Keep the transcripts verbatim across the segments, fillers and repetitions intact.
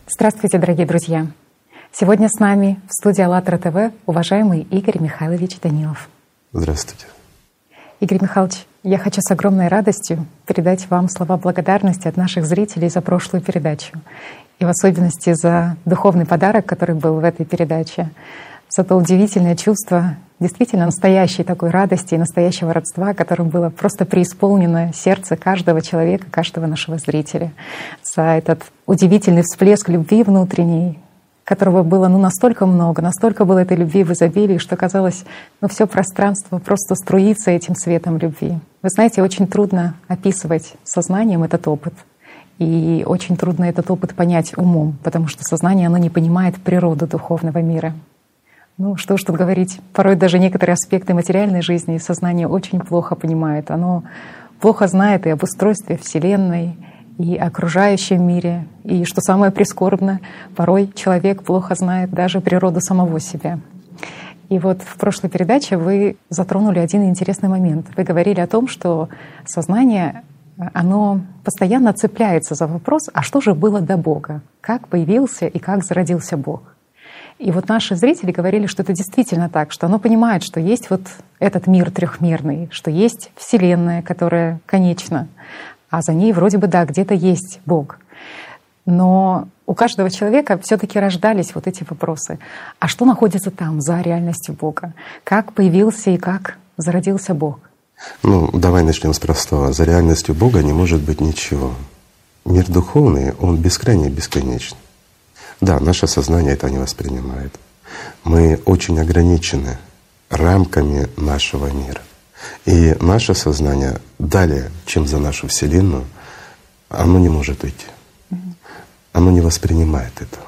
Здравствуйте, дорогие друзья! Сегодня с нами в студии АЛЛАТРА ТВ уважаемый Игорь Михайлович Данилов. Здравствуйте. Игорь Михайлович, я хочу с огромной радостью передать вам слова благодарности от наших зрителей за прошлую передачу. И в особенности за духовный подарок, который был в этой передаче, за то удивительное чувство действительно настоящей такой радости и настоящего родства, которым было просто преисполнено сердце каждого человека, каждого нашего зрителя. За этот удивительный всплеск любви внутренней, которого было ну, настолько много, настолько было этой любви в изобилии, что казалось, ну, все пространство просто струится этим светом любви. Вы знаете, очень трудно описывать сознанием этот опыт. И очень трудно этот опыт понять умом, потому что сознание, оно не понимает природу духовного мира. Ну, что ж тут говорить, порой даже некоторые аспекты материальной жизни сознание очень плохо понимает. Оно плохо знает и об устройстве Вселенной, и о окружающем мире. И, что самое прискорбное, порой человек плохо знает даже природу самого себя. И вот в прошлой передаче вы затронули один интересный момент. Вы говорили о том, что сознание, оно постоянно цепляется за вопрос, а что же было до Бога? Как появился и как зародился Бог? И вот наши зрители говорили, что это действительно так, что оно понимает, что есть вот этот мир трехмерный, что есть Вселенная, которая конечна, а за ней вроде бы, да, где-то есть Бог. Но у каждого человека все-таки рождались вот эти вопросы. А что находится там, за реальностью Бога? Как появился и как зародился Бог? Ну, давай начнем с простого. За реальностью Бога не может быть ничего. Мир духовный, он бескрайне бесконечный. Да, наше сознание это не воспринимает. Мы очень ограничены рамками нашего мира. И наше сознание далее, чем за нашу Вселенную, оно не может уйти. Оно не воспринимает этого.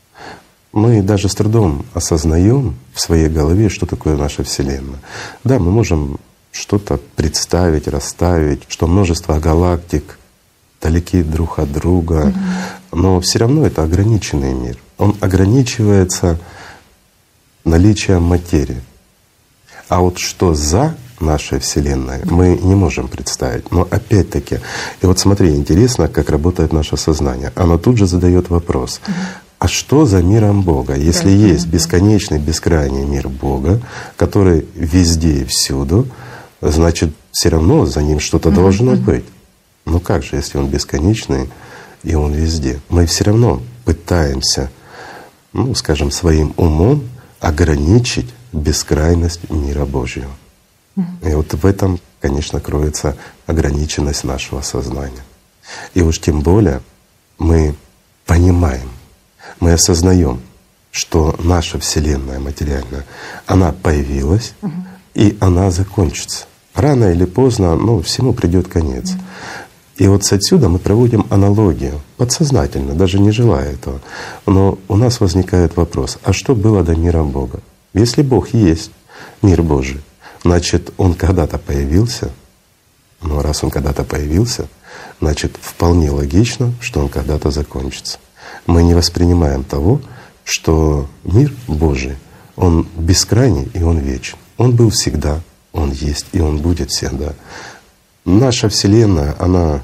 Мы даже с трудом осознаем в своей голове, что такое наша Вселенная. Да, мы можем что-то представить, расставить, что множество галактик далеки друг от друга, mm-hmm. но все равно это ограниченный мир. Он ограничивается наличием материи. А вот что за нашей Вселенной, мы не можем представить. Но опять-таки, и вот смотри, интересно, как работает наше сознание. Оно тут же задает вопрос: mm-hmm. а что за миром Бога? Если mm-hmm. есть бесконечный, бескрайний мир Бога, который везде и всюду, значит, все равно за ним что-то mm-hmm. должно быть. Ну как же, если он бесконечный и он везде? Мы все равно пытаемся, ну, скажем, своим умом ограничить бескрайность мира Божьего. Mm-hmm. И вот в этом, конечно, кроется ограниченность нашего сознания. И уж тем более мы понимаем, мы осознаем, что наша Вселенная материальная, она появилась, mm-hmm. и она закончится. Рано или поздно, ну, всему придет конец. Mm-hmm. И вот с отсюда мы проводим аналогию, подсознательно, даже не желая этого. Но у нас возникает вопрос: а что было до мира Бога? Если Бог есть мир Божий, значит, Он когда-то появился. Ну, раз Он когда-то появился, значит, вполне логично, что Он когда-то закончится. Мы не воспринимаем того, что мир Божий, Он бескрайний и Он вечен. Он был всегда, Он есть и Он будет всегда. Наша Вселенная, она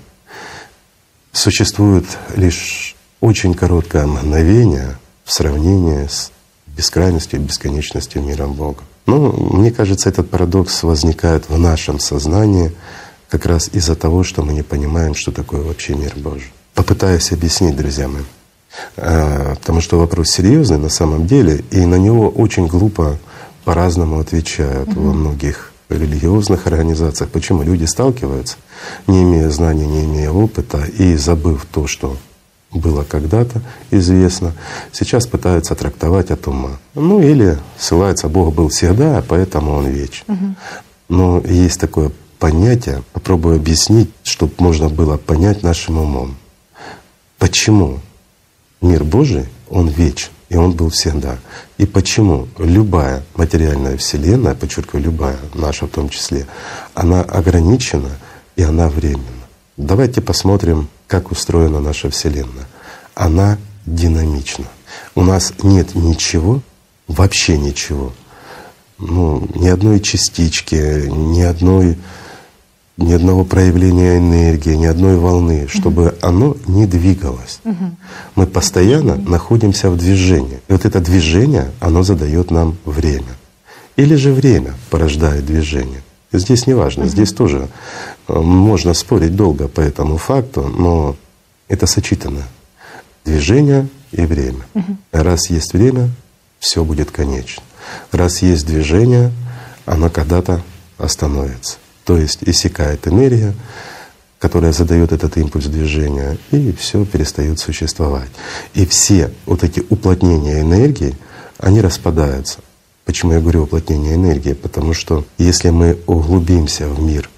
существует лишь очень короткое мгновение в сравнении с бескрайностью и бесконечностью мира Бога. Но мне кажется, этот парадокс возникает в нашем сознании как раз из-за того, что мы не понимаем, что такое вообще мир Божий. Попытаюсь объяснить, друзья мои, потому что вопрос серьезный на самом деле, и на него очень глупо по-разному отвечают mm-hmm. во многих религиозных организациях. Почему люди сталкиваются, не имея знаний, не имея опыта, и забыв то, что было когда-то известно, сейчас пытаются трактовать от ума. Ну или ссылаются: Бог был всегда, поэтому Он вечен. Угу. Но есть такое понятие, попробую объяснить, чтобы можно было понять нашим умом. Почему мир Божий, Он вечен, и Он был всегда. И почему любая материальная Вселенная, подчеркиваю, любая, наша в том числе, она ограничена и она временна. Давайте посмотрим, как устроена наша Вселенная. Она динамична. У нас нет ничего, вообще ничего, ну, ни одной частички, ни одной ни одного проявления энергии, ни одной волны, чтобы угу. оно не двигалось. Угу. Мы постоянно угу. находимся в движении. И вот это движение, оно задает нам время. Или же время порождает движение. Здесь не важно, угу. здесь тоже можно спорить долго по этому факту, но это сочетано. Движение и время. Угу. Раз есть время, все будет конечно. Раз есть движение, оно когда-то остановится. То есть иссякает энергия, которая задает этот импульс движения, и все перестает существовать. И все вот эти уплотнения энергии, они распадаются. Почему я говорю уплотнение энергии? Потому что если мы углубимся в мир,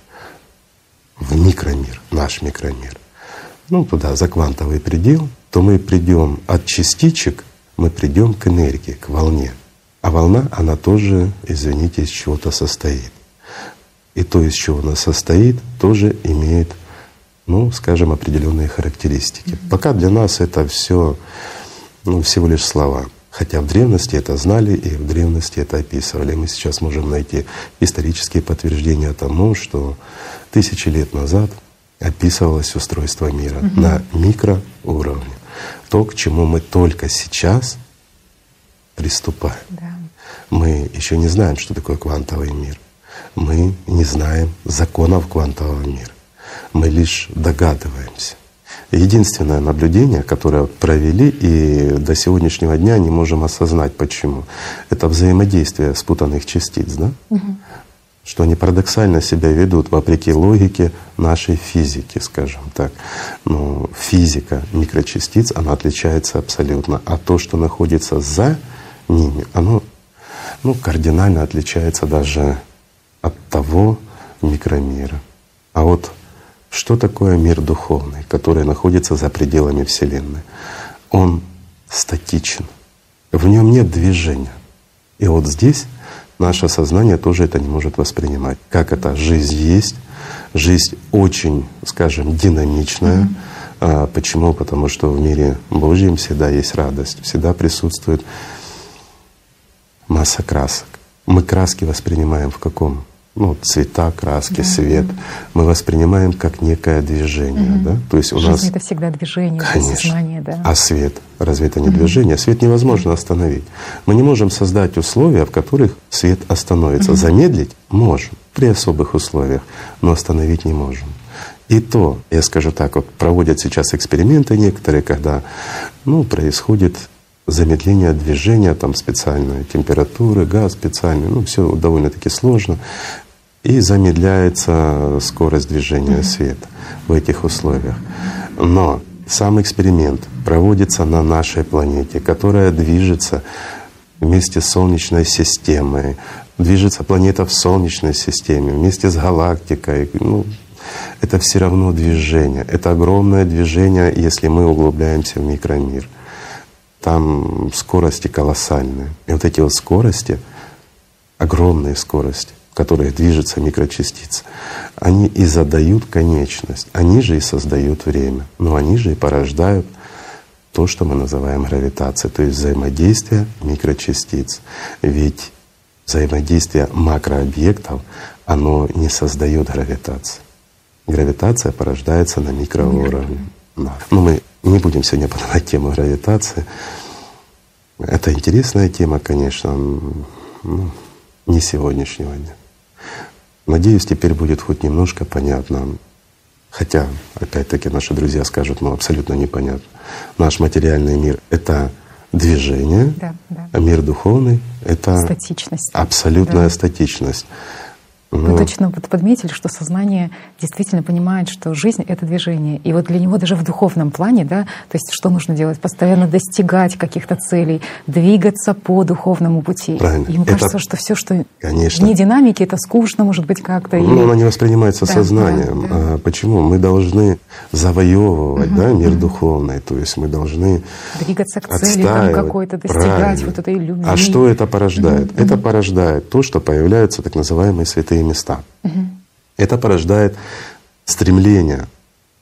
в микромир, наш микромир, ну туда, за квантовый предел, то мы придем от частичек, мы придем к энергии, к волне. А волна, она тоже, извините, из чего-то состоит. И то, из чего она состоит, тоже имеет, ну, скажем, определенные характеристики. Mm-hmm. Пока для нас это все, ну, всего лишь слова. Хотя в древности это знали и в древности это описывали. Мы сейчас можем найти исторические подтверждения тому, что тысячи лет назад описывалось устройство мира mm-hmm. на микроуровне. То, к чему мы только сейчас приступаем. Yeah. Мы еще не знаем, что такое квантовый мир. Мы не знаем законов квантового мира. Мы лишь догадываемся. Единственное наблюдение, которое провели и до сегодняшнего дня не можем осознать, почему, это взаимодействие спутанных частиц, да? Угу. Что они парадоксально себя ведут вопреки логике нашей физики, скажем так. Но физика микрочастиц, она отличается абсолютно. А то, что находится за ними, оно ну, кардинально отличается даже от того микромира. А вот что такое мир духовный, который находится за пределами Вселенной? Он статичен, в нем нет движения. И вот здесь наше сознание тоже это не может воспринимать. Как это? Жизнь есть, жизнь очень, скажем, динамичная. Mm-hmm. А почему? Потому что в мире Божьем всегда есть радость, всегда присутствует масса красок. Мы краски воспринимаем в каком? Ну, цвета, краски, mm-hmm. свет. Мы воспринимаем как некое движение, mm-hmm. да? То есть у Жизнь нас это всегда движение, конечно. Сознание, да. А свет, разве это не mm-hmm. движение? Свет невозможно остановить. Мы не можем создать условия, в которых свет остановится. Mm-hmm. Замедлить можем при особых условиях, но остановить не можем. И то, я скажу так, вот проводят сейчас эксперименты некоторые, когда ну, происходит замедление движения, там специальные температуры, газ специальный, ну все довольно-таки сложно. И замедляется скорость движения mm-hmm. света в этих условиях. Но сам эксперимент проводится на нашей планете, которая движется вместе с Солнечной системой, движется планета в Солнечной системе, вместе с галактикой. Ну, это все равно движение. Это огромное движение, если мы углубляемся в микромир. Там скорости колоссальные. И вот эти вот скорости, огромные скорости, которые движутся микрочастицы, они и задают конечность, они же и создают время, но они же и порождают то, что мы называем гравитацией, то есть взаимодействие микрочастиц. Ведь взаимодействие макрообъектов, оно не создает гравитацию. Гравитация порождается на микроуровне. Да. Но мы не будем сегодня поднимать тему гравитации. Это интересная тема, конечно, ну, не сегодняшнего дня. Надеюсь, теперь будет хоть немножко понятно. Хотя, опять-таки, наши друзья скажут, ну абсолютно непонятно. Наш материальный мир — это движение, да, да. а мир духовный — это статичность. Абсолютная да. статичность. Вы ну, точно подметили, что сознание действительно понимает, что жизнь — это движение. И вот для него даже в духовном плане, да, то есть что нужно делать? Постоянно достигать каких-то целей, двигаться по духовному пути. Правильно. Ему это, кажется, что все, что конечно. вне динамики, это скучно, может быть, как-то. Ну, или... оно не воспринимается да, сознанием. Да, да. А почему? Мы должны завоевывать угу, да, мир угу. духовный, то есть мы должны двигаться к цели там какой-то, достигать правильно. Вот этой любви. А что это порождает? Угу, это угу. порождает то, что появляются так называемые святые места. Угу. Это порождает стремление,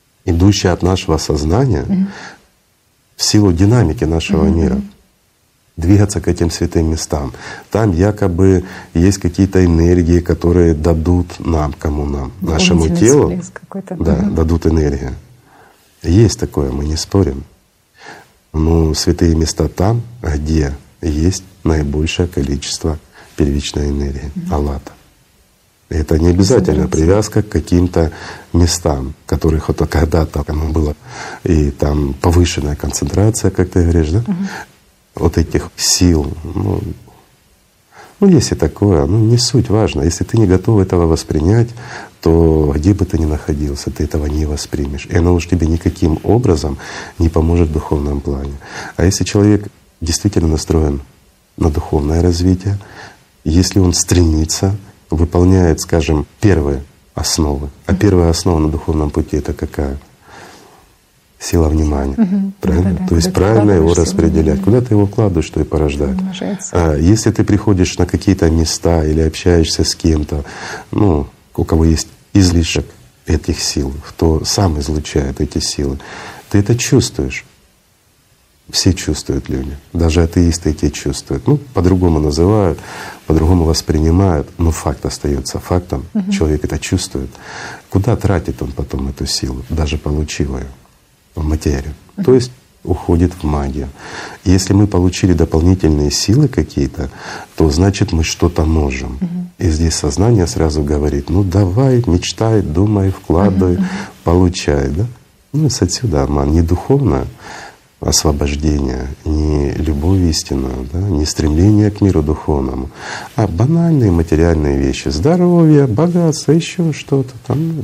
идущее от нашего сознания угу. в силу динамики нашего угу. мира. двигаться к этим святым местам. Там якобы есть какие-то энергии, которые дадут нам, кому нам, нашему телу, да, угу. дадут энергию. Есть такое, мы не спорим. Но святые места там, где есть наибольшее количество первичной энергии, угу. аллата. Это не обязательно привязка к каким-то местам, которых вот когда-то оно было, и там повышенная концентрация, как ты говоришь, да? Угу. Вот этих сил. Ну, ну, есть и такое, ну не суть важно. Если ты не готов этого воспринять, то где бы ты ни находился, ты этого не воспримешь. И оно уж тебе никаким образом не поможет в духовном плане. А если человек действительно настроен на духовное развитие, если он стремится, выполняет, скажем, первые основы. А первая основа на духовном пути — это какая? Сила внимания. Угу. Правильно? Да, да, то есть правильно его распределять. Куда ты его вкладываешь, что и порождает. А если ты приходишь на какие-то места или общаешься с кем-то, ну, у кого есть излишек этих сил, кто сам излучает эти силы, ты это чувствуешь. Все чувствуют люди, даже атеисты эти чувствуют. Ну, по-другому называют, по-другому воспринимают, но факт остается фактом. Угу. Человек это чувствует. Куда тратит он потом эту силу, даже получив ее? В материю. Угу. То есть уходит в магию. Если мы получили дополнительные силы какие-то, то значит мы что-то можем. Угу. И здесь сознание сразу говорит: ну давай, мечтай, думай, вкладывай, угу. получай. Да? Ну, с отсюда обман. Не духовное освобождение, не любовь истинную, да, не стремление к миру духовному, а банальные материальные вещи: здоровье, богатство, еще что-то там. Ну,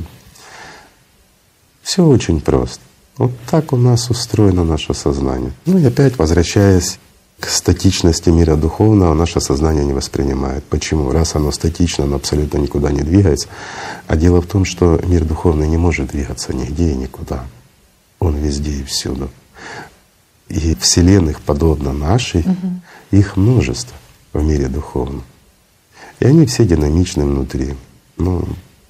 все очень просто. Вот так у нас устроено наше сознание. Ну и опять, возвращаясь к статичности мира духовного, наше сознание не воспринимает. Почему? Раз оно статично, оно абсолютно никуда не двигается. А дело в том, что мир духовный не может двигаться нигде и никуда. Он везде и всюду. И вселенных, подобно нашей, угу. их множество в мире духовном. И они все динамичны внутри. Но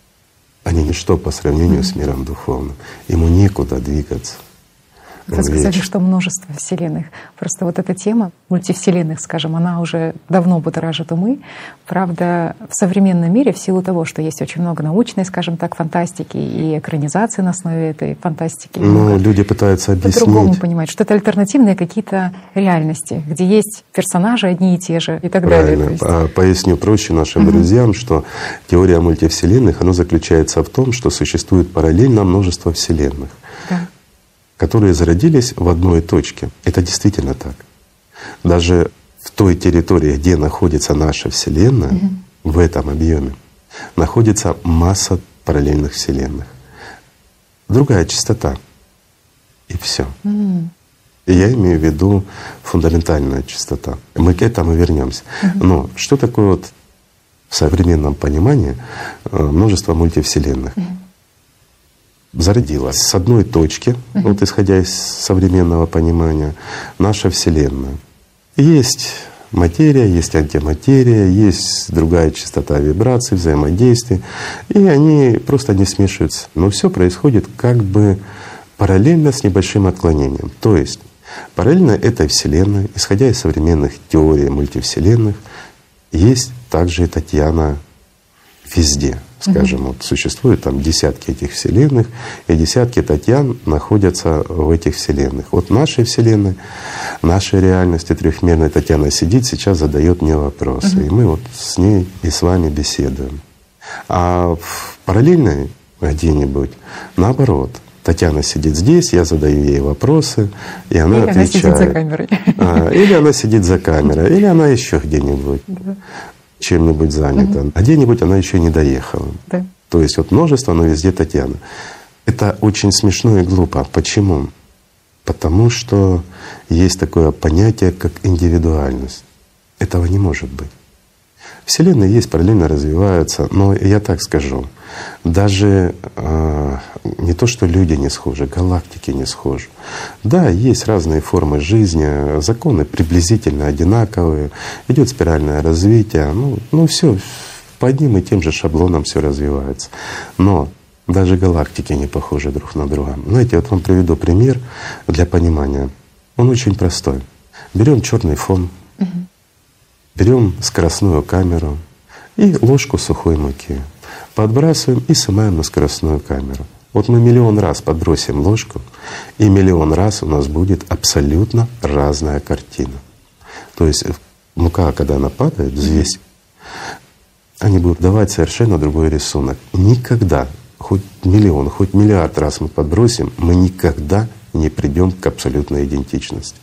они ничто по сравнению угу. с миром духовным. Ему некуда двигаться. Вы сказали, что множество вселенных. Просто вот эта тема мультивселенных, скажем, она уже давно будоражит умы. Правда, в современном мире в силу того, что есть очень много научной, скажем так, фантастики и экранизации на основе этой фантастики. Но люди пытаются объяснить. По-другому понимать, что это альтернативные какие-то реальности, где есть персонажи одни и те же и так Правильно. далее. Правильно. Поясню проще нашим угу. друзьям, что теория мультивселенных, она заключается в том, что существует параллельно множество вселенных. Да. Которые зародились в одной точке. Это действительно так. Даже в той территории, где находится наша Вселенная, угу. в этом объеме, находится масса параллельных вселенных. Другая частота. И все. Угу. И я имею в виду фундаментальная частота. Мы к этому вернемся. Угу. Но что такое вот в современном понимании множество мультивселенных? Угу. Зародилась с одной точки, uh-huh. вот исходя из современного понимания, наша Вселенная. Есть материя, есть антиматерия, есть другая частота вибраций, взаимодействий, и они просто не смешиваются. Но все происходит как бы параллельно с небольшим отклонением. То есть параллельно этой Вселенной, исходя из современных теорий мультивселенных, есть также и Татьяна везде. Скажем, вот существует там десятки этих вселенных, и десятки Татьян находятся в этих вселенных. Вот в нашей вселенной, нашей реальности трехмерной Татьяна сидит, сейчас задает мне вопросы. Uh-huh. И мы вот с ней и с вами беседуем. А в параллельной где-нибудь наоборот. Татьяна сидит здесь, я задаю ей вопросы, и она или отвечает. Она сидит за камерой. А, или она сидит за камерой, или она еще где-нибудь. Uh-huh. чем-нибудь занята, угу. а где-нибудь она еще не доехала. Да. То есть вот множество, но везде Татьяна. Это очень смешно и глупо. Почему? Потому что есть такое понятие, как индивидуальность. Этого не может быть. Вселенные есть, параллельно развиваются, но я так скажу, даже э, не то, что люди не схожи, галактики не схожи. Да, есть разные формы жизни, законы приблизительно одинаковые, идет спиральное развитие, ну, ну все по одним и тем же шаблонам все развивается. Но даже галактики не похожи друг на друга. Знаете, вот вам приведу пример для понимания. Он очень простой. Берем черный фон берем скоростную камеру и ложку сухой муки, подбрасываем и снимаем на скоростную камеру. Вот мы миллион раз подбросим ложку, и миллион раз у нас будет абсолютно разная картина. То есть мука, когда она падает, взвесь, они будут давать совершенно другой рисунок. Никогда, хоть миллион, хоть миллиард раз мы подбросим, мы никогда не придем к абсолютной идентичности.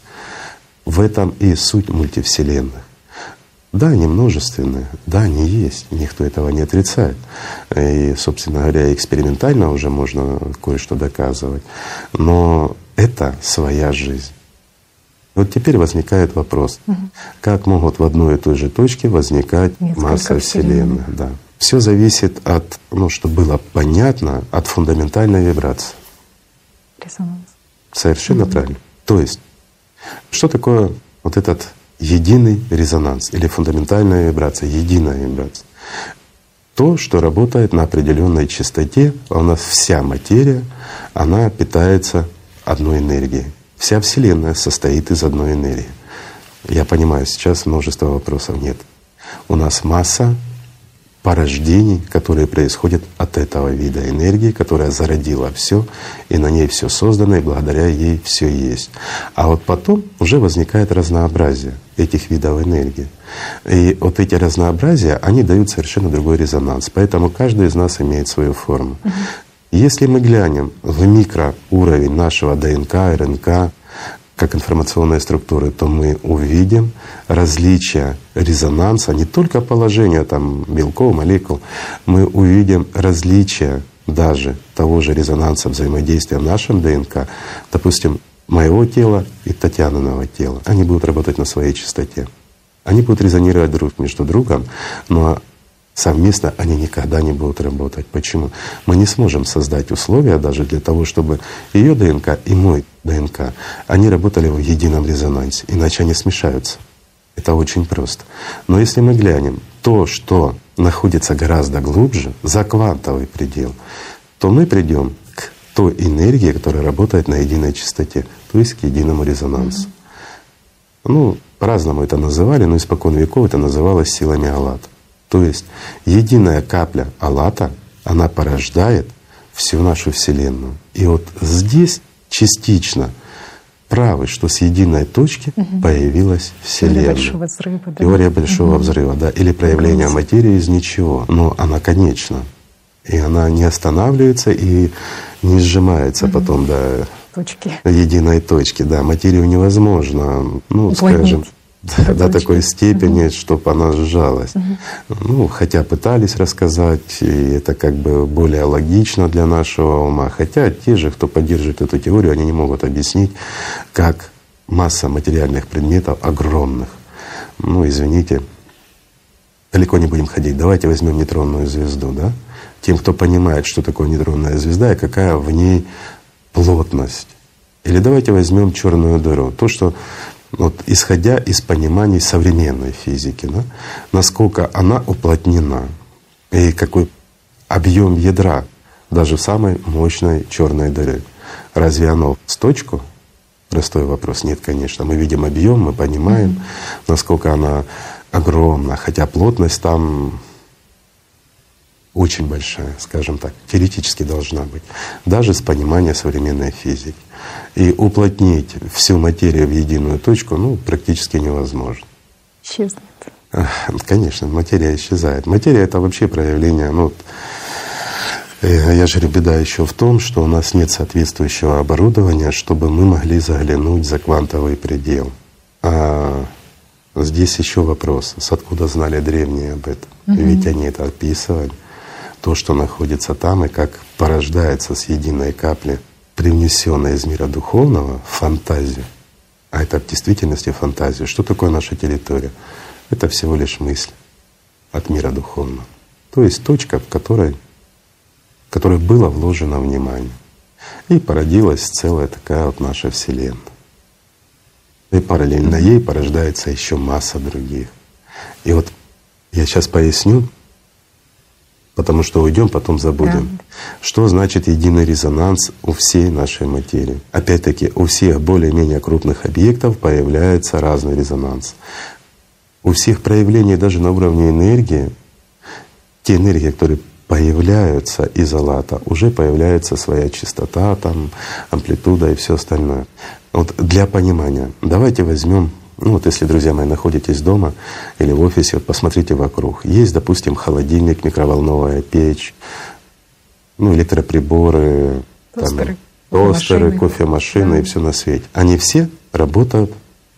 В этом и суть мультивселенных. Да, они множественные, да, они есть, никто этого не отрицает. И, собственно говоря, экспериментально уже можно кое-что доказывать. Но это своя жизнь. Вот теперь возникает вопрос, угу. как могут в одной и той же точке возникать Несколько масса вселенных. Да. Все зависит от, ну, чтобы было понятно, от фундаментальной вибрации. Резонанс. Совершенно угу. правильно. То есть, что такое вот этот единый резонанс или фундаментальная вибрация, единая вибрация? То, что работает на определенной частоте, а у нас вся материя, она питается одной энергией. Вся Вселенная состоит из одной энергии. Я понимаю, сейчас множество вопросов нет. У нас масса порождений, которые происходят от этого вида энергии, которая зародила все, и на ней все создано, и благодаря ей все есть. А вот потом уже возникает разнообразие этих видов энергии. И вот эти разнообразия, они дают совершенно другой резонанс. Поэтому каждый из нас имеет свою форму. Uh-huh. Если мы глянем в микроуровень нашего ДНК, РНК, как информационной структуры, то мы увидим различия резонанса, не только положения там, белков, молекул, мы увидим различия даже того же резонанса взаимодействия в нашем ДНК, допустим, моего тела и Татьяниного тела. Они будут работать на своей частоте. Они будут резонировать друг между другом, но совместно они никогда не будут работать. Почему? Мы не сможем создать условия даже для того, чтобы ее ДНК и мой ДНК, они работали в едином резонансе, иначе они смешаются. Это очень просто. Но если мы глянем то, что находится гораздо глубже, за квантовый предел, то мы придем к той энергии, которая работает на единой частоте, то есть к единому резонансу. Mm-hmm. Ну, по-разному это называли, но испокон веков это называлось силами Аллата. То есть единая капля Аллата, она порождает всю нашу Вселенную. И вот здесь частично правы, что с единой точки угу. появилась Вселенная. Теория большого взрыва, да? Теория большого угу. взрыва, да, или проявление угу. материи из ничего. Но она конечна. И она не останавливается и не сжимается угу. потом до точки. единой точки. Да, материю невозможно, ну, уплотнить. скажем, до, до такой степени, угу. чтобы она сжалась. Угу. Ну, хотя пытались рассказать, и это как бы более логично для нашего ума. Хотя те же, кто поддерживает эту теорию, они не могут объяснить, как масса материальных предметов огромных. Ну, извините, далеко не будем ходить. Давайте возьмем нейтронную звезду, да? Тем, кто понимает, что такое нейтронная звезда и какая в ней плотность. Или давайте возьмем черную дыру. То, что вот, исходя из пониманий современной физики, да, насколько она уплотнена и какой объем ядра даже в самой мощной черной дыры. Разве оно в точку? Простой вопрос. Нет, конечно. Мы видим объем, мы понимаем, mm-hmm. насколько она огромна, хотя плотность там очень большая, скажем так, теоретически должна быть, даже с понимания современной физики. И уплотнить всю материю в единую точку, ну, практически невозможно. Исчезнет. Конечно, материя исчезает. Материя — это вообще проявление, ну, я же говорю, беда еще в том, что у нас нет соответствующего оборудования, чтобы мы могли заглянуть за квантовый предел. А здесь еще вопрос, с откуда знали древние об этом? Угу. Ведь они это описывали. То, что находится там, и как порождается с единой капли, привнесенная из мира духовного в фантазию. А это в действительности фантазия. Что такое наша территория? Это всего лишь мысль от мира духовного. То есть точка, в которой, в которой было вложено внимание. И породилась целая такая вот наша Вселенная. И параллельно ей порождается еще масса других. И вот я сейчас поясню, потому что уйдем, потом забудем. Да. Что значит единый резонанс у всей нашей материи? Опять-таки, у всех более-менее крупных объектов появляется разный резонанс. У всех проявлений даже на уровне энергии, те энергии, которые появляются из Аллата, уже появляется своя частота, там, амплитуда и все остальное. Вот для понимания давайте возьмем, ну вот если, друзья мои, находитесь дома или в офисе, вот посмотрите вокруг. Есть, допустим, холодильник, микроволновая печь, ну, электроприборы, тостеры, там, тостеры кофемашины, да, и все на свете. Они все работают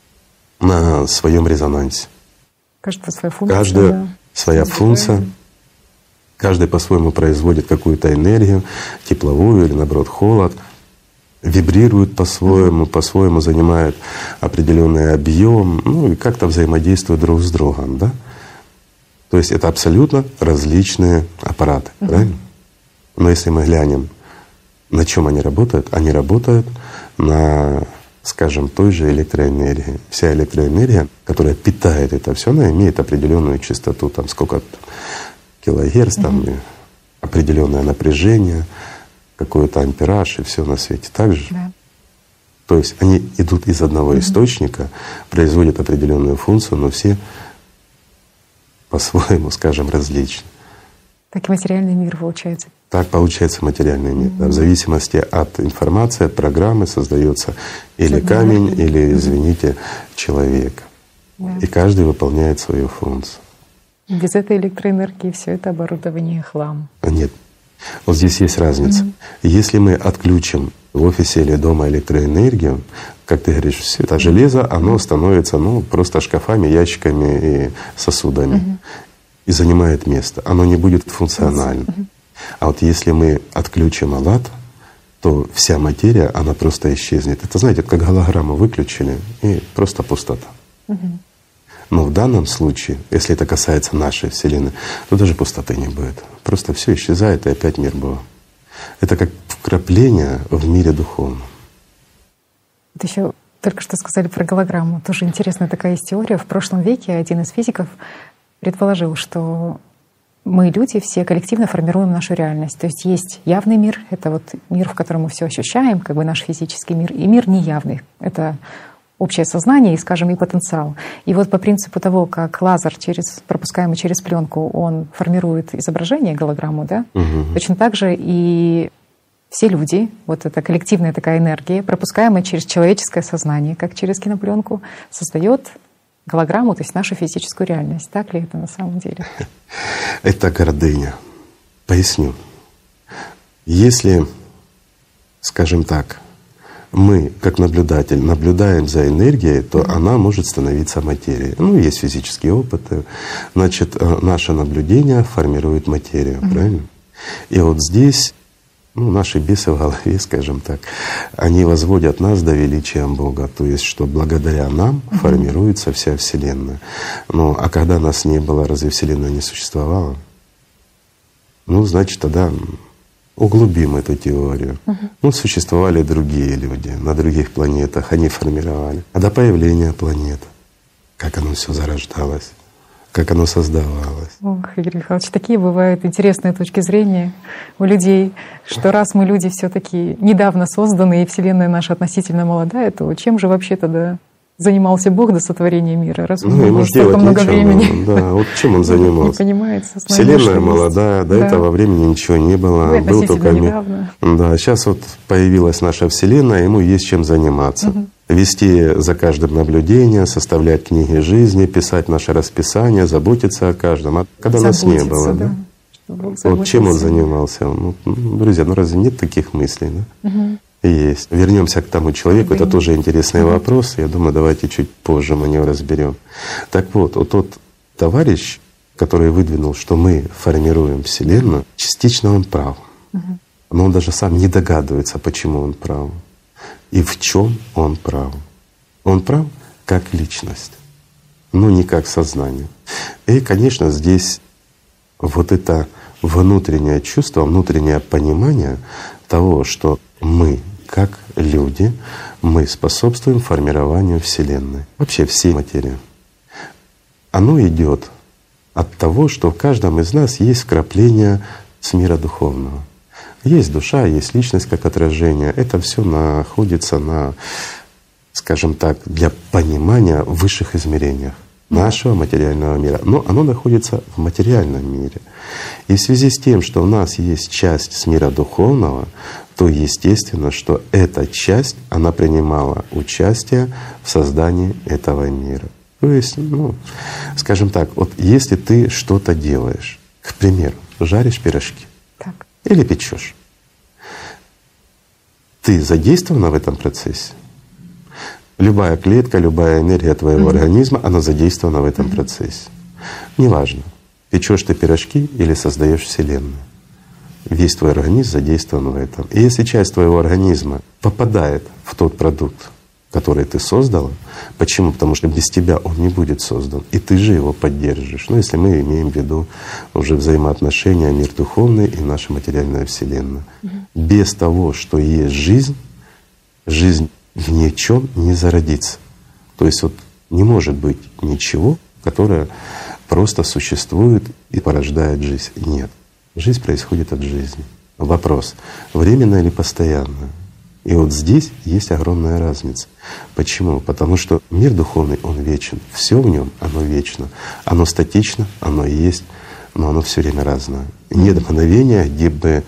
на своем резонансе. Каждая своя функция. Каждая да. своя функция. Каждый по-своему производит какую-то энергию, тепловую или, наоборот, холод, вибрирует по-своему, по-своему занимает определенный объем, ну и как-то взаимодействуют друг с другом, да? То есть это абсолютно различные аппараты, uh-huh. правильно? Но если мы глянем, на чем они работают, они работают на, скажем, той же электроэнергии. Вся электроэнергия, которая питает это все, она имеет определенную частоту, там сколько килогерц, mm-hmm. там определенное напряжение, какой-то ампераж и все на свете. Также, yeah. то есть они идут из одного mm-hmm. источника, производят определенную функцию, но все по-своему, скажем, различны. Так и материальный мир получается. Так получается материальный мир. Mm-hmm. Да, в зависимости от информации, от программы создается или mm-hmm. камень, mm-hmm. или, извините, человек. Yeah. И каждый выполняет свою функцию. Без этой электроэнергии все это оборудование хлам. Нет. Вот здесь есть разница. Mm-hmm. Если мы отключим в офисе или дома электроэнергию, как ты говоришь, все это железо, оно становится ну, просто шкафами, ящиками и сосудами. Mm-hmm. И занимает место. Оно не будет функциональным. Mm-hmm. А вот если мы отключим Аллат, то вся материя, она просто исчезнет. Это, знаете, как голограмму выключили, и просто пустота. Mm-hmm. Но в данном случае, если это касается нашей Вселенной, то даже пустоты не будет. Просто все исчезает, и опять мир был. Это как вкрапление в мире духовном. Вот еще только что сказали про голограмму. Тоже интересная такая есть теория. В прошлом веке один из физиков предположил, что мы, люди, все коллективно формируем нашу реальность. То есть есть явный мир, это вот мир, в котором мы все ощущаем, как бы наш физический мир, и мир неявный. Это общее сознание и, скажем, и потенциал. И вот по принципу того, как лазер, через, пропускаемый через пленку, он формирует изображение, голограмму, да, угу. точно так же и все люди, вот эта коллективная такая энергия, пропускаемая через человеческое сознание, как через кинопленку, создает голограмму, то есть нашу физическую реальность. Так ли это на самом деле? Это гордыня. Поясню. Если, скажем так, мы, как наблюдатель, наблюдаем за энергией, то mm-hmm. она может становиться материей. Ну, есть физические опыты. Значит, наше наблюдение формирует материю, mm-hmm. правильно? И вот здесь ну, наши бесы в голове, скажем так, они возводят нас до величия Бога. То есть, что благодаря нам mm-hmm. формируется вся Вселенная. Ну, а когда нас не было, разве Вселенная не существовала? Ну, значит, тогда углубим эту теорию. Uh-huh. Ну, существовали другие люди на других планетах, они формировали. А до появления планет, как оно все зарождалось, как оно создавалось. Ох, Игорь Михайлович, такие бывают интересные точки зрения у людей, что раз мы люди все-таки недавно созданы, и Вселенная наша относительно молодая, то чем же вообще тогда занимался Бог до сотворения мира, раз у ну, него было столько много нечего, времени? Да, вот чем он занимался? Не понимается. Вселенная молодая, до да. этого времени ничего не было. Ну, был только недавно. Да, сейчас вот появилась наша Вселенная, ему есть чем заниматься. Угу. Вести за каждым наблюдение, составлять книги жизни, писать наше расписание, заботиться о каждом. А когда заботиться, нас не было, да? да? Вот чем он занимался? Ну, друзья, ну разве нет таких мыслей? Да? Угу. Есть. Вернемся к тому человеку. Это тоже интересный mm-hmm. вопрос. Я думаю, давайте чуть позже мы его разберем. Так вот, вот тот товарищ, который выдвинул, что мы формируем Вселенную, частично он прав. Mm-hmm. Но он даже сам не догадывается, почему он прав и в чем он прав. Он прав как личность, но не как сознание. И, конечно, здесь вот это внутреннее чувство, внутреннее понимание того, что мы, как люди, мы способствуем формированию Вселенной, вообще всей материи. Оно идет от того, что в каждом из нас есть вкрапление с мира духовного. Есть душа, есть личность как отражение. Это все находится на, скажем так, для понимания в высших измерениях. нашего материального мира. Но оно находится в материальном мире. И в связи с тем, что у нас есть часть с мира духовного, то естественно, что эта часть, она принимала участие в создании этого мира. То есть, ну, скажем так, вот если ты что-то делаешь, к примеру, жаришь пирожки так. или печешь, ты задействована в этом процессе? Любая клетка, любая энергия твоего mm-hmm. организма, она задействована в этом mm-hmm. процессе. Неважно, печешь ты пирожки или создаешь Вселенную. Весь твой организм задействован в этом. И если часть твоего организма попадает в тот продукт, который ты создала, почему? Потому что без тебя он не будет создан, и ты же его поддерживаешь. Ну, если мы имеем в виду уже взаимоотношения мир духовный и наша материальная Вселенная. Mm-hmm. Без того, что есть жизнь, жизнь в ничем не зародится. То есть вот не может быть ничего, которое просто существует и порождает жизнь. Нет. Жизнь происходит от жизни. Вопрос: временная или постоянная? И вот здесь есть огромная разница. Почему? Потому что мир духовный, он вечен. Все в нем, оно вечно. Оно статично, оно есть, но оно все время разное. Нет мгновения, где бы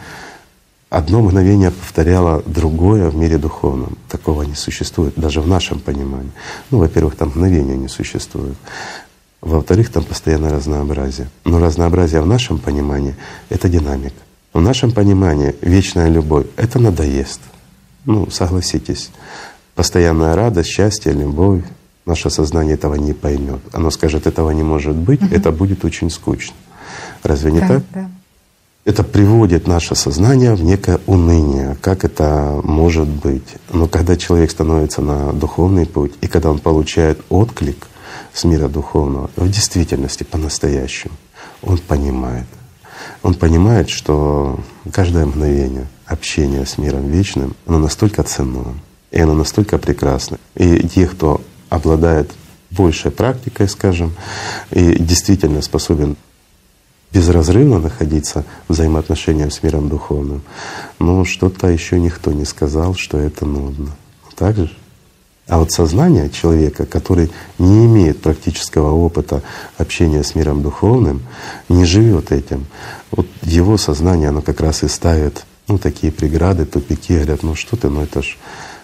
одно мгновение повторяло другое в мире духовном. Такого не существует, даже в нашем понимании. Ну, во-первых, там мгновения не существует. Во-вторых, там постоянное разнообразие. Но разнообразие в нашем понимании — это динамика. В нашем понимании вечная любовь — это надоест. Ну, согласитесь, постоянная радость, счастье, любовь, наше сознание этого не поймет. Оно скажет: этого не может быть, угу. это будет очень скучно. Разве не да, так? Да. Это приводит наше сознание в некое уныние. Как это может быть? Но когда человек становится на духовный путь, и когда он получает отклик с мира духовного, в действительности, по-настоящему, он понимает. Он понимает, что каждое мгновение общения с миром вечным, оно настолько ценно, и оно настолько прекрасно. И те, кто обладает большей практикой, скажем, и действительно способен безразрывно находиться в взаимоотношениях с миром духовным, но что-то еще никто не сказал, что это нудно. Так же? А вот сознание человека, который не имеет практического опыта общения с миром духовным, не живет этим, вот его сознание, оно как раз и ставит ну, такие преграды, тупики, говорят: ну что ты, ну это ж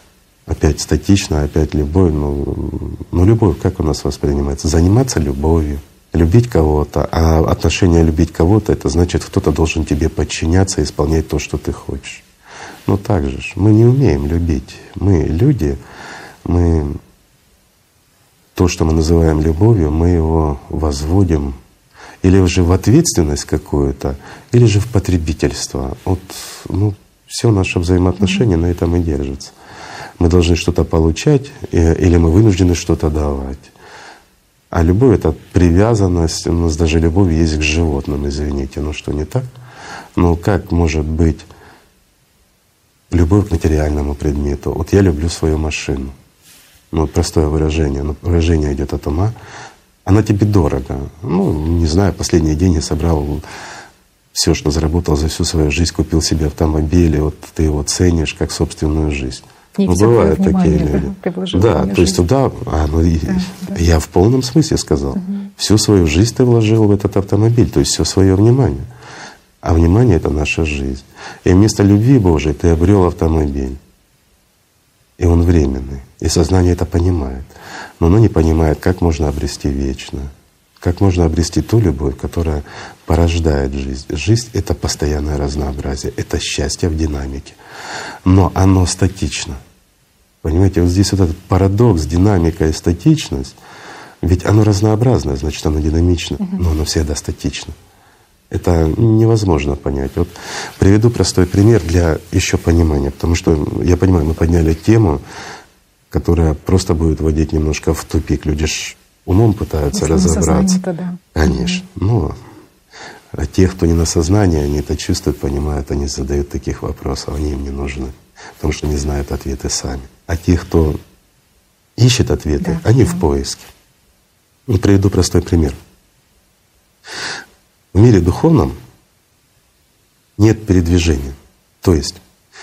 опять статично, опять любовь. Ну, ну любовь как у нас воспринимается? Заниматься любовью, любить кого-то. А отношение любить кого-то — это значит, кто-то должен тебе подчиняться, исполнять то, что ты хочешь. Ну так же ж, мы не умеем любить. Мы люди, мы то, что мы называем любовью, мы его возводим или уже в ответственность какую-то, или же в потребительство. Вот, ну, все наше взаимоотношение mm-hmm. на этом и держится. Мы должны что-то получать, или мы вынуждены что-то давать. А любовь — это привязанность. У нас даже любовь есть к животным, извините. Ну что, не так? Ну как может быть любовь к материальному предмету? Вот я люблю свою машину. Ну, простое выражение, но выражение идет от ума. Она тебе дорого. Ну, не знаю, последние деньги собрал, все, что заработал за всю свою жизнь, купил себе автомобиль, и вот ты его ценишь как собственную жизнь. Не ну, бывают такие люди. Да, то есть туда, а, ну, да, да. я в полном смысле сказал, угу. всю свою жизнь ты вложил в этот автомобиль, то есть все свое внимание. А внимание — это наша жизнь. И вместо любви Божией ты обрел автомобиль. И он временный. И сознание это понимает. Но оно не понимает, как можно обрести вечное. Как можно обрести ту любовь, которая порождает жизнь. Жизнь — это постоянное разнообразие, это счастье в динамике. Но оно статично. Понимаете, вот здесь вот этот парадокс, динамика и статичность, ведь оно разнообразное, значит, оно динамично, но оно всегда статично. Это невозможно понять. Вот приведу простой пример для еще понимания, потому что я понимаю, мы подняли тему, которая просто будет вводить немножко в тупик. Люди ж умом пытаются Если разобраться. То да. Конечно. Mm-hmm. Ну, а те, кто не на сознании, они это чувствуют, понимают, они задают таких вопросов, они им не нужны, потому что не знают ответы сами. А те, кто ищет ответы, да, они да. в поиске. Ну, приведу простой пример. В мире духовном нет передвижения. То есть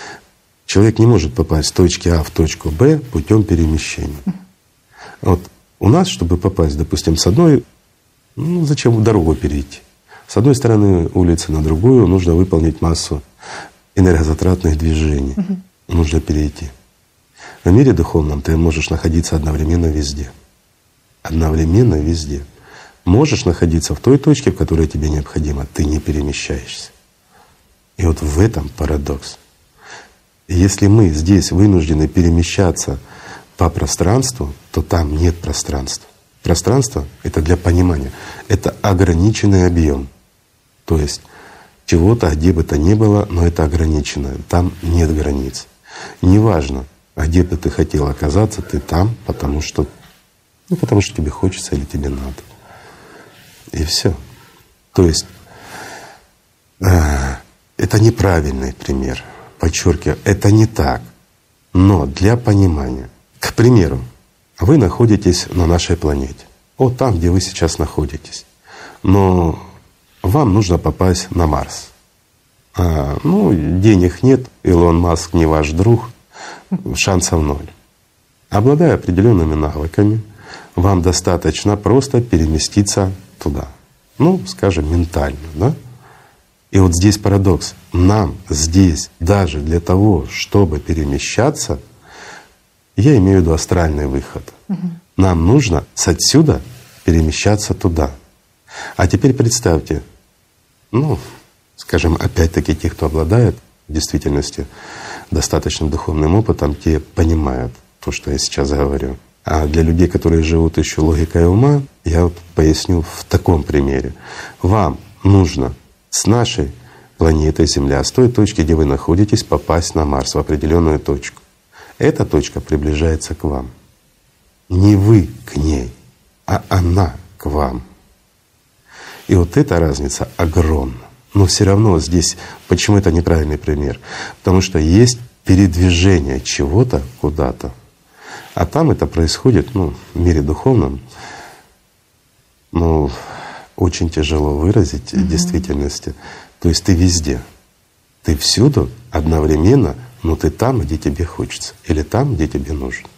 человек не может попасть с точки А в точку Б путем перемещения. Вот У нас, чтобы попасть, допустим, с одной, ну зачем дорогу перейти? С одной стороны улицы на другую нужно выполнить массу энергозатратных движений. Угу. Нужно перейти. В мире духовном ты можешь находиться одновременно везде. Одновременно везде. Можешь находиться в той точке, в которой тебе необходимо, ты не перемещаешься. И вот в этом парадокс. Если мы здесь вынуждены перемещаться по пространству, то там нет пространства. Пространство — это для понимания, это ограниченный объем. То есть чего-то, где бы то ни было, но это ограниченное, там нет границ. Неважно, где бы ты хотел оказаться, ты там, потому что, ну, потому что тебе хочется или тебе надо. И все. То есть э, это неправильный пример. Подчеркиваю, это не так. Но для понимания. К примеру, вы находитесь на нашей планете. Вот там, где вы сейчас находитесь. Но вам нужно попасть на Марс. А, ну, денег нет, Илон Маск не ваш друг, шансов ноль. Обладая определенными навыками, вам достаточно просто переместиться туда. Ну, скажем, ментально, да? И вот здесь парадокс. Нам здесь даже для того, чтобы перемещаться, я имею в виду астральный выход, угу. Нам нужно с отсюда перемещаться туда. А теперь представьте, ну, скажем, опять-таки те, кто обладает в действительности достаточным духовным опытом, те понимают то, что я сейчас говорю. А для людей, которые живут еще логикой ума, я вот поясню в таком примере. Вам нужно с нашей планеты Земля, с той точки, где вы находитесь, попасть на Марс, в определенную точку. Эта точка приближается к вам. Не вы к ней, а она к вам. И вот эта разница огромна. Но все равно здесь, почему это неправильный пример? Потому что есть передвижение чего-то куда-то. А там это происходит, ну, в мире духовном, ну, очень тяжело выразить в действительности. То есть ты везде, ты всюду одновременно, но ты там, где тебе хочется, или там, где тебе нужно.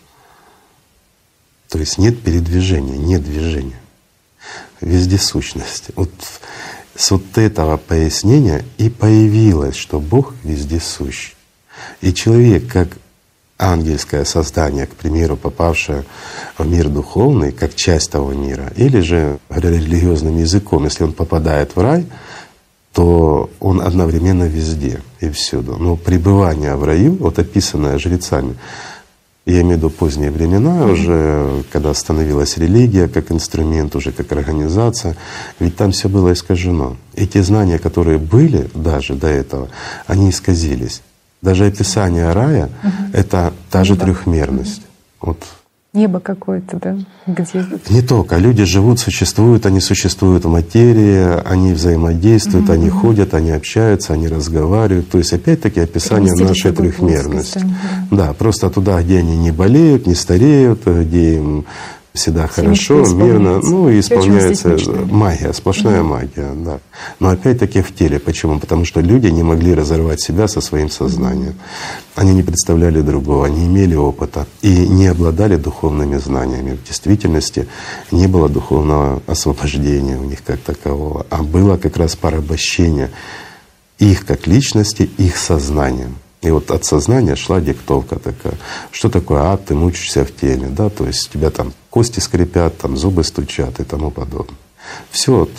То есть нет передвижения, нет движения. Вездесущность. Вот с вот этого пояснения и появилось, что Бог вездесущ. И человек, как ангельское создание, к примеру, попавшее в мир духовный, как часть того мира, или же, говоря религиозным языком, если он попадает в рай, то он одновременно везде и всюду. Но пребывание в раю, вот описанное жрецами, я имею в виду поздние времена, уже когда становилась религия как инструмент, уже как организация, ведь там все было искажено. И те знания, которые были даже до этого, они исказились. Даже описание рая угу. — это та же трехмерность. Вот. Небо какое-то, да? Где? Не только. Люди живут, существуют, они существуют в материи, они взаимодействуют, угу. они ходят, они общаются, они разговаривают. То есть опять-таки описание нашей трехмерности. Да. да, просто туда, где они не болеют, не стареют, где им всегда все хорошо, мирно, ну и исполняется магия, сплошная угу. магия, да. Но опять-таки в теле. Почему? Потому что люди не могли разорвать себя со своим сознанием. Они не представляли другого, не имели опыта и не обладали духовными знаниями. В действительности не было духовного освобождения у них как такового, а было как раз порабощение их как личности, их сознанием. И вот от сознания шла диктовка такая. Что такое ад, ты мучишься в теле, да, то есть у тебя там кости скрипят, там зубы стучат и тому подобное. Все вот.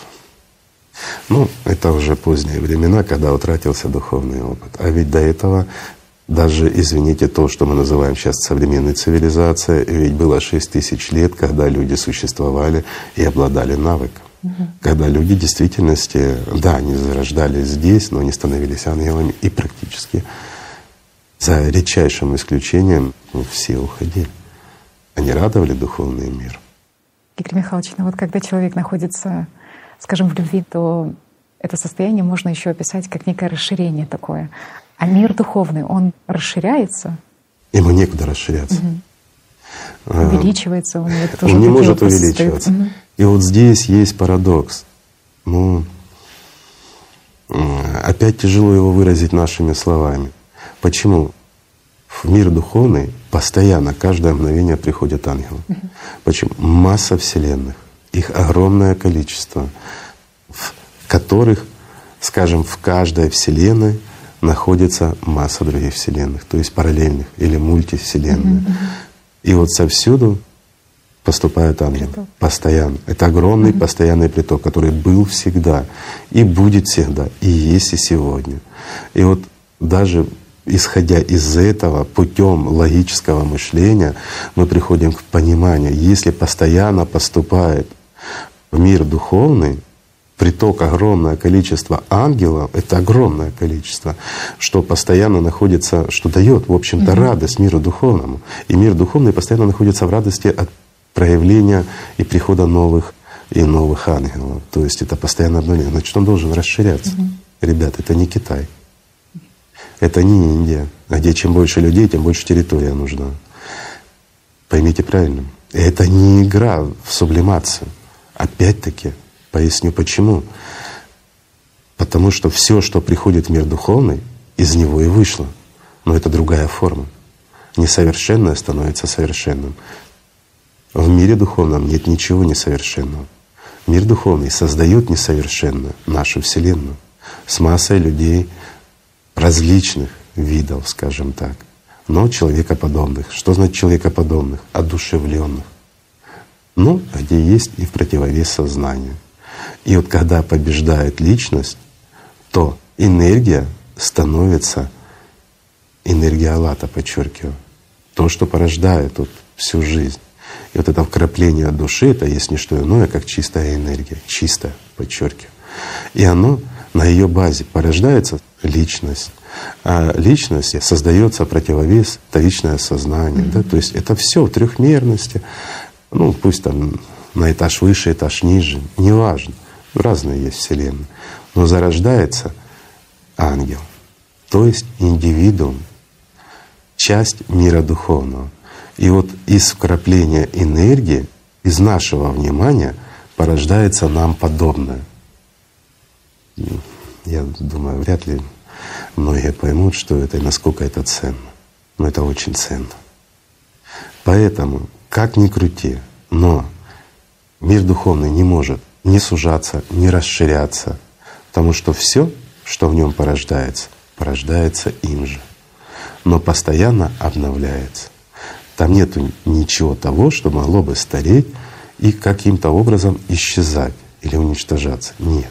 Ну, это уже поздние времена, когда утратился духовный опыт. А ведь до этого даже, извините, то, что мы называем сейчас современной цивилизацией, ведь было шесть тысяч лет, когда люди существовали и обладали навыком. Угу. Когда люди в действительности, да, они зарождались здесь, но они становились ангелами и практически за редчайшим исключением ну, все уходили. Они радовали духовный мир. Игорь Михайлович, ну вот когда человек находится, скажем, в любви, то это состояние можно еще описать как некое расширение такое. А мир духовный, он расширяется? Ему некуда расширяться. Угу. Увеличивается, он, тоже он не может увеличиваться. Угу. И вот здесь есть парадокс. Ну, опять тяжело его выразить нашими словами. Почему? В мир духовный постоянно, каждое мгновение приходят ангелы. Uh-huh. Почему? Масса вселенных, их огромное количество, в которых, скажем, в каждой вселенной находится масса других вселенных, то есть параллельных или мультивселенных. Uh-huh. И вот совсюду поступают ангелы. Приток. Постоянно. Это огромный uh-huh. постоянный приток, который был всегда и будет всегда, и есть и сегодня. И вот даже исходя из этого, путем логического мышления, мы приходим к пониманию, если постоянно поступает в мир духовный приток, огромное количество ангелов, это огромное количество, что постоянно находится, что дает, в общем-то, mm-hmm. радость миру духовному. И мир духовный постоянно находится в радости от проявления и прихода новых и новых ангелов. То есть это постоянно обновление. Значит, он должен расширяться. Mm-hmm. Ребята, это не Китай. Это не Индия, где чем больше людей, тем больше территория нужна. Поймите правильно. Это не игра в сублимацию. Опять-таки, поясню почему. Потому что все, что приходит в мир духовный, из него и вышло. Но это другая форма. Несовершенное становится совершенным. В мире духовном нет ничего несовершенного. Мир духовный создает несовершенную нашу Вселенную с массой людей различных видов, скажем так, но человекоподобных. Что значит человекоподобных? Одушевленных. Ну, где есть и в противовес сознанию. И вот когда побеждает личность, то энергия становится, энергия Аллата, подчеркиваю, то, что порождает вот всю жизнь. И вот это вкрапление души — это есть не что иное, как чистая энергия, чистая, подчеркиваю. И оно на ее базе порождается личность, а личность создается противовес вторичное сознание. Mm-hmm. Да? То есть это все в трехмерности, ну пусть там на этаж выше, этаж ниже, неважно, разные есть вселенные, но зарождается ангел, то есть индивидуум, часть мира духовного. И вот из вкрапления энергии, из нашего внимания порождается нам подобное. Я думаю, вряд ли многие поймут, что это и насколько это ценно. Но это очень ценно. Поэтому, как ни крути, но мир духовный не может ни сужаться, ни расширяться, потому что все, что в нем порождается, порождается им же, но постоянно обновляется. Там нету ничего того, что могло бы стареть и каким-то образом исчезать или уничтожаться. Нет.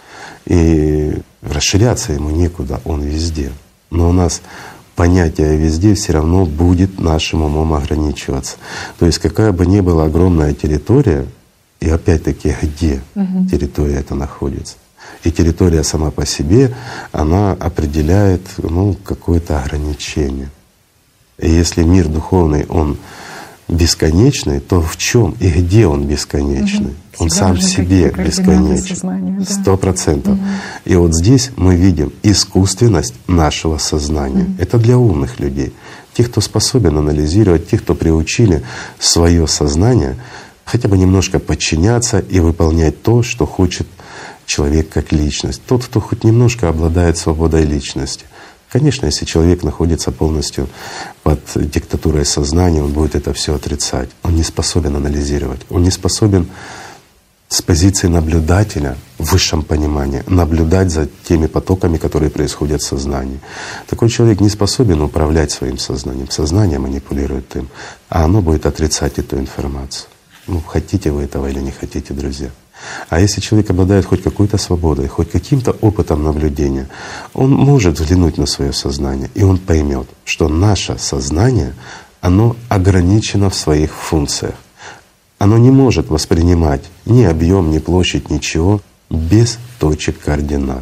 И расширяться ему некуда, он везде. Но у нас понятие «везде» все равно будет нашим умом ограничиваться. То есть какая бы ни была огромная территория, и опять-таки где угу. территория эта находится. И территория сама по себе, она определяет ну, какое-то ограничение. И если мир духовный, он бесконечный, то в чем и где он бесконечный? Угу. Он сам в себе бесконечен, сто процентов. Угу. И вот здесь мы видим искусственность нашего сознания. Угу. Это для умных людей, тех, кто способен анализировать, тех, кто приучили свое сознание хотя бы немножко подчиняться и выполнять то, что хочет человек как личность. Тот, кто хоть немножко обладает свободой личности. Конечно, если человек находится полностью под диктатурой сознания, он будет это все отрицать. Он не способен анализировать, он не способен с позиции наблюдателя в высшем понимании наблюдать за теми потоками, которые происходят в сознании. Такой человек не способен управлять своим сознанием. Сознание манипулирует им, а оно будет отрицать эту информацию. Ну, хотите вы этого или не хотите, друзья. А если человек обладает хоть какой-то свободой, хоть каким-то опытом наблюдения, он может взглянуть на свое сознание, и он поймет, что наше сознание, оно ограничено в своих функциях. Оно не может воспринимать ни объем, ни площадь, ничего без точек координат.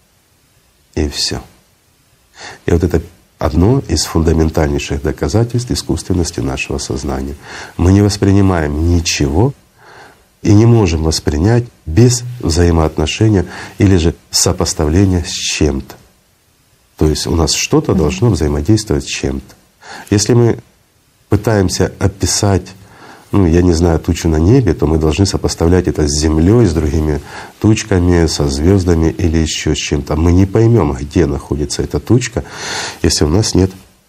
И все. И вот это одно из фундаментальнейших доказательств искусственности нашего сознания. Мы не воспринимаем ничего и не можем воспринять без взаимоотношения или же сопоставления с чем-то. То есть у нас что-то должно взаимодействовать с чем-то. Если мы пытаемся описать, ну, я не знаю, тучу на небе, то мы должны сопоставлять это с Землей, с другими тучками, со звездами или еще с чем-то. Мы не поймем, где находится эта тучка, если у нас нет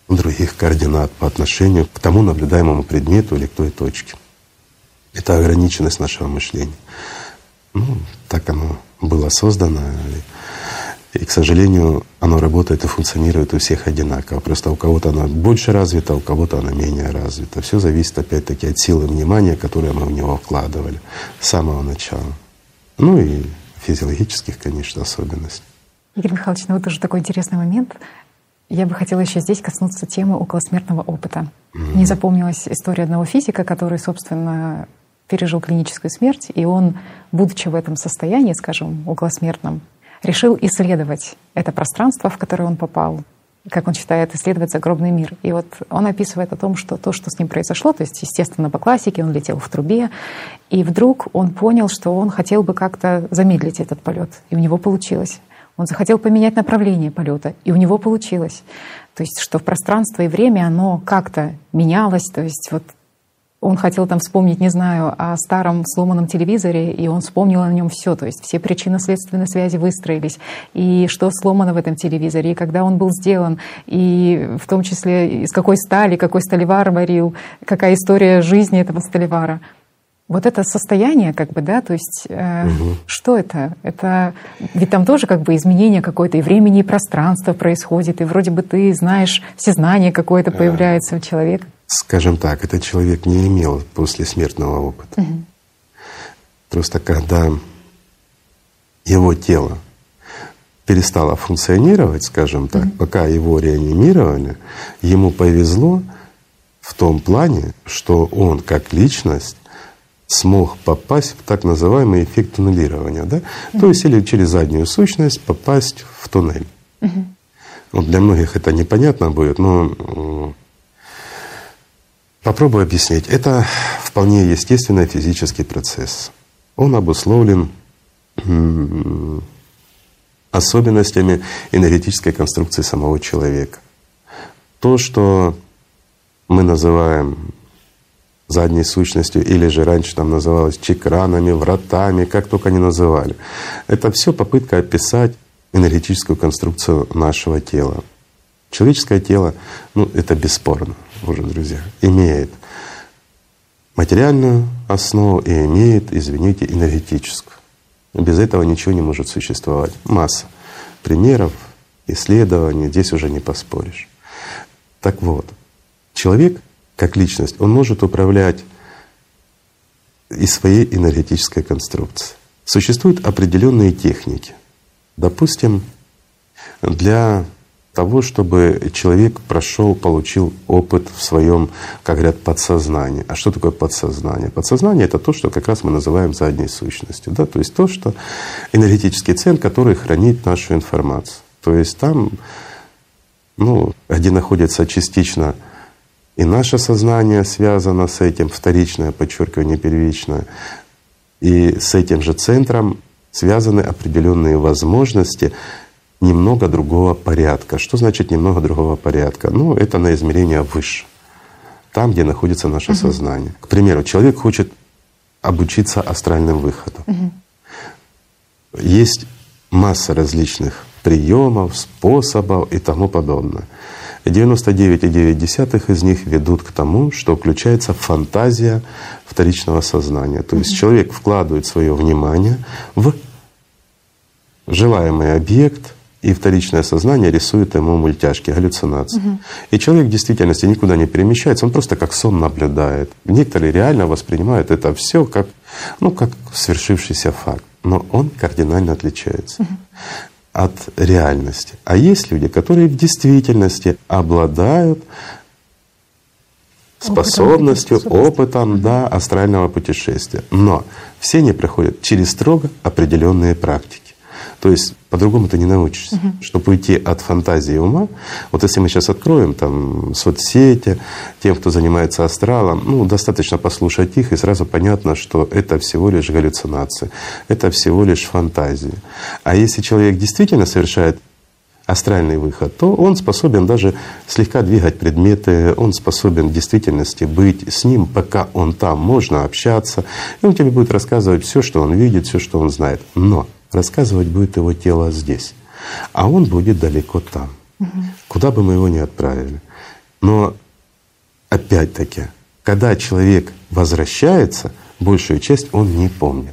других координат по отношению к тому наблюдаемому предмету или к той точке. Это ограниченность нашего мышления. Ну, так оно было создано. И, к сожалению, оно работает и функционирует у всех одинаково. Просто у кого-то оно больше развито, у кого-то оно менее развито. Все зависит опять-таки от силы внимания, которое мы в него вкладывали с самого начала. Ну и физиологических, конечно, особенностей. Игорь Михайлович, ну вот тоже такой интересный момент. Я бы хотела еще здесь коснуться темы околосмертного опыта. Mm-hmm. Мне запомнилась история одного физика, который, собственно, пережил клиническую смерть, и он, будучи в этом состоянии, скажем, околосмертном, решил исследовать это пространство, в которое он попал, как он считает, исследовать загробный мир. И вот он описывает о том, что то, что с ним произошло, то есть, естественно, по классике, он летел в трубе, и вдруг он понял, что он хотел бы как-то замедлить этот полет, и у него получилось. Он захотел поменять направление полета, и у него получилось. То есть, что в пространство и время оно как-то менялось, то есть вот он хотел там вспомнить, не знаю, о старом сломанном телевизоре, и он вспомнил о нем все, то есть все причинно-следственные связи выстроились, и что сломано в этом телевизоре, и когда он был сделан, и в том числе из какой стали, какой сталевар варил, какая история жизни этого сталевара. Вот это состояние, как бы, да, то есть э, угу. Что это? Это ведь там тоже как бы изменение какое-то и времени, и пространства происходит, и вроде бы ты знаешь, всезнание какое-то появляется у человека. Скажем так, этот человек не имел послесмертного опыта. Угу. Просто когда его тело перестало функционировать, скажем так, угу. пока его реанимировали, ему повезло в том плане, что он как личность смог попасть в так называемый эффект туннелирования, да? Mm-hmm. То есть или через заднюю сущность попасть в туннель. Mm-hmm. Вот для многих это непонятно будет, но попробую объяснить. Это вполне естественный физический процесс. Он обусловлен особенностями энергетической конструкции самого человека. То, что мы называем задней сущностью, или же раньше там называлось чакранами, вратами, как только не называли. Это все попытка описать энергетическую конструкцию нашего тела. Человеческое тело, ну это бесспорно уже, друзья, имеет материальную основу и имеет, извините, энергетическую. Без этого ничего не может существовать. Масса примеров, исследований, здесь уже не поспоришь. Так вот, человек как личность, он может управлять и своей энергетической конструкцией. Существуют определенные техники. Допустим, для того, чтобы человек прошел, получил опыт в своем, как говорят, подсознании. А что такое подсознание? Подсознание — это то, что как раз мы называем задней сущностью. Да? То есть то, что энергетический центр, который хранит нашу информацию. То есть там, ну, где находится частично и наше сознание связано с этим, вторичное, подчеркивание, первичное. И с этим же центром связаны определенные возможности немного другого порядка. Что значит немного другого порядка? Ну, это на измерение выше, там, где находится наше uh-huh. сознание. К примеру, человек хочет обучиться астральным выходам. Uh-huh. Есть масса различных приемов, способов и тому подобное. девяносто девять целых девять десятых из них ведут к тому, что включается фантазия вторичного сознания. То есть mm-hmm. человек вкладывает свое внимание в желаемый объект, и вторичное сознание рисует ему мультяшки, галлюцинации. Mm-hmm. И человек в действительности никуда не перемещается, он просто как сон наблюдает. Некоторые реально воспринимают это все как, ну, как свершившийся факт, но он кардинально отличается. Mm-hmm. от реальности. А есть люди, которые в действительности обладают способностью, опытом, опытом да, астрального путешествия. Но все они проходят через строго определенные практики. То есть по-другому ты не научишься. Угу. Чтобы уйти от фантазии ума, вот если мы сейчас откроем там соцсети, тем, кто занимается астралом, ну, достаточно послушать их, и сразу понятно, что это всего лишь галлюцинации, это всего лишь фантазии. А если человек действительно совершает астральный выход, то он способен даже слегка двигать предметы, он способен в действительности быть с ним, пока он там, можно общаться, и он тебе будет рассказывать все, что он видит, все, что он знает. Но рассказывать будет его тело здесь, а он будет далеко там, угу. куда бы мы его ни отправили. Но опять-таки, когда человек возвращается, большую часть он не помнит.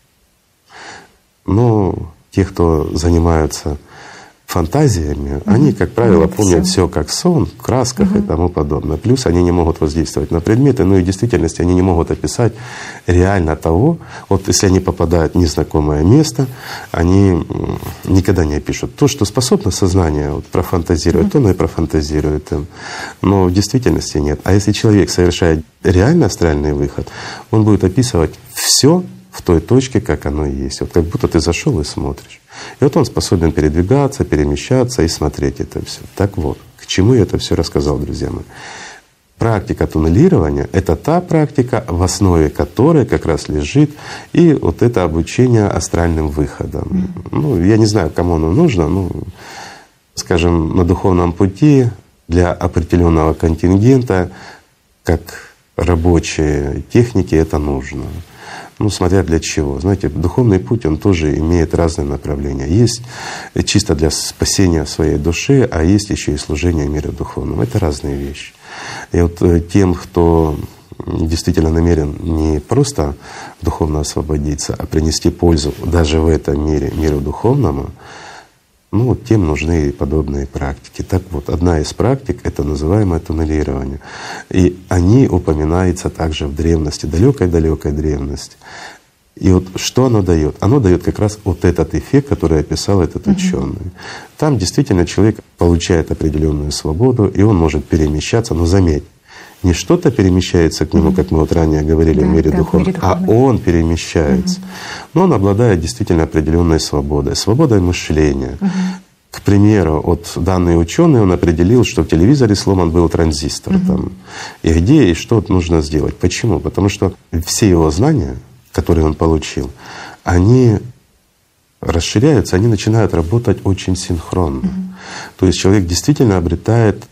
Но те, кто занимаются фантазиями, угу. они, как правило, Помнит помнят все как сон, в красках угу. и тому подобное. Плюс они не могут воздействовать на предметы, но и в действительности они не могут описать реально того. Вот если они попадают в незнакомое место, они никогда не опишут. То, что способно сознание вот, профантазировать, угу. то оно и профантазирует им. Но в действительности нет. А если человек совершает реально астральный выход, он будет описывать все в той точке, как оно и есть. Вот как будто ты зашел и смотришь. И вот он способен передвигаться, перемещаться и смотреть это все. Так вот, к чему я это все рассказал, друзья мои. Практика туннелирования — это та практика, в основе которой как раз лежит и вот это обучение астральным выходом. Mm. Ну, я не знаю, кому оно нужно, ну, скажем, на духовном пути для определенного контингента, как рабочие техники, это нужно. Ну, смотря для чего. Знаете, духовный путь, он тоже имеет разные направления. Есть чисто для спасения своей души, а есть еще и служение миру духовному. Это разные вещи. И вот тем, кто действительно намерен не просто духовно освободиться, а принести пользу даже в этом мире, миру духовному, ну, тем нужны подобные практики. Так вот, одна из практик — это называемое туннелирование. И они упоминаются также в древности, далекой-далекой древности. И вот что оно дает? Оно дает как раз вот этот эффект, который описал этот угу. ученый. Там действительно человек получает определенную свободу, и он может перемещаться. Но заметь, не что-то перемещается к нему, mm-hmm. как мы вот ранее говорили, да, в мире да, духовном, а он перемещается. Mm-hmm. Но он обладает действительно определенной свободой, свободой мышления. Mm-hmm. К примеру, вот данный ученый, он определил, что в телевизоре сломан был транзистор. Mm-hmm. Там, и где, и что нужно сделать. Почему? Потому что все его знания, которые он получил, они расширяются, они начинают работать очень синхронно. Mm-hmm. То есть человек действительно обретает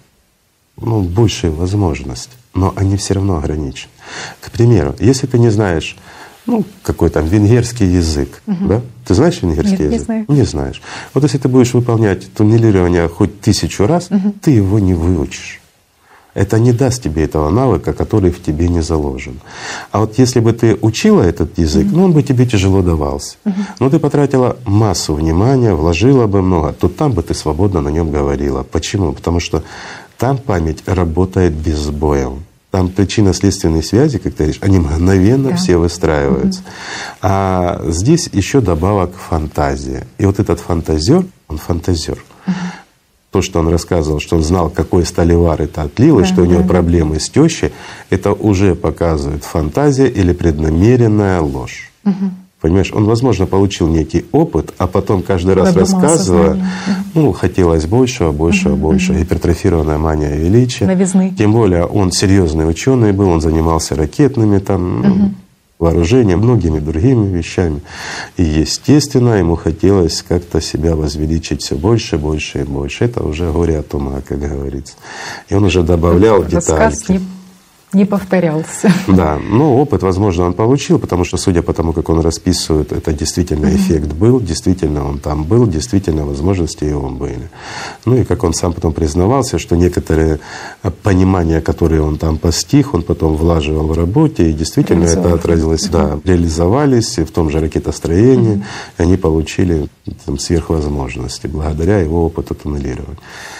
ну, большие возможности, но они все равно ограничены. К примеру, если ты не знаешь, ну, какой там венгерский язык, угу. да? Ты знаешь венгерский Нет, язык? Не знаю. Не знаешь. Вот если ты будешь выполнять туннелирование хоть тысячу раз, угу. ты его не выучишь. Это не даст тебе этого навыка, который в тебе не заложен. А вот если бы ты учила этот язык, угу. ну он бы тебе тяжело давался. Угу. Но ты потратила массу внимания, вложила бы много, то там бы ты свободно на нем говорила. Почему? Потому что там память работает без сбоев. Там причинно-следственные связи, как ты говоришь, они мгновенно да. все выстраиваются. Mm-hmm. А здесь еще добавок фантазия. И вот этот фантазер, он фантазер. Mm-hmm. То, что он рассказывал, что он знал, какой сталевар это отлил, да, и что у него да, проблемы да. с тещей, это уже показывает фантазия или преднамеренная ложь. Mm-hmm. Понимаешь, он, возможно, получил некий опыт, а потом каждый раз рассказывая, ну, хотелось большего, большего, угу, большего. Угу. Гипертрофированная мания величия. Новизны. Тем более он серьезный ученый был, он занимался ракетными там, угу. вооружением, многими другими вещами. И, естественно, ему хотелось как-то себя возвеличить все больше, больше и больше. Это уже горе от ума, как говорится. И он уже добавлял детали. Не повторялся. Да, но опыт, возможно, он получил, потому что, судя по тому, как он расписывает, это действительно mm-hmm. эффект был, действительно он там был, действительно возможности его были. Ну и как он сам потом признавался, что некоторые понимания, которые он там постиг, он потом влаживал в работе, и действительно это отразилось, mm-hmm. да, реализовались в том же ракетостроении, mm-hmm. и они получили там, сверхвозможности благодаря его опыту туннелирования.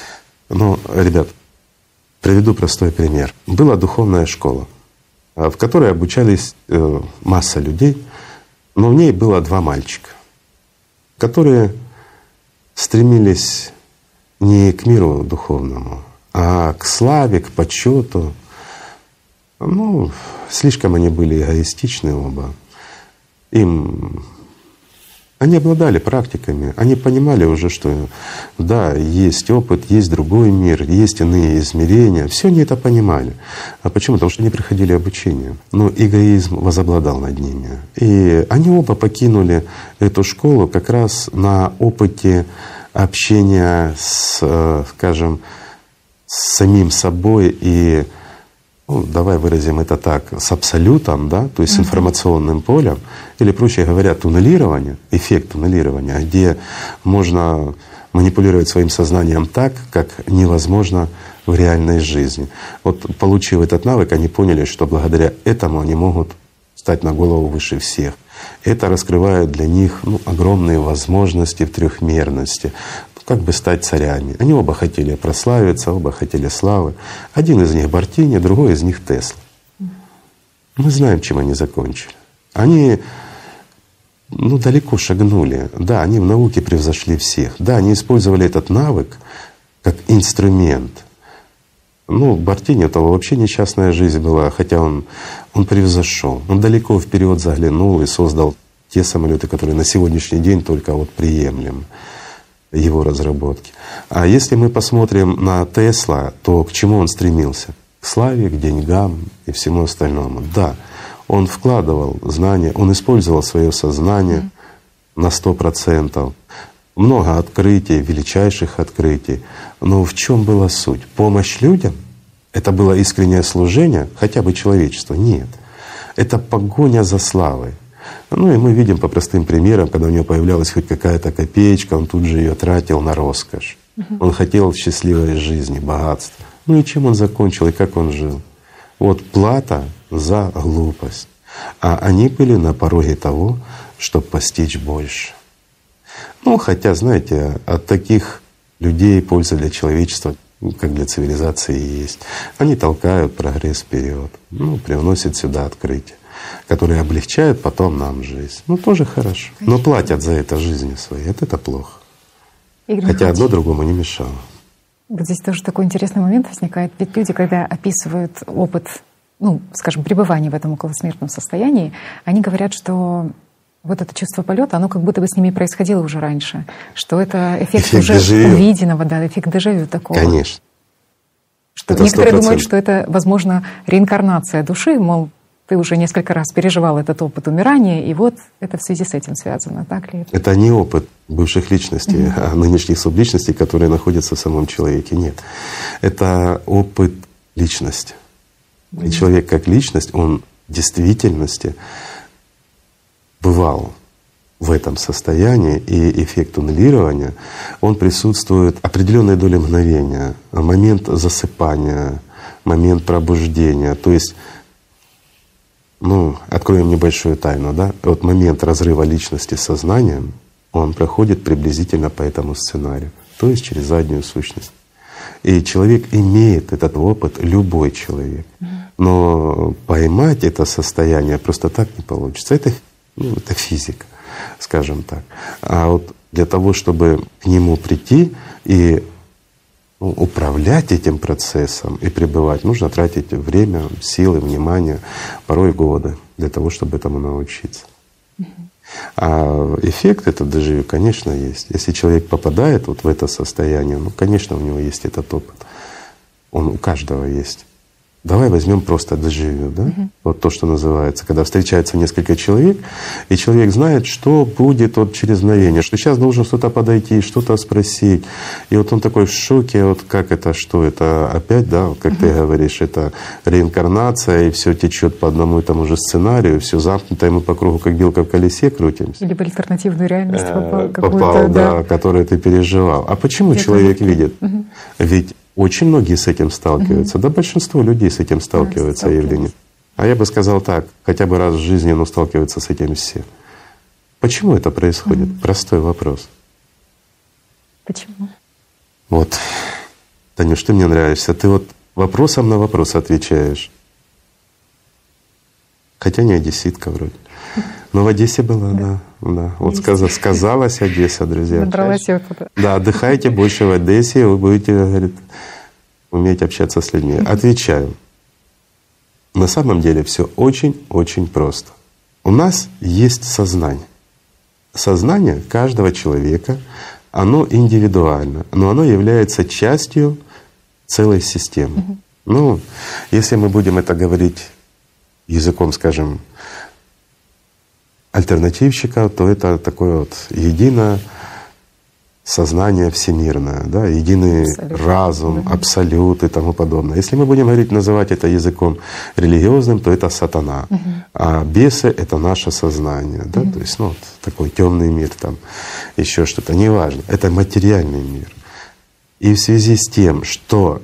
Ну, ребят, приведу простой пример. Была духовная школа, в которой обучались масса людей, но в ней было два мальчика, которые стремились не к миру духовному, а к славе, к почету. Ну, слишком они были эгоистичны оба. Им Они обладали практиками, они понимали уже, что да, есть опыт, есть другой мир, есть иные измерения. Все они это понимали. А почему? Потому что они проходили обучение. Но эгоизм возобладал над ними. И они оба покинули эту школу как раз на опыте общения с, скажем, с самим собой и, ну, давай выразим это так, с абсолютом, да, то есть с информационным полем, или, проще говоря, туннелирование, эффект туннелирования, где можно манипулировать своим сознанием так, как невозможно в реальной жизни. Вот получив этот навык, они поняли, что благодаря этому они могут стать на голову выше всех. Это раскрывает для них ну, огромные возможности в трехмерности, как бы стать царями. Они оба хотели прославиться, оба хотели славы. Один из них Бартини, другой из них Тесла. Мы знаем, чем они закончили. Они ну, далеко шагнули. Да, они в науке превзошли всех. Да, они использовали этот навык как инструмент. Ну, Бартини — это вообще несчастная жизнь была, хотя он, он превзошел. Он далеко вперед заглянул и создал те самолеты, которые на сегодняшний день только вот приемлемы, его разработки. А если мы посмотрим на Тесла, то к чему он стремился? К славе, к деньгам и всему остальному. Да, он вкладывал знания, он использовал свое сознание на сто процентов. Много открытий, величайших открытий. Но в чем была суть? Помощь людям? Это было искреннее служение хотя бы человечеству? Нет. Это погоня за славой. Ну и мы видим по простым примерам, когда у него появлялась хоть какая-то копеечка, он тут же ее тратил на роскошь. Uh-huh. Он хотел счастливой жизни, богатства. Ну и чем он закончил, и как он жил? Вот плата за глупость. А они были на пороге того, чтобы постичь больше. Ну, хотя, знаете, от таких людей польза для человечества, как для цивилизации, есть. Они толкают прогресс вперед, ну, привносят сюда открытия, которые облегчают потом нам жизнь. Ну, тоже хорошо. Но платят за это жизнью своей. Это, это плохо. Игорь Хотя Михайлович, одно другому не мешало. Вот здесь тоже такой интересный момент возникает. Ведь люди, когда описывают опыт, ну, скажем, пребывания в этом околосмертном состоянии, они говорят, что вот это чувство полета, оно как будто бы с ними происходило уже раньше, что это эффект, эффект уже дежавю. увиденного, да, эффект дежавю такого. Конечно. Что это некоторые сто процентов думают, что это, возможно, реинкарнация души, мол, ты уже несколько раз переживал этот опыт умирания, и вот это в связи с этим связано, так ли это? Это не опыт бывших личностей, mm-hmm. а нынешних субличностей, которые находятся в самом человеке. Нет. Это опыт личности. Mm-hmm. И человек как личность, он в действительности бывал в этом состоянии, и эффект аннулирования, он присутствует определенной долей мгновения, момент засыпания, момент пробуждения. То есть, ну, откроем небольшую тайну, да, вот момент разрыва личности с сознанием, он проходит приблизительно по этому сценарию, то есть через заднюю сущность. И человек имеет этот опыт, любой человек. Но поймать это состояние просто так не получится. Это Ну, это физика, скажем так. А вот для того, чтобы к нему прийти и ну, управлять этим процессом и пребывать, нужно тратить время, силы, внимание, порой годы для того, чтобы этому научиться. Mm-hmm. А эффект этот дежавю, конечно, есть. Если человек попадает вот в это состояние, ну, конечно, у него есть этот опыт. Он у каждого есть. Давай возьмем просто дежавю, да? Uh-huh. Вот то, что называется, когда встречается несколько человек, и человек знает, что будет вот через мгновение, что сейчас должен кто-то подойти, что-то спросить. И вот он такой в шоке, вот как это, что это опять, да, вот как uh-huh. ты говоришь, это реинкарнация, и все течет по одному и тому же сценарию, все замкнуто, и мы по кругу, как белка в колесе, крутимся. Или в альтернативную реальность попал, попал, да, да, которую ты переживал. А почему это человек это... видит? Uh-huh. Ведь очень многие с этим сталкиваются, угу. да большинство людей с этим сталкиваются, да, Евгения. А я бы сказал так, хотя бы раз в жизни, но сталкиваются с этим все. Почему это происходит? Угу. Простой вопрос. Почему? Вот, Танюш, ты мне нравишься. Ты вот вопросом на вопрос отвечаешь. Хотя не одесситка вроде. Но в Одессе была, да. да, да. Вот сказ, сказалась Одесса, друзья. Набралась опыта. Да, отдыхайте больше в Одессе, вы будете, говорит, уметь общаться с людьми. Отвечаю. На самом деле все очень-очень просто. У нас есть сознание. Сознание каждого человека, оно индивидуально, но оно является частью целой системы. Угу. Ну, если мы будем это говорить языком, скажем, альтернативщика, то это такое вот единое сознание всемирное, да, единый абсолют. разум, mm-hmm. абсолют и тому подобное. Если мы будем говорить, называть это языком религиозным, то это сатана, mm-hmm. а бесы — это наше сознание, да, mm-hmm. то есть ну, вот такой темный мир, там еще что-то, неважно. Это материальный мир. И в связи с тем, что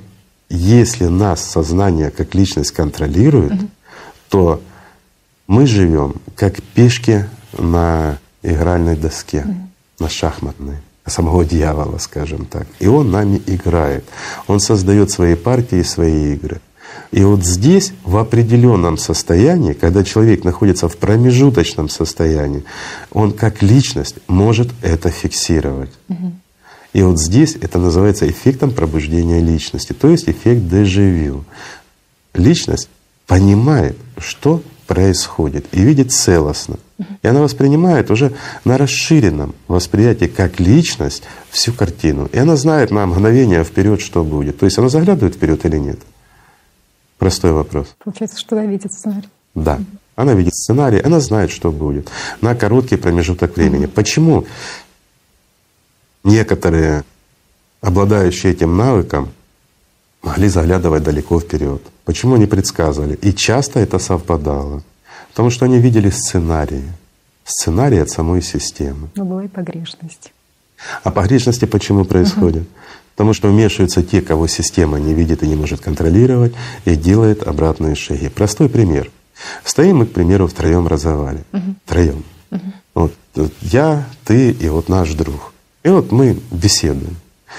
если нас сознание как личность контролирует, угу. то мы живем как пешки на игральной доске, угу. на шахматной, самого дьявола, скажем так. И он нами играет. Он создает свои партии, свои игры. И вот здесь, в определенном состоянии, когда человек находится в промежуточном состоянии, он как личность может это фиксировать. Угу. И вот здесь это называется эффектом пробуждения личности, то есть эффект дежавю. Личность понимает, что происходит, и видит целостно. И она воспринимает уже на расширенном восприятии как личность всю картину. И она знает на мгновение вперед, что будет. То есть она заглядывает вперед или нет? Простой вопрос. Получается, что она видит сценарий. Да. Она видит сценарий, она знает, что будет на короткий промежуток времени. Mm-hmm. Почему некоторые, обладающие этим навыком, могли заглядывать далеко вперед? Почему они предсказывали? И часто это совпадало. Потому что они видели сценарии. Сценарий от самой системы. Но была и погрешность. А погрешности почему происходят? Uh-huh. Потому что вмешиваются те, кого система не видит и не может контролировать, и делает обратные шаги. Простой пример. Стоим мы, к примеру, втроем разговариваем. Uh-huh. Втроем. Uh-huh. Вот я, ты и вот наш друг. И вот мы беседуем.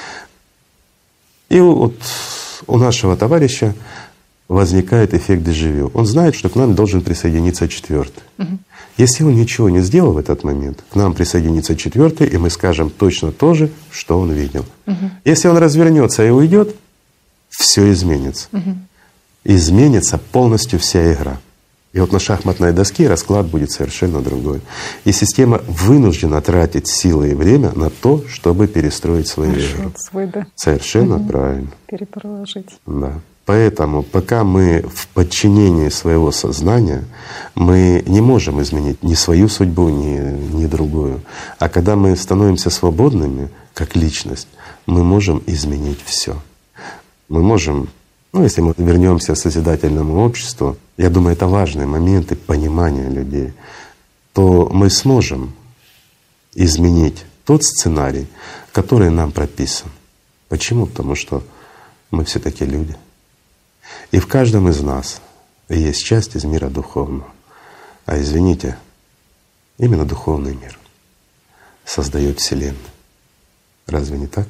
И вот у нашего товарища возникает эффект дежавю. Он знает, что к нам должен присоединиться четвертый. Uh-huh. Если он ничего не сделал в этот момент, к нам присоединится четвертый, и мы скажем точно то же, что он видел. Uh-huh. Если он развернется и уйдет, все изменится. Uh-huh. Изменится полностью вся игра. И вот на шахматной доске расклад будет совершенно другой. И система вынуждена тратить силы и время на то, чтобы перестроить свою игру. Свой, да. Совершенно uh-huh. правильно. Перепроложить. Да. Поэтому пока мы в подчинении своего сознания, мы не можем изменить ни свою судьбу, ни, ни другую. А когда мы становимся свободными, как личность, мы можем изменить все. Мы можем, ну если мы вернемся к созидательному обществу, я думаю, это важные моменты понимания людей, то мы сможем изменить тот сценарий, который нам прописан. Почему? Потому что мы все-таки люди. И в каждом из нас есть часть из мира духовного. А извините, именно духовный мир создает Вселенную. Разве не так?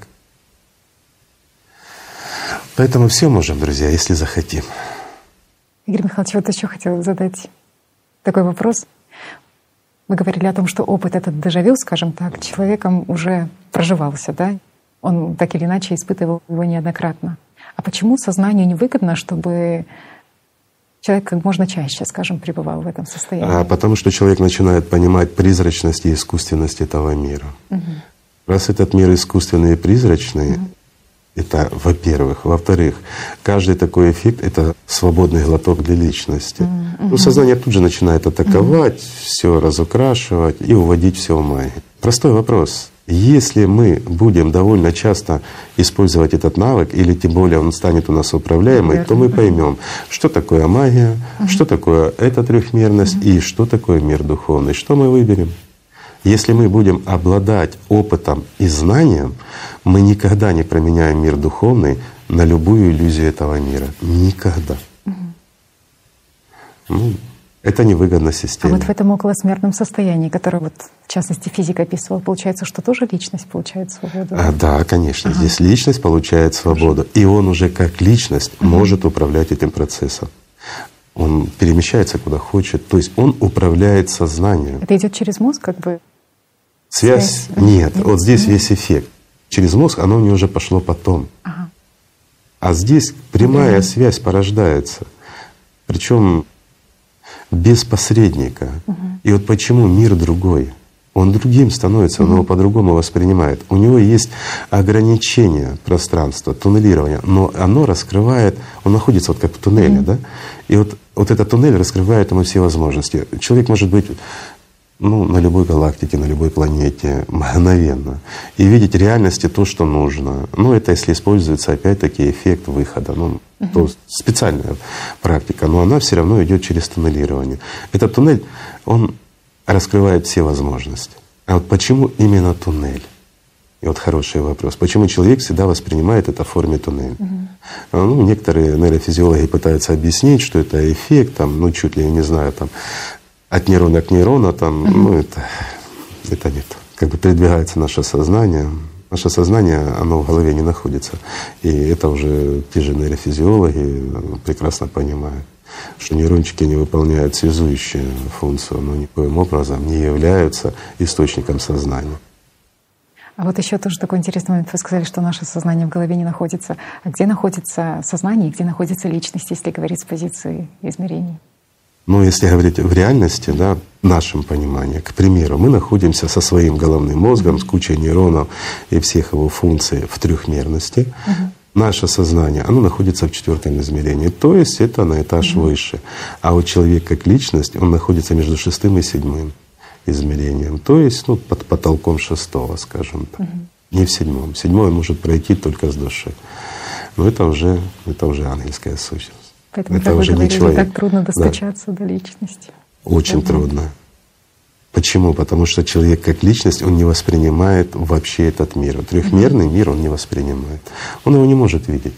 Поэтому все можем, друзья, если захотим. Игорь Михайлович, вот еще хотела задать такой вопрос. Вы говорили о том, что опыт этот дежавю, скажем так, человеком уже проживался, да? Он так или иначе испытывал его неоднократно. А почему сознанию невыгодно, чтобы человек как можно чаще, скажем, пребывал в этом состоянии? А потому что человек начинает понимать призрачность и искусственность этого мира. Угу. Раз этот мир искусственный и призрачный, угу. это во-первых. Во-вторых, каждый такой эффект — это свободный глоток для личности. Угу. Ну, сознание тут же начинает атаковать, угу. все разукрашивать и уводить все в магию. Простой вопрос. Если мы будем довольно часто использовать этот навык, или тем более он станет у нас управляемый, Верно. то мы поймем, что такое магия, угу. что такое эта трехмерность угу. и что такое мир духовный. Что мы выберем? Если мы будем обладать опытом и знанием, мы никогда не променяем мир духовный на любую иллюзию этого мира. Никогда. Угу. Ну, это невыгодно системе. А вот в этом околосмертном состоянии, которое вот в частности физик описывал, получается, что тоже личность получает свободу? А, да, конечно. Ага. Здесь личность получает свободу. И он уже как личность ага. может управлять этим процессом. Он перемещается куда хочет. То есть он управляет сознанием. Это идет через мозг, как бы? Связь? Связь? Нет. Нет. Вот здесь ага. весь эффект. Через мозг оно у него уже пошло потом. Ага. А здесь прямая ага. связь порождается. Причем без посредника. Угу. И вот почему мир другой. Он другим становится, он угу. его по-другому воспринимает. У него есть ограничение пространства, туннелирование, но оно раскрывает, он находится вот как в туннеле, угу. да? И вот, вот этот туннель раскрывает ему все возможности. Человек может быть ну, на любой галактике, на любой планете мгновенно и видеть в реальности то, что нужно. Ну, это если используется опять-таки эффект выхода. Ну, uh-huh. то специальная практика, но она все равно идет через туннелирование. Этот туннель, он раскрывает все возможности. А вот почему именно туннель? И вот хороший вопрос. Почему человек всегда воспринимает это в форме туннеля? Uh-huh. Ну, некоторые нейрофизиологи пытаются объяснить, что это эффект, там, ну чуть ли, я не знаю, там, от нейрона к нейрону, там, uh-huh. ну это, это нет. Как бы передвигается наше сознание. Наше сознание, оно в голове не находится. И это уже те же нейрофизиологи прекрасно понимают, что нейрончики не выполняют связующую функцию, но никоим образом не являются источником сознания. А вот еще тоже такой интересный момент. Вы сказали, что наше сознание в голове не находится. А где находится сознание и где находится личность, если говорить с позиции измерений? Ну, если говорить в реальности, да, в нашем понимании, к примеру, мы находимся со своим головным мозгом, с кучей нейронов и всех его функций в трехмерности. Uh-huh. Наше сознание, оно находится в четвертом измерении, то есть это на этаж uh-huh. выше. А вот человек как личность, он находится между шестым и седьмым измерением, то есть ну, под потолком шестого, скажем так. Угу. Не в седьмом. Седьмой может пройти только с души. Но это уже, это уже ангельская сущность. Поэтому, это как уже вы говорили, не человек. Так трудно достучаться да. до личности. Очень да. трудно. Почему? Потому что человек как личность, он не воспринимает вообще этот мир. Трехмерный угу. мир он не воспринимает. Он его не может видеть.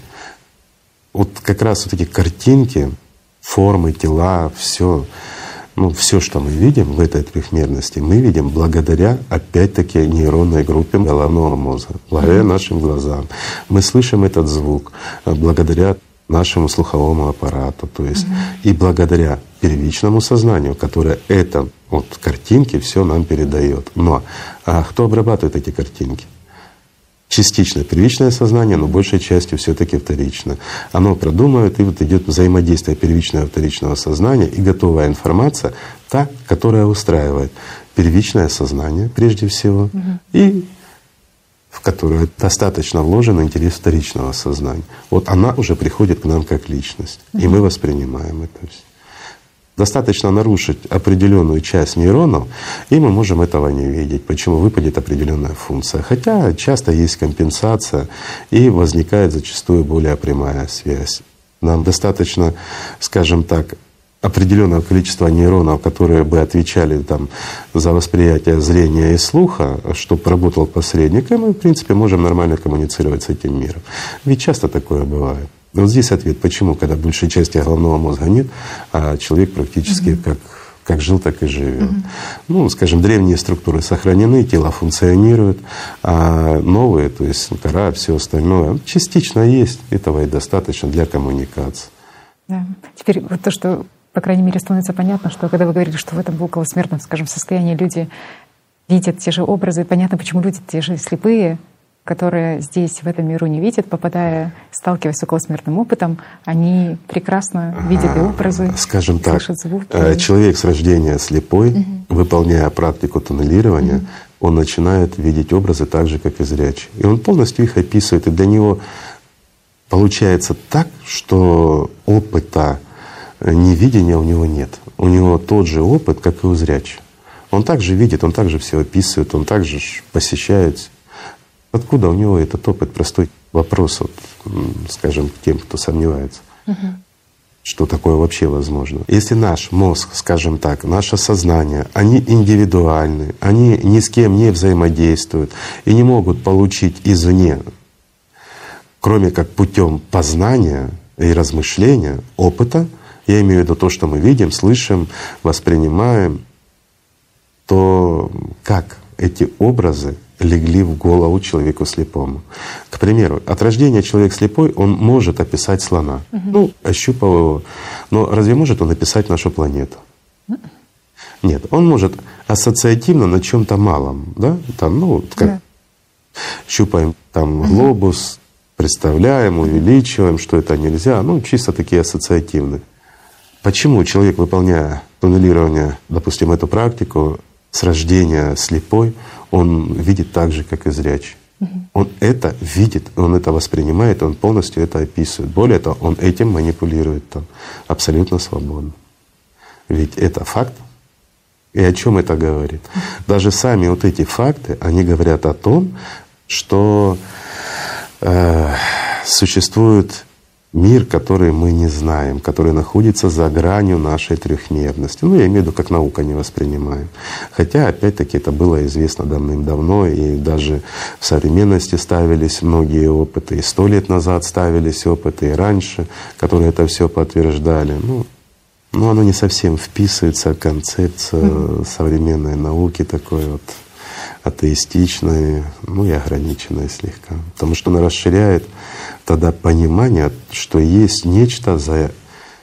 Вот как раз вот эти картинки, формы, тела, все. Ну, все, что мы видим в этой трехмерности, мы видим благодаря, опять-таки, нейронной группе головного мозга, благодаря нашим глазам. Мы слышим этот звук благодаря нашему слуховому аппарату, то есть mm-hmm. и благодаря первичному сознанию, которое это вот картинки все нам передает. Но а кто обрабатывает эти картинки? Частично первичное сознание, но большей частью все-таки вторично. Оно продумывает, и вот идет взаимодействие первичного и вторичного сознания, и готовая информация, та, которая устраивает первичное сознание прежде всего, угу. и в которую достаточно вложен интерес вторичного сознания. Вот она уже приходит к нам как личность, угу. и мы воспринимаем это все. Достаточно нарушить определенную часть нейронов, и мы можем этого не видеть. Почему? Выпадет определенная функция. Хотя часто есть компенсация, и возникает зачастую более прямая связь. Нам достаточно, скажем так, определенного количества нейронов, которые бы отвечали там, за восприятие зрения и слуха, чтобы работал посредник, и мы, в принципе, можем нормально коммуницировать с этим миром. Ведь часто такое бывает. Вот здесь ответ, почему, когда большей части головного мозга нет, а человек практически mm-hmm. как, как жил, так и живет. Mm-hmm. Ну, скажем, древние структуры сохранены, тело функционирует, а новые, то есть кора, все остальное, частично есть, этого и достаточно для коммуникации. Да. Теперь вот то, что, по крайней мере, становится понятно, что когда вы говорили, что в этом околосмертном, скажем, состоянии люди видят те же образы, понятно, почему люди те же слепые, которые здесь, в этом миру не видят, попадая, сталкиваясь с околосмертным опытом, они прекрасно видят и образы, скажем и так, слышат звуки. Человек с рождения слепой, угу. выполняя практику туннелирования, угу. он начинает видеть образы так же, как и зрячий. И он полностью их описывает. И для него получается так, что опыта невидения у него нет. У него тот же опыт, как и у зрячего. Он также видит, он также все описывает, он также посещает. Откуда у него этот опыт? Простой вопрос, вот, скажем, к тем, кто сомневается, угу. что такое вообще возможно. Если наш мозг, скажем так, наше сознание, они индивидуальны, они ни с кем не взаимодействуют и не могут получить извне, кроме как путем познания и размышления, опыта, я имею в виду то, что мы видим, слышим, воспринимаем, то как эти образы легли в голову человеку слепому. К примеру, от рождения человек слепой, он может описать слона, угу. ну, ощупал его. Но разве может он описать нашу планету? Нет, он может ассоциативно на чем-то малом, да, там, ну, как да. щупаем там угу. глобус, представляем, увеличиваем, что это нельзя, ну, чисто такие ассоциативные. Почему человек, выполняя туннелирование, допустим, эту практику, с рождения слепой, он видит так же, как и зрячий. Угу. Он это видит, он это воспринимает, он полностью это описывает. Более того, он этим манипулирует там, абсолютно свободно. Ведь это факт. И о чем это говорит? Угу. Даже сами вот эти факты, они говорят о том, что э, существует мир, который мы не знаем, который находится за гранью нашей трехмерности. Ну, я имею в виду, как наука не воспринимаем. Хотя, опять-таки, это было известно давным-давно, и даже в современности ставились многие опыты, и сто лет назад ставились опыты, и раньше, которые это все подтверждали. Ну, но оно не совсем вписывается в концепцию современной науки, такой вот атеистичной, ну и ограниченной слегка. Потому что она расширяет тогда понимание, что есть нечто за,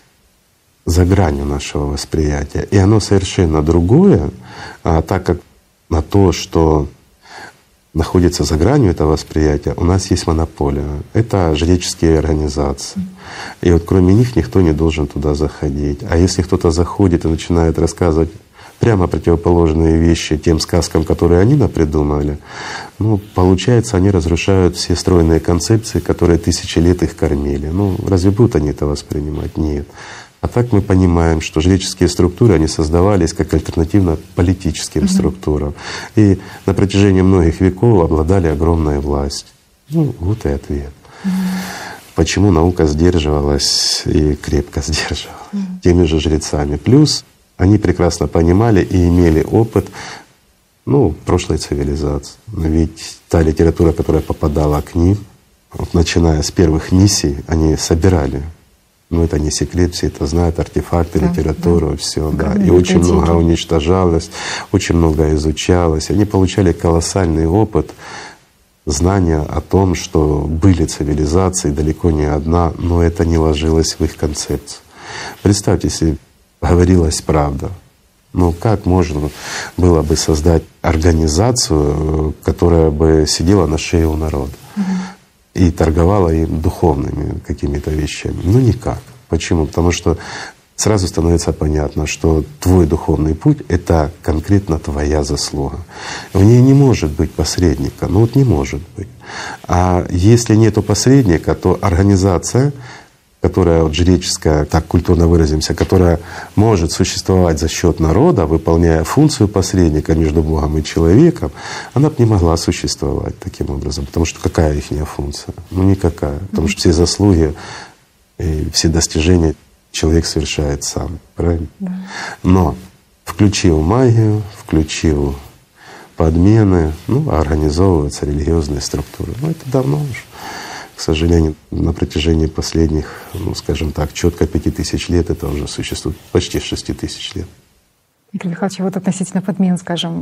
за гранью нашего восприятия. И оно совершенно другое, а так как на то, что находится за гранью этого восприятия, у нас есть монополия. Это жреческие организации. И вот кроме них никто не должен туда заходить. А если кто-то заходит и начинает рассказывать прямо противоположные вещи тем сказкам, которые они напридумывали, ну, получается, они разрушают все стройные концепции, которые тысячи лет их кормили. Ну, разве будут они это воспринимать? Нет. А так мы понимаем, что жреческие структуры, они создавались как альтернативно политическим mm-hmm. структурам. И на протяжении многих веков обладали огромной властью. Ну, вот и ответ. Mm-hmm. Почему наука сдерживалась и крепко сдерживалась mm-hmm. теми же жрецами. Плюс они прекрасно понимали и имели опыт, ну, прошлой цивилизации. Ведь та литература, которая попадала к ним, вот начиная с первых миссий, они собирали. Ну, это не секрет, все это знают, артефакты, да, литературу, да. все, да. И очень деньги. много уничтожалось, очень много изучалось. Они получали колоссальный опыт, знания о том, что были цивилизации, далеко не одна, но это не ложилось в их концепцию. Представьте себе, говорилась правда. Ну как можно было бы создать организацию, которая бы сидела на шее у народа угу. и торговала им духовными какими-то вещами? Ну никак. Почему? Потому что сразу становится понятно, что твой духовный путь — это конкретно твоя заслуга. В ней не может быть посредника. Ну вот не может быть. А если нету посредника, то организация, которая вот жреческая, так культурно выразимся, которая может существовать за счет народа, выполняя функцию посредника между Богом и человеком, она бы не могла существовать таким образом. Потому что какая их функция? Ну никакая. Потому что все заслуги и все достижения человек совершает сам. Правильно? Да. Но включил магию, включил подмены, ну, организовываются религиозные структуры. Ну это давно уже. К сожалению, на протяжении последних, ну, скажем так, четко пяти тысяч лет это уже существует, почти шести тысяч лет. Игорь Михайлович, вот относительно подмен, скажем,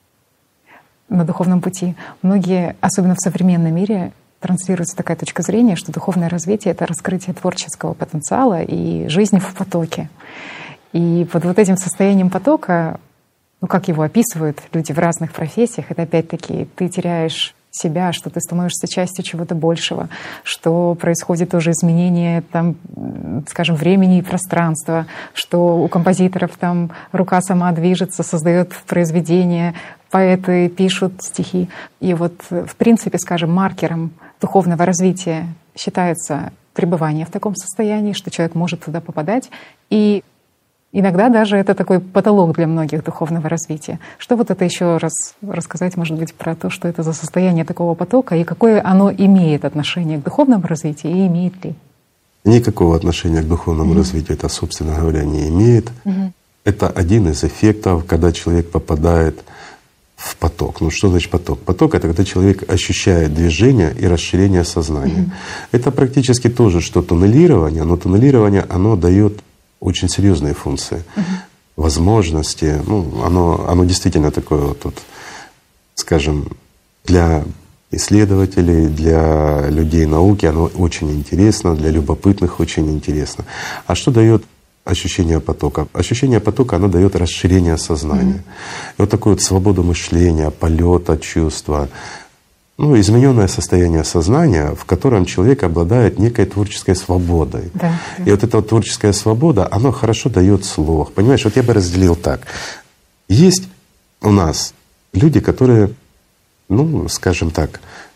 на духовном пути, многие, особенно в современном мире, транслируется такая точка зрения, что духовное развитие — это раскрытие творческого потенциала и жизнь в потоке. И под вот этим состоянием потока, ну как его описывают люди в разных профессиях, это опять-таки ты теряешь себя, что ты становишься частью чего-то большего, что происходит тоже изменение, там, скажем, времени и пространства, что у композиторов там рука сама движется, создает произведения, поэты пишут стихи. И вот, в принципе, скажем, маркером духовного развития считается пребывание в таком состоянии, что человек может туда попадать. И иногда даже это такой потолок для многих духовного развития. Что вот это еще раз рассказать, может быть, про то, что это за состояние такого потока и какое оно имеет отношение к духовному развитию и имеет ли? Никакого отношения к духовному mm-hmm. развитию это, собственно говоря, не имеет. Mm-hmm. Это один из эффектов, когда человек попадает в поток. Ну что значит поток? Поток — это когда человек ощущает движение и расширение сознания. Mm-hmm. Это практически тоже что туннелирование, но туннелирование оно дает очень серьезные функции, uh-huh. возможности. Ну, оно, оно действительно такое вот, вот, скажем, для исследователей, для людей науки оно очень интересно, для любопытных очень интересно. А что дает ощущение потока? Ощущение потока оно дает расширение сознания. Uh-huh. И вот такую вот свободу мышления, полета чувства. Ну, измененное состояние сознания, в котором человек обладает некой творческой свободой. Да, да. И вот эта вот творческая свобода, она хорошо дает слух. Понимаешь, вот я бы разделил так. Есть у нас люди, которые, ну, скажем так,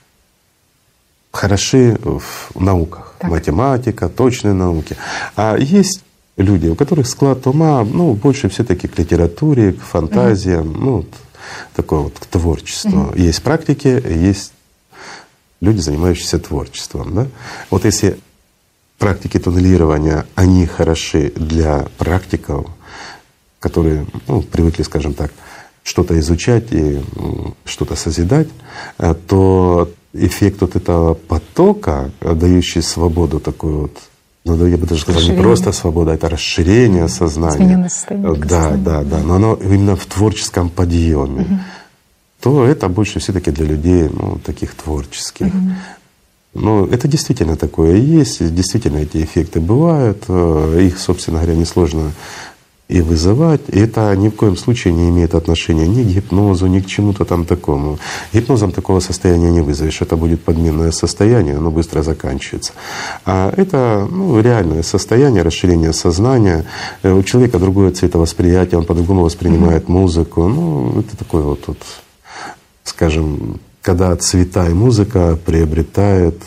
хороши в науках, так. математика, точные науки. А есть люди, у которых склад ума, ну, больше все-таки к литературе, к фантазиям, угу. ну, такое вот к творчеству. Mm-hmm. Есть практики, есть люди, занимающиеся творчеством. Да? Вот если практики туннелирования, они хороши для практиков, которые ну, привыкли, скажем так, что-то изучать и что-то созидать, то эффект вот этого потока, дающий свободу такую вот, ну, я бы даже сказал, не просто свобода, это расширение сознания. Да, да, да, но оно именно в творческом подъеме. Угу. То это больше все-таки для людей, ну, таких творческих. Угу. Ну, это действительно такое есть, действительно эти эффекты бывают, их, собственно говоря, несложно и вызывать. И это ни в коем случае не имеет отношения ни к гипнозу, ни к чему-то там такому. Гипнозом такого состояния не вызовешь. Это будет подменное состояние, оно быстро заканчивается. А это ну, реальное состояние, расширение сознания. У человека другое цветовосприятие, он по-другому воспринимает музыку. Ну, это такой вот, вот, скажем, когда цвета и музыка приобретают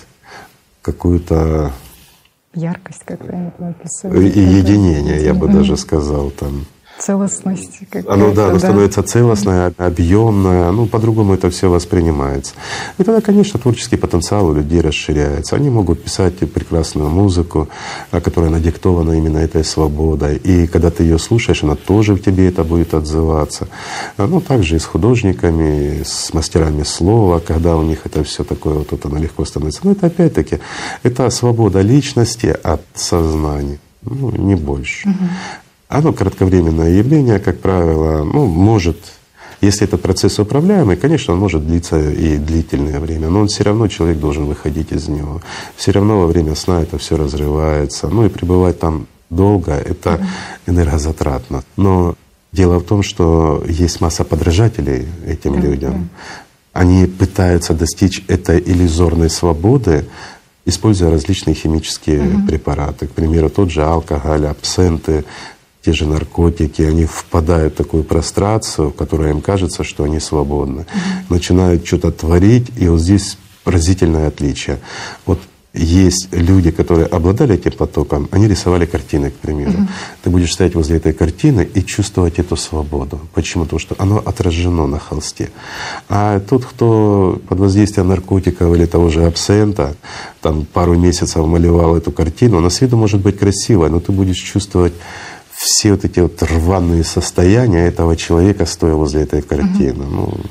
какую-то яркость, как правильно описывают. И единение, я бы mm-hmm. даже сказал там. Целостность. Оно, да, оно да. становится целостное, объемное, ну, по-другому это все воспринимается. И тогда, конечно, творческий потенциал у людей расширяется. Они могут писать прекрасную музыку, которая надиктована именно этой свободой. И когда ты ее слушаешь, она тоже в тебе это будет отзываться. Ну, также и с художниками, с мастерами слова, когда у них это все такое, вот, вот оно легко становится. Но это опять-таки, это свобода личности от сознания, ну, не больше. Угу. Оно кратковременное явление, как правило, ну, может, если этот процесс управляемый, конечно, он может длиться и длительное время, но он все равно, человек должен выходить из него. Все равно во время сна это все разрывается. Ну и пребывать там долго — это энергозатратно. Но дело в том, что есть масса подражателей этим да, людям. Да. Они пытаются достичь этой иллюзорной свободы, используя различные химические угу. препараты. К примеру, тот же алкоголь, абсенты, те же наркотики, они впадают в такую прострацию, в которой им кажется, что они свободны. Mm-hmm. Начинают что-то творить, и вот здесь поразительное отличие. Вот есть люди, которые обладали этим потоком, они рисовали картины, к примеру. Mm-hmm. Ты будешь стоять возле этой картины и чувствовать эту свободу. Почему? Потому что оно отражено на холсте. А тот, кто под воздействием наркотиков или того же абсента, там пару месяцев малевал эту картину, она с виду может быть красивая, но ты будешь чувствовать все вот эти вот рваные состояния этого человека, стоя возле этой картины. Угу. Ну,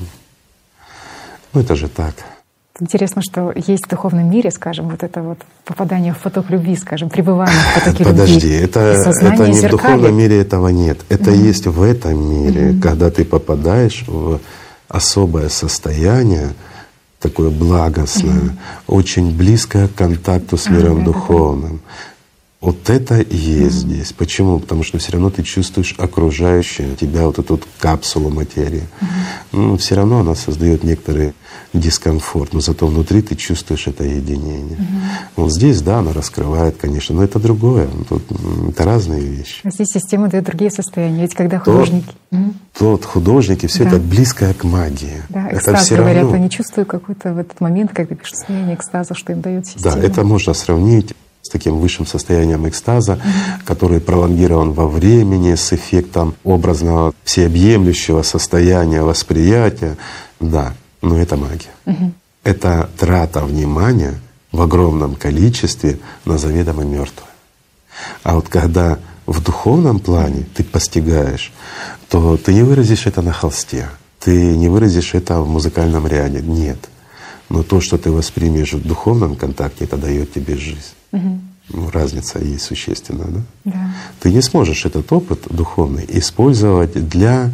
ну, это же так. Интересно, что есть в духовном мире, скажем, вот это вот попадание в поток любви, скажем, пребывание в потоке Подожди, любви. Это, это не в духовном мире, этого нет. Это угу. есть в этом мире, угу. когда ты попадаешь в особое состояние, такое благостное, угу. очень близкое к контакту с миром а, духовным. Да, да. Вот это и есть mm-hmm. здесь. Почему? Потому что все равно ты чувствуешь окружающую тебя вот эту вот капсулу материи. Mm-hmm. Ну, все равно она создает некоторый дискомфорт, но зато внутри ты чувствуешь это единение. Mm-hmm. Вот здесь, да, она раскрывает, конечно, но это другое. Тут, это разные вещи. А здесь система дает другие состояния. Ведь когда художники… Тот, mm-hmm. тот художники, все да. это близкое к магии. Да, это экстаз, все говорят, равно… они чувствуют какой-то в этот момент, когда пишут состояние экстаза, что им дает система. Да, это можно сравнить с таким высшим состоянием экстаза, mm-hmm. который пролонгирован во времени, с эффектом образного всеобъемлющего состояния восприятия. Да, но это магия. Mm-hmm. Это трата внимания в огромном количестве на заведомо мертвое. А вот когда в духовном плане ты постигаешь, то ты не выразишь это на холсте, ты не выразишь это в музыкальном ряде. Нет. Но то, что ты воспримешь в духовном контакте, это дает тебе жизнь. Угу. Ну, разница есть существенная, да? Да. Ты не сможешь этот опыт духовный использовать для,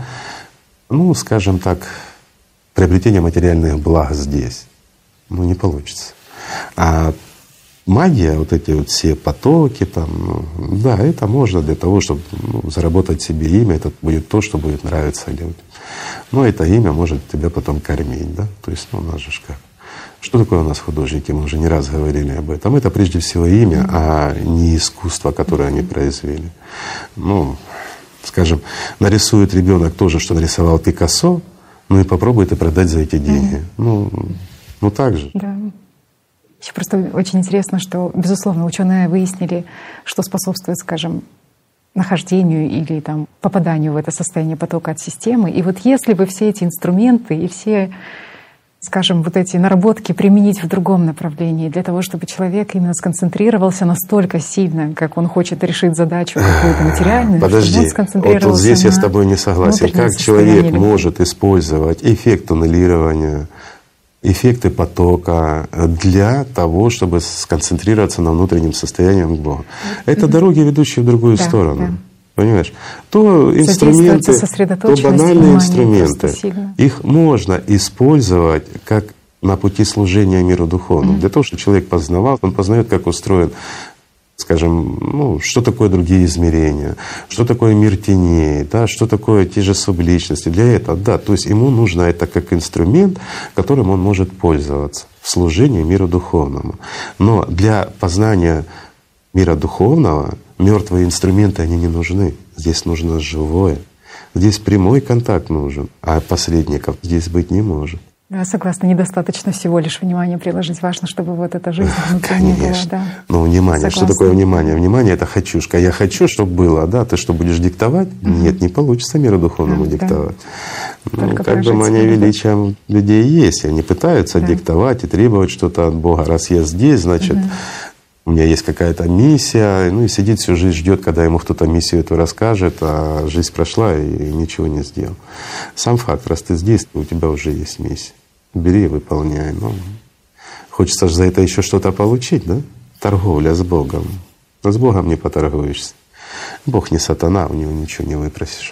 ну, скажем так, приобретения материальных благ здесь. Ну, не получится. А магия, вот эти вот все потоки, там, ну, да, это можно для того, чтобы ну, заработать себе имя, это будет то, что будет нравиться людям. Но это имя может тебя потом кормить, да? То есть, ну, у нас же как. Что такое у нас художники? Мы уже не раз говорили об этом. Это прежде всего имя, а не искусство, которое они произвели. Ну, скажем, нарисует ребенок то же, что нарисовал Пикассо, ну и попробует и продать за эти деньги. Mm-hmm. Ну, ну так же. Да. Еще просто очень интересно, что, безусловно, ученые выяснили, что способствует, скажем, нахождению или там, попаданию в это состояние потока от системы. И вот если бы все эти инструменты и все скажем, вот эти наработки применить в другом направлении, для того, чтобы человек именно сконцентрировался настолько сильно, как он хочет решить задачу какую-то материальную, Подожди, чтобы он сконцентрировался. Вот тут здесь я с тобой не согласен. Как человек любви. может использовать эффект аннулирования, эффекты потока для того, чтобы сконцентрироваться на внутреннем состоянии Бога? Это mm-hmm. дороги, ведущие в другую да, сторону. Да. Понимаешь? То инструменты, то банальные инструменты, их можно использовать как на пути служения миру духовному. Mm-hmm. Для того, чтобы человек познавал, он познает, как устроен, скажем, ну, что такое другие измерения, что такое мир теней, да, что такое те же субличности. Для этого, да, то есть ему нужно это как инструмент, которым он может пользоваться в служении миру духовному. Но для познания мира духовного мертвые инструменты, они не нужны. Здесь нужно живое. Здесь прямой контакт нужен, а посредников здесь быть не может. Да, согласна, недостаточно всего лишь внимания приложить. Важно, чтобы вот эта жизнь внутренняя была. Да. Ну, внимание. Согласна. Что такое внимание? Внимание — это хочушка. Я хочу, чтобы было, да? Ты что, будешь диктовать? Угу. Нет, не получится миру духовному да, диктовать. Да. Ну, как бы мания величия людей есть. Они пытаются да. диктовать и требовать что-то от Бога. Раз я здесь, значит, угу. у меня есть какая-то миссия, ну и сидит всю жизнь, ждет, когда ему кто-то миссию эту расскажет, а жизнь прошла и ничего не сделал. Сам факт, раз ты здесь, у тебя уже есть миссия. Бери и выполняй. Ну, хочется же за это еще что-то получить, да? Торговля с Богом. Но с Богом не поторгуешься. Бог не сатана, у него ничего не выпросишь.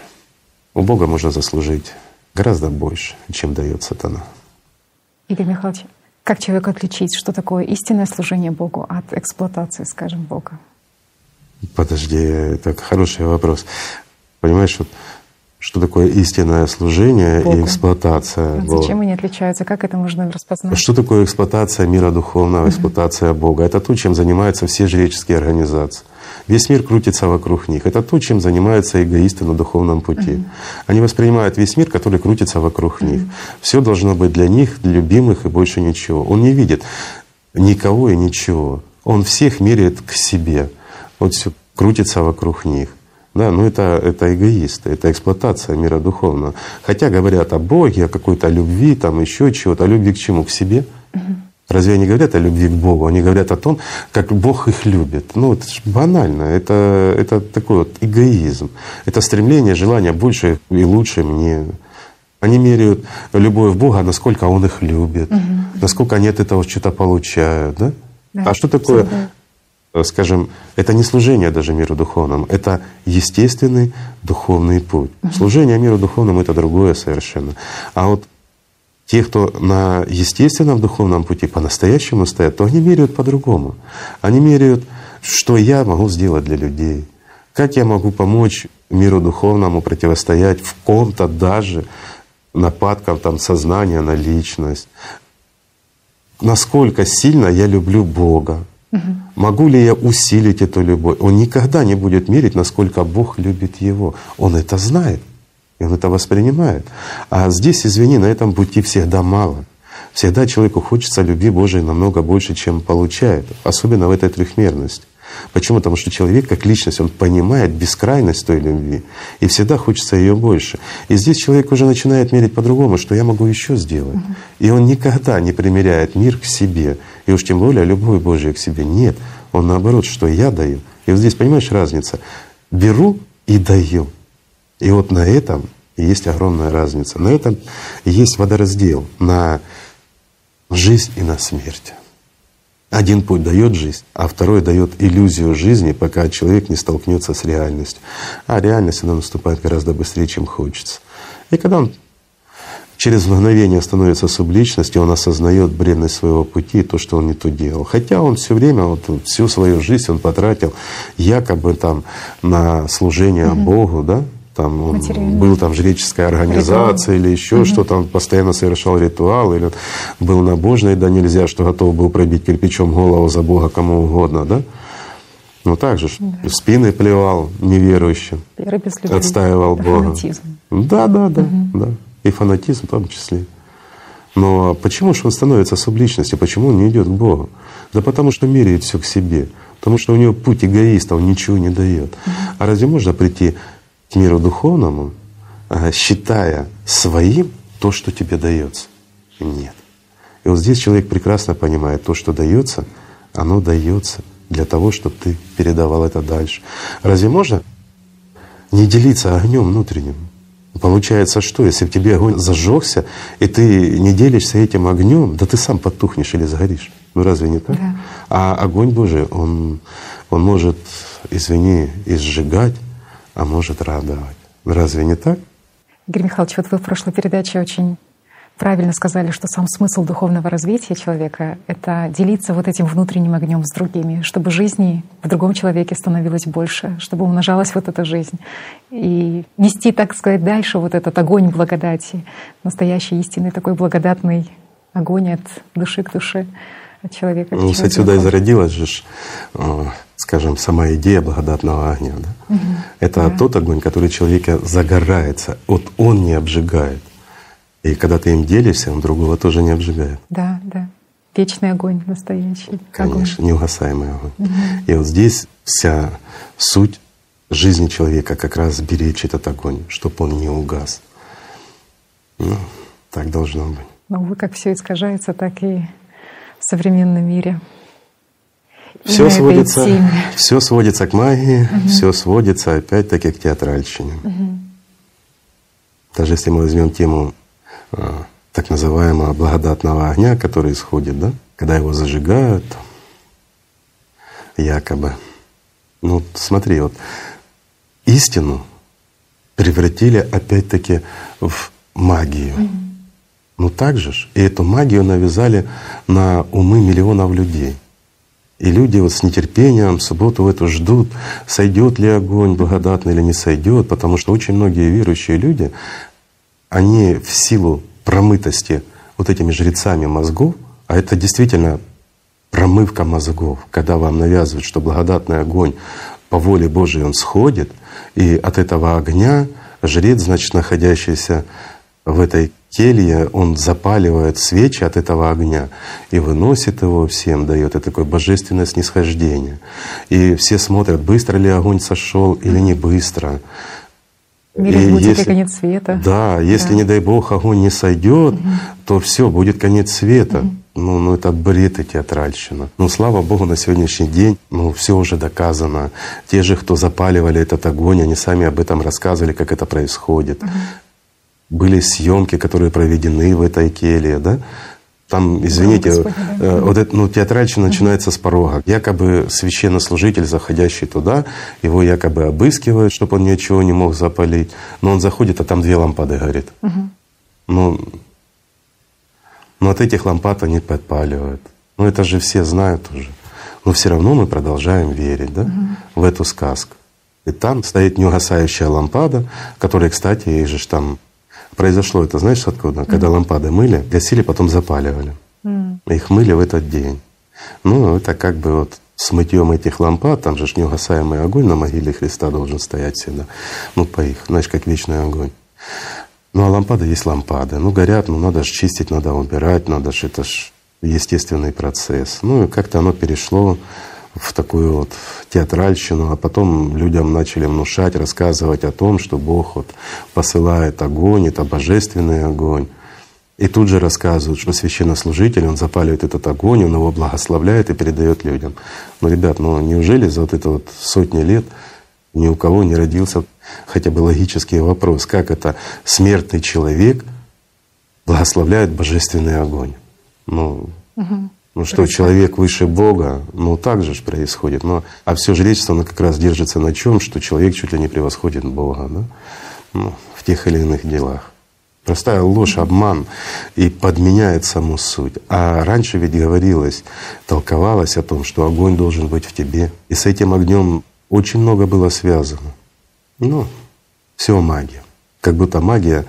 У Бога можно заслужить гораздо больше, чем дает сатана. Игорь Михайлович, как человеку отличить, что такое истинное служение Богу от эксплуатации, скажем, Бога? Подожди, это хороший вопрос. Понимаешь, вот, что такое истинное служение Богу. И эксплуатация Бога? Зачем они отличаются? Как это можно распознать? Что такое эксплуатация мира духовного, эксплуатация uh-huh. Бога? Это то, чем занимаются все жреческие организации. Весь мир крутится вокруг них. Это то, чем занимаются эгоисты на духовном пути. Uh-huh. Они воспринимают весь мир, который крутится вокруг uh-huh. них. Все должно быть для них, для любимых и больше ничего. Он не видит никого и ничего. Он всех меряет к себе. Вот все крутится вокруг них. Да, но это, это эгоисты, это эксплуатация мира духовного. Хотя говорят о Боге, о какой-то любви, там еще чего-то. А любви к чему? К себе? Uh-huh. Разве они говорят о любви к Богу? Они говорят о том, как Бог их любит. Ну, это же банально. Это, это такой вот эгоизм. Это стремление, желание больше и лучше мне. Они меряют любовь Бога, насколько Он их любит, угу. насколько они от этого что-то получают. Да? Да, а что такое, да. скажем, это не служение даже миру духовному, это естественный духовный путь. Угу. Служение миру духовному — это другое совершенно. А вот те, кто на естественном духовном пути по-настоящему стоят, то они меряют по-другому. Они меряют, что я могу сделать для людей, как я могу помочь миру духовному противостоять в ком-то даже нападкам там, сознания на личность, насколько сильно я люблю Бога, угу. могу ли я усилить эту любовь. Он никогда не будет мерить, насколько Бог любит его. Он это знает. И он это воспринимает. А здесь, извини, на этом пути всегда мало. Всегда человеку хочется любви Божией намного больше, чем получает. Особенно в этой трехмерности. Почему? Потому что человек как личность, он понимает бескрайность той любви. И всегда хочется ее больше. И здесь человек уже начинает мерить по-другому, что я могу еще сделать. Угу. И он никогда не примеряет мир к себе. И уж тем более любовь Божию к себе. Нет. Он наоборот, что я даю. И вот здесь, понимаешь, разница. Беру и даю. И вот на этом есть огромная разница. На этом есть водораздел на жизнь и на смерть. Один путь дает жизнь, а второй дает иллюзию жизни, пока человек не столкнется с реальностью. А реальность, она наступает гораздо быстрее, чем хочется. И когда он через мгновение становится субличностью, он осознает бренность своего пути и то, что он не то делал. Хотя он все время, вот, всю свою жизнь он потратил якобы там на служение угу. Богу, да? Там он был там жреческая организация или еще угу. что-то, он постоянно совершал ритуал, или был набожный, да нельзя, что готов был пробить кирпичом голову за Бога кому угодно, да? Ну так же, да. спины плевал неверующим, отстаивал это Бога. Фанатизм. Да, да, да, угу. да. И фанатизм в том числе. Но почему же он становится субличностью? Почему он не идет к Богу? Да потому что меряет все к себе. Потому что у него путь эгоиста, он ничего не дает. Угу. А разве можно прийти к миру духовному, считая своим то, что тебе дается? Нет. И вот здесь человек прекрасно понимает, то, что дается, оно дается для того, чтобы ты передавал это дальше. Разве можно не делиться огнем внутренним? Получается, что если в тебе огонь зажегся, и ты не делишься этим огнем, да ты сам потухнешь или сгоришь. Ну разве не так? Да. А огонь Божий, он, он может, извини, и сжигать, а может радовать. Разве не так? Игорь Михайлович, вот вы в прошлой передаче очень правильно сказали, что сам смысл духовного развития человека — это делиться вот этим внутренним огнем с другими, чтобы жизни в другом человеке становилось больше, чтобы умножалась вот эта жизнь. И нести, так сказать, дальше вот этот огонь благодати, настоящий истинный такой благодатный огонь от души к душе, от человека к ну, человеку. Отсюда и зародилась же, скажем, сама идея благодатного огня. Да? Угу. Это да. Тот огонь, который человека загорается, вот он не обжигает. И когда ты им делишься, он другого тоже не обжигает. Да, да. Вечный огонь, настоящий. Конечно, огонь. Неугасаемый огонь. Угу. И вот здесь вся суть жизни человека как раз беречь этот огонь, чтобы он не угас. Ну, так должно быть. Но, увы, как все искажается, так и в современном мире. Все сводится, все сводится к магии, угу. Все сводится опять-таки к театральщине. Угу. Даже если мы возьмем тему так называемого благодатного огня, который исходит, да, когда его зажигают, якобы. Ну, смотри, вот истину превратили опять-таки в магию. Mm-hmm. Ну так же ж. И эту магию навязали на умы миллионов людей. И люди вот с нетерпением субботу в эту ждут, сойдет ли огонь благодатный или не сойдет, потому что очень многие верующие люди, они в силу промытости вот этими жрецами мозгов, а это действительно промывка мозгов, когда вам навязывают, что благодатный огонь по воле Божией он сходит, и от этого огня жрец, значит, находящийся в этой келье, он запаливает свечи от этого огня и выносит его всем, дает это такое божественное снисхождение. И все смотрят, быстро ли огонь сошел или не быстро. В мире будет если, конец света. Да, если, да. не дай Бог, огонь не сойдет, угу. то все, будет конец света. Угу. Ну, ну это бред и театральщина. Ну, слава Богу, на сегодняшний день, ну, все уже доказано. Те же, кто запаливали этот огонь, они сами об этом рассказывали, как это происходит. Угу. Были съемки, которые проведены в этой келье, да? Там, извините, да, Господи, да. э, вот это, ну, театральщина uh-huh. начинается с порога. Якобы священнослужитель, заходящий туда, его якобы обыскивают, чтобы он ничего не мог запалить. Но он заходит, а там две лампады горят. Uh-huh. Ну, но от этих лампад они подпаливают. Ну это же все знают уже. Но все равно мы продолжаем верить, да, uh-huh. в эту сказку. И там стоит неугасающая лампада, которая, кстати, их же там произошло это, знаешь, откуда? Mm. Когда лампады мыли, гасили, потом запаливали. Mm. Их мыли в этот день. Ну, это как бы вот с мытьем этих лампад, там же ж неугасаемый огонь на могиле Христа должен стоять всегда. Ну, по их, знаешь, как вечный огонь. Ну, а лампады есть лампады. Ну, горят, ну, надо же чистить, надо убирать, надо же, это ж естественный процесс. Ну, и как-то оно перешло в такую вот театральщину, а потом людям начали внушать, рассказывать о том, что Бог вот посылает огонь, это божественный огонь. И тут же рассказывают, что священнослужитель, он запаливает этот огонь, он его благословляет и передает людям. Ну, ребят, ну неужели за вот это вот сотни лет ни у кого не родился хотя бы логический вопрос, как это смертный человек благословляет божественный огонь? Ну, угу. Ну что, человек выше Бога, ну так же ж происходит. Но, а все жречество, оно как раз держится на чем, что человек чуть ли не превосходит Бога, да? Ну, в тех или иных делах. Простая ложь, обман и подменяет саму суть. А раньше ведь говорилось, толковалось о том, что огонь должен быть в тебе. И с этим огнем очень много было связано. Ну, все магия. Как будто магия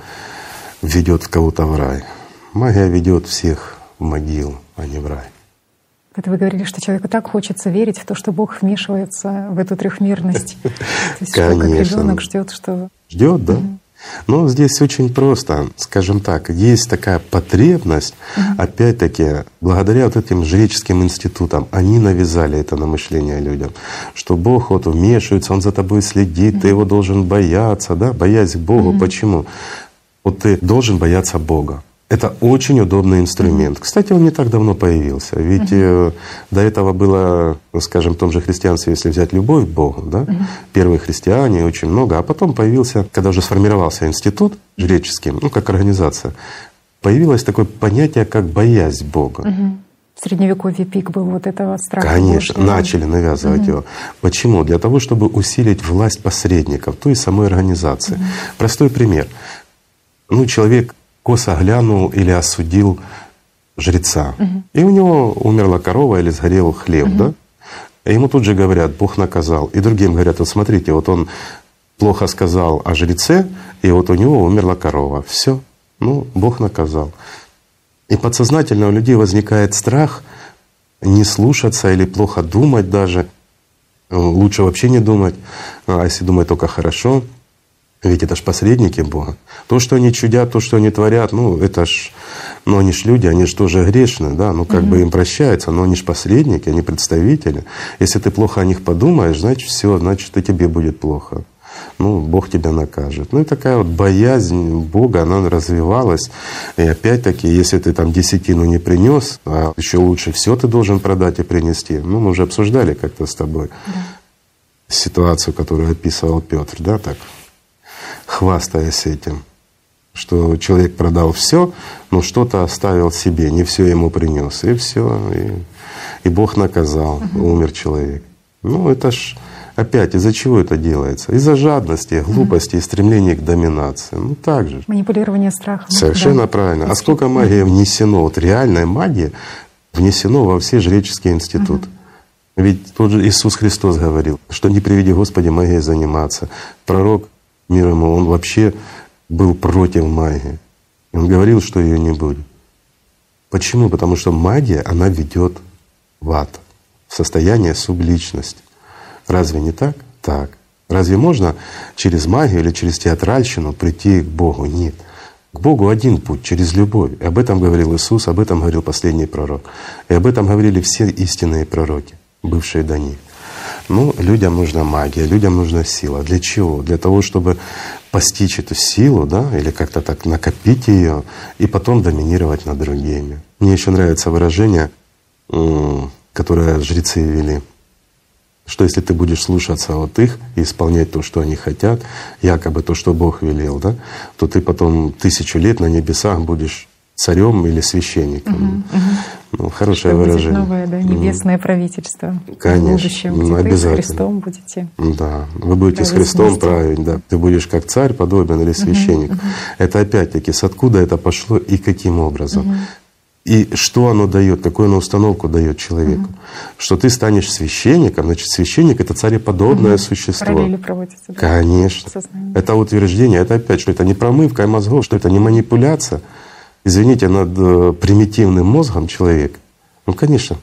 ведет кого-то в рай. Магия ведет всех в могилу, а не в рай. Это вы говорили, что человеку так хочется верить в то, что Бог вмешивается в эту трехмерность. То есть, как ребенок ждет, что. Ждет, да. Но здесь очень просто, скажем так, есть такая потребность, uh-huh. опять-таки, благодаря вот этим жреческим институтам, они навязали это на мышление людям, что Бог вот вмешивается, Он за тобой следит, uh-huh. ты Его должен бояться, да, боясь Бога. Uh-huh. Почему? Вот ты должен бояться Бога. Это очень удобный инструмент. Mm-hmm. Кстати, он не так давно появился. Ведь mm-hmm. до этого было, скажем, в том же христианстве, если взять любовь к Богу, да, mm-hmm. первые христиане очень много, а потом появился, когда уже сформировался институт жреческий, ну как организация, появилось такое понятие, как боязнь Бога. Mm-hmm. В Средневековье пик был вот этого страха. Конечно, Божьего. начали навязывать mm-hmm. его. Почему? Для того, чтобы усилить власть посредников, то есть самой организации. Mm-hmm. Простой пример. Ну, человек косо глянул или осудил жреца, uh-huh. и у него умерла корова или сгорел хлеб, uh-huh. да? И ему тут же говорят, Бог наказал. И другим говорят, вот смотрите, вот он плохо сказал о жреце, и вот у него умерла корова. Все, ну, Бог наказал. И подсознательно у людей возникает страх не слушаться или плохо думать даже. Лучше вообще не думать, а если думать только хорошо. Ведь это ж посредники Бога. То, что они чудят, то, что они творят, ну это ж, ну они ж люди, они же тоже грешны, да, ну как mm-hmm. бы им прощается, но они ж посредники, они представители. Если ты плохо о них подумаешь, значит все, значит и тебе будет плохо. Ну, Бог тебя накажет. Ну и такая вот боязнь Бога, она развивалась. И опять-таки, если ты там десятину не принес, а еще лучше все ты должен продать и принести. Ну, мы уже обсуждали как-то с тобой mm-hmm. ситуацию, которую описывал Петр, да, так. Хвастаясь этим, что человек продал все, но что-то оставил себе, не все ему принес, и все, и, и Бог наказал, uh-huh. умер человек. Ну это ж опять из-за чего это делается? Из-за жадности, глупости uh-huh. и стремления к доминации. Ну так же. Манипулирование страхом. Совершенно да. правильно. А сколько магии внесено, вот реальная магия внесено во все жреческие институты. Uh-huh. Ведь тот же Иисус Христос говорил, что не приведи Господи магией заниматься. Пророк мир ему, он вообще был против магии. Он говорил, что ее не будет. Почему? Потому что магия, она ведет в ад, в состояние субличности. Разве не так? Так. Разве можно через магию или через театральщину прийти к Богу? Нет. К Богу один путь, через любовь. И об этом говорил Иисус, об этом говорил последний пророк. И об этом говорили все истинные пророки, бывшие до них. Ну, людям нужна магия, людям нужна сила. Для чего? Для того, чтобы постичь эту силу, да, или как-то так накопить ее и потом доминировать над другими. Мне еще нравится выражение, которое жрецы вели, что если ты будешь слушаться вот их и исполнять то, что они хотят, якобы то, что Бог велел, да, то ты потом тысячу лет на небесах будешь царем или священником. Угу, угу. Ну, хорошее что выражение. Будет новое, да, небесное правительство. Конечно. В будущем, где обязательно. Ты с Христом будете. Да, вы будете с Христом править, да. Ты будешь как царь подобен или священник. Угу, угу. Это опять-таки, с откуда это пошло и каким образом. Угу. И что оно дает, какую оно установку дает человеку. Угу. Что ты станешь священником, значит, священник — это цареподобное угу. существо. Параллели проводятся. Да? Конечно. Сознание. Это утверждение, это опять, что это не промывка мозгов, что это не манипуляция. Извините, над примитивным мозгом человека. Ну, конечно.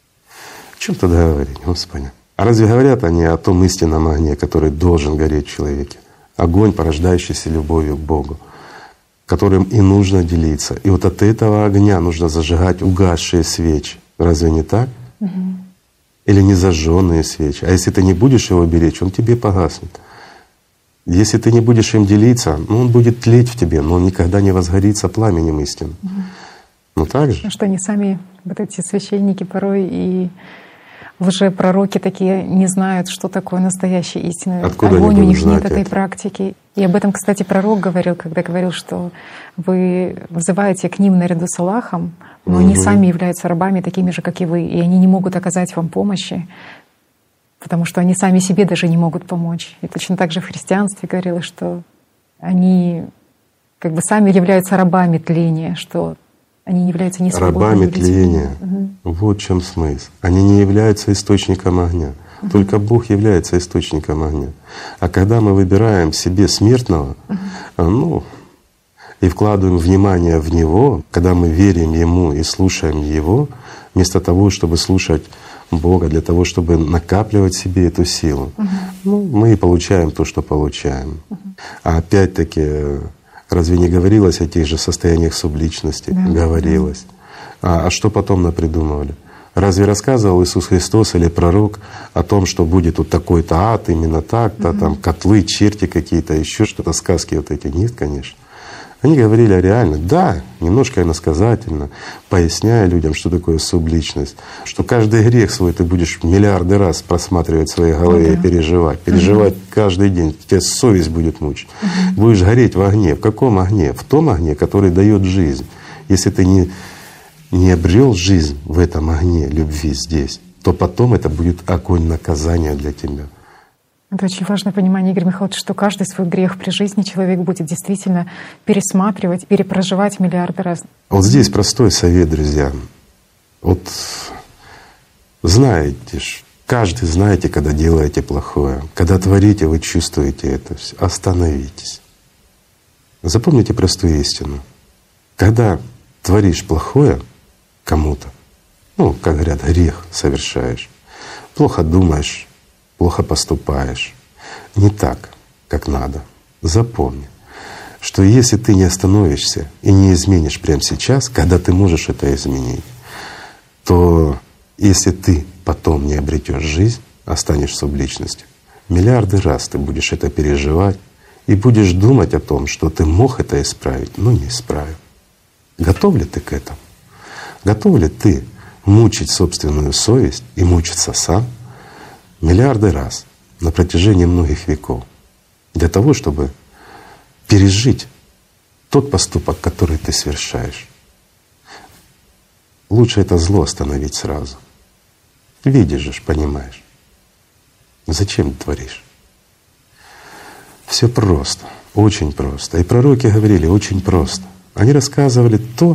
О чем тогда говорить, Господи? А разве говорят они о том истинном огне, который должен гореть в человеке? Огонь, порождающийся любовью к Богу, которым и нужно делиться. И вот от этого огня нужно зажигать угасшие свечи. Разве не так? Угу. Или незажженные свечи. А если ты не будешь его беречь, он тебе погаснет. Если ты не будешь им делиться, ну, он будет тлеть в тебе, но он никогда не возгорится пламенем истины. Угу. Ну так же. Что они сами, вот эти священники порой и лжепророки такие не знают, что такое настоящая истина. Откуда Огонь, они у них знать нет этой это? практики. И об этом, кстати, пророк говорил, когда говорил, что вы взываете к ним наряду с Аллахом, но угу. они сами являются рабами такими же, как и вы, и они не могут оказать вам помощи, потому что они сами себе даже не могут помочь. И точно так же в христианстве говорилось, что они как бы сами являются рабами тления, что они не являются ни свободными рабами людьми. тления. Угу. Вот в чем смысл. Они не являются источником огня. Угу. Только Бог является источником огня. А когда мы выбираем себе смертного, угу. ну, и вкладываем внимание в Него, когда мы верим Ему и слушаем Его, вместо того, чтобы слушать Бога, для того, чтобы накапливать себе эту силу, угу. ну, мы и получаем то, что получаем. Угу. А опять-таки, разве не говорилось о тех же состояниях субличности? Да. Говорилось. А, а что потом напридумывали? Разве рассказывал Иисус Христос или пророк о том, что будет вот такой-то ад, именно так-то, угу. там котлы, черти какие-то, еще что-то, сказки вот эти? Нет, конечно. Они говорили реально, да, немножко иносказательно, поясняя людям, что такое субличность, что каждый грех свой ты будешь миллиарды раз просматривать в своей голове ну, да. и переживать. Переживать угу. каждый день, тебя совесть будет мучить. Угу. Будешь гореть в огне. В каком огне? В том огне, который дает жизнь. Если ты не, не обрел жизнь в этом огне любви здесь, то потом это будет огонь наказания для тебя. Это очень важное понимание, Игорь Михайлович, что каждый свой грех при жизни человек будет действительно пересматривать, перепроживать миллиарды раз. Вот здесь простой совет, друзья. Вот знаете, каждый знаете, когда делаете плохое, когда творите, вы чувствуете это все. Остановитесь. Запомните простую истину. Когда творишь плохое кому-то, ну, как говорят, грех совершаешь, плохо думаешь, плохо поступаешь, не так, как надо. Запомни, что если ты не остановишься и не изменишь прямо сейчас, когда ты можешь это изменить, то если ты потом не обретешь жизнь, останешься субличностью, миллиарды раз ты будешь это переживать и будешь думать о том, что ты мог это исправить, но не исправил. Готов ли ты к этому? Готов ли ты мучить собственную совесть и мучиться сам миллиарды раз на протяжении многих веков для того, чтобы пережить тот поступок, который ты совершаешь? Лучше это зло остановить сразу. Видишь же, понимаешь. Зачем ты творишь? Все просто, очень просто. И пророки говорили очень просто. Они рассказывали то,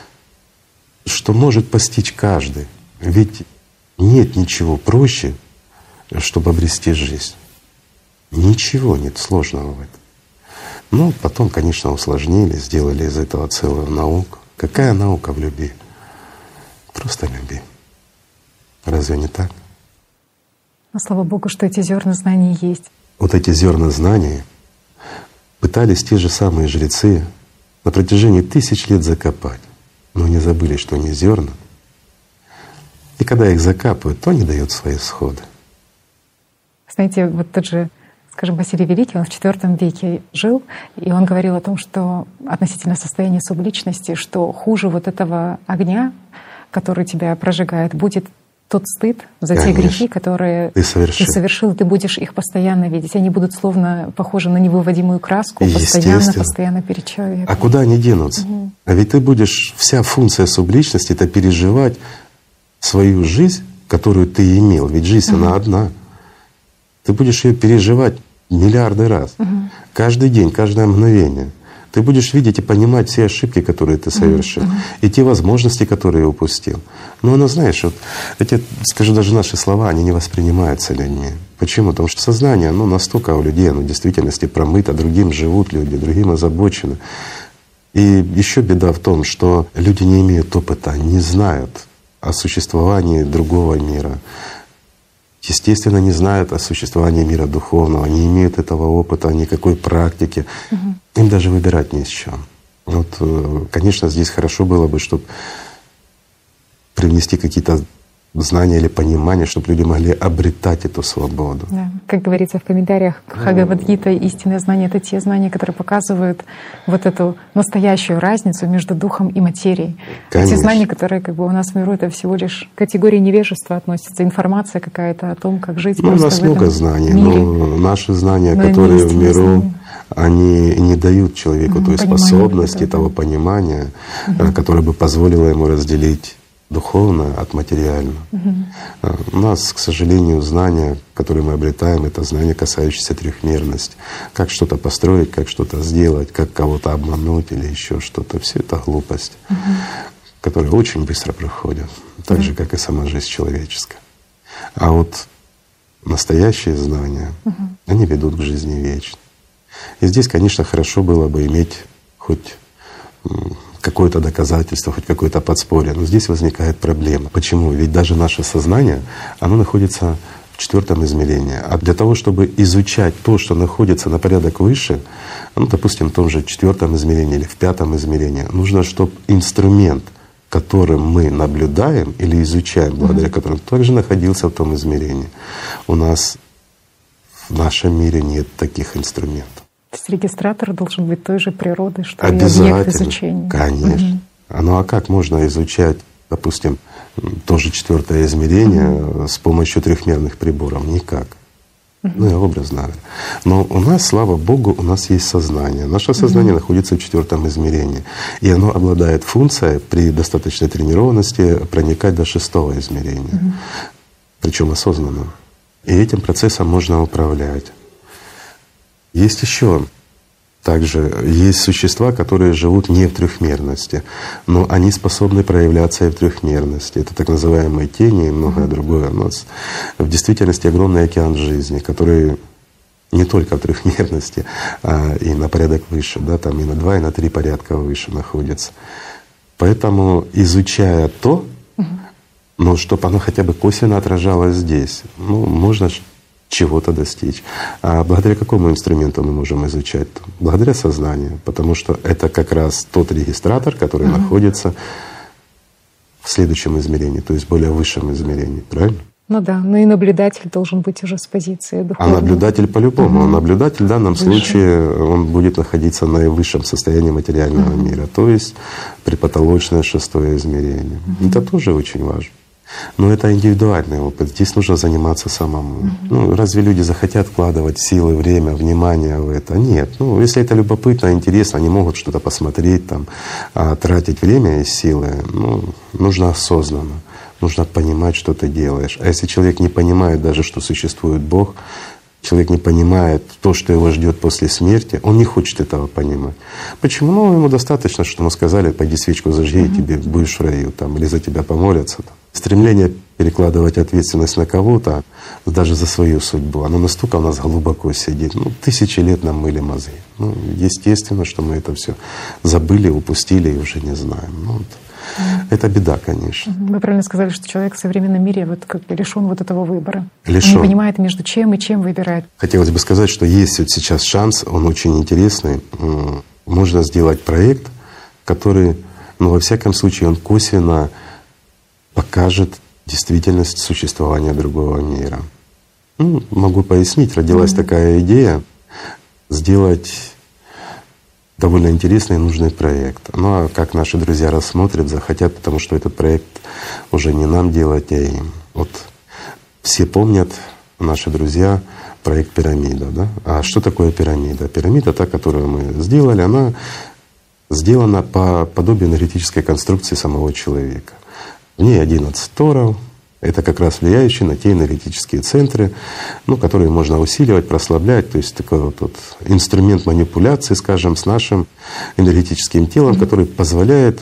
что может постичь каждый. Ведь нет ничего проще, чтобы обрести жизнь. Ничего нет сложного в этом. Но потом, конечно, усложнили, сделали из этого целую науку. Какая наука в любви? Просто люби. Разве не так? Но слава Богу, что эти зерна знаний есть. Вот эти зерна знаний пытались те же самые жрецы на протяжении тысяч лет закопать, но не забыли, что они зерна. И когда их закапывают, то они дают свои всходы. Знаете, вот тот же, скажем, Василий Великий, он в четвёртом веке жил, и он говорил о том, что относительно состояния субличности, что хуже вот этого огня, который тебя прожигает, будет тот стыд за Конечно. Те грехи, которые ты совершил. ты совершил, ты будешь их постоянно видеть. Они будут словно похожи на невыводимую краску, постоянно, постоянно перед человеком. А куда они денутся? Угу. А ведь ты будешь, вся функция субличности — это переживать свою жизнь, которую ты имел. Ведь жизнь, угу. она одна. Ты будешь ее переживать миллиарды раз. Угу. Каждый день, каждое мгновение. Ты будешь видеть и понимать все ошибки, которые ты совершил, mm-hmm. и те возможности, которые упустил. Но оно, знаешь, вот эти, скажу, даже наши слова, они не воспринимаются людьми. Почему? Потому что сознание, оно настолько у людей, оно в действительности промыто, другим живут люди, другим озабочены. И еще беда в том, что люди не имеют опыта, не знают о существовании другого мира. Естественно, не знают о существовании мира духовного, не имеют этого опыта, никакой практики. Угу. Им даже выбирать не с чем. Вот, конечно, здесь хорошо было бы, чтобы привнести какие-то знания или понимание, чтобы люди могли обретать эту свободу. Да. Как говорится в комментариях, Бхагавад-гита, истинное знание — это те знания, которые показывают вот эту настоящую разницу между духом и материей. Конечно. Эти знания, которые как бы у нас в миру, это всего лишь к категории невежества относятся, информация какая-то о том, как жить. Ну, у нас много знаний, мире. Но наши знания, но которые в миру, знания. Они не дают человеку угу, той способности, этого, того понимания, угу. которое бы позволило ему разделить духовное от материального. Угу. У нас, к сожалению, знания, которые мы обретаем, это знания, касающиеся трехмерности. Как что-то построить, как что-то сделать, как кого-то обмануть или еще что-то. Все это глупость, угу. которые очень быстро проходят, так угу. же, как и сама жизнь человеческая. А вот настоящие знания, угу. они ведут к жизни вечной. И здесь, конечно, хорошо было бы иметь хоть какое-то доказательство, хоть какое-то подспорье. Но здесь возникает проблема. Почему? Ведь даже наше сознание, оно находится в четвертом измерении. А для того, чтобы изучать то, что находится на порядок выше, ну, допустим, в том же четвертом измерении или в пятом измерении, нужно, чтобы инструмент, которым мы наблюдаем или изучаем, благодаря которому, также находился в том измерении. У нас в нашем мире нет таких инструментов. То есть регистратор должен быть той же природы, что и объект изучения. Конечно. Угу. А ну а как можно изучать, допустим, тоже четвертое измерение угу. с помощью трехмерных приборов? Никак. Угу. Ну и образно говоря. Но у нас, слава Богу, у нас есть сознание. Наше сознание угу. находится в четвертом измерении. И оно обладает функцией при достаточной тренированности проникать до шестого измерения. Угу. Причем осознанно. И этим процессом можно управлять. Есть еще также есть существа, которые живут не в трехмерности, но они способны проявляться и в трехмерности. Это так называемые тени и многое другое. У нас в действительности огромный океан жизни, который не только в трехмерности, а и на порядок выше, да, там и на два, и на три порядка выше находится. Поэтому, изучая то, но чтобы оно хотя бы косвенно отражалось здесь, ну, можно чего-то достичь. А благодаря какому инструменту мы можем изучать? Благодаря сознанию, потому что это как раз тот регистратор, который uh-huh. находится в следующем измерении, то есть более высшем измерении, правильно? Ну да, ну и наблюдатель должен быть уже с позиции духовной. А наблюдатель по-любому. Uh-huh. Наблюдатель в данном Выше. случае он будет находиться в наивысшем состоянии материального uh-huh. мира, то есть препотолочное шестое измерение. Uh-huh. Это тоже очень важно. Но это индивидуальный опыт. Здесь нужно заниматься самому. Mm-hmm. Ну, разве люди захотят вкладывать силы, время, внимание в это? Нет. Ну, если это любопытно, интересно, они могут что-то посмотреть, там, а тратить время и силы. Ну, нужно осознанно. Нужно понимать, что ты делаешь. А если человек не понимает даже, что существует Бог, человек не понимает то, что его ждет после смерти, он не хочет этого понимать. Почему? Ну, ему достаточно, что ему сказали: пойди свечку зажги, mm-hmm. и тебе будешь в раю, там, или за тебя помолятся. Там. Стремление перекладывать ответственность на кого-то, даже за свою судьбу, оно настолько у нас глубоко сидит. Ну, тысячи лет нам мыли мозги. Ну, естественно, что мы это все забыли, упустили и уже не знаем. Ну, вот. Mm-hmm. Это беда, конечно. Вы правильно сказали, что человек в современном мире вот как лишен вот этого выбора. Лишен. Он не понимает, между чем и чем выбирает. Хотелось бы сказать, что есть вот сейчас шанс, он очень интересный. Можно сделать проект, который, ну, во всяком случае, он косвенно покажет действительность существования другого мира. Ну, могу пояснить, родилась mm-hmm. такая идея сделать довольно интересный и нужный проект. Ну а как наши друзья рассмотрят, захотят, потому что этот проект уже не нам делать, а им. Вот все помнят, наши друзья, проект «Пирамида». Да? А что такое пирамида? Пирамида, та, которую мы сделали, она сделана по подобию энергетической конструкции самого человека. В ней одиннадцать торов. Это как раз влияющие на те энергетические центры, ну, которые можно усиливать, прослаблять. То есть такой вот, вот инструмент манипуляции, скажем, с нашим энергетическим телом, mm-hmm. который позволяет,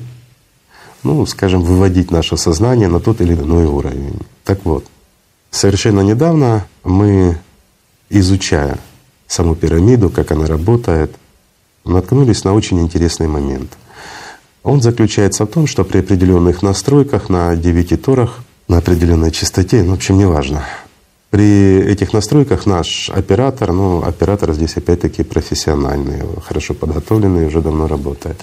ну, скажем, выводить наше сознание на тот или иной уровень. Так вот, совершенно недавно мы, изучая саму пирамиду, как она работает, наткнулись на очень интересный момент. Он заключается в том, что при определенных настройках на девяти торах, на определенной частоте, ну, в общем, неважно. При этих настройках наш оператор, ну, оператор здесь опять-таки профессиональный, хорошо подготовленный, уже давно работает.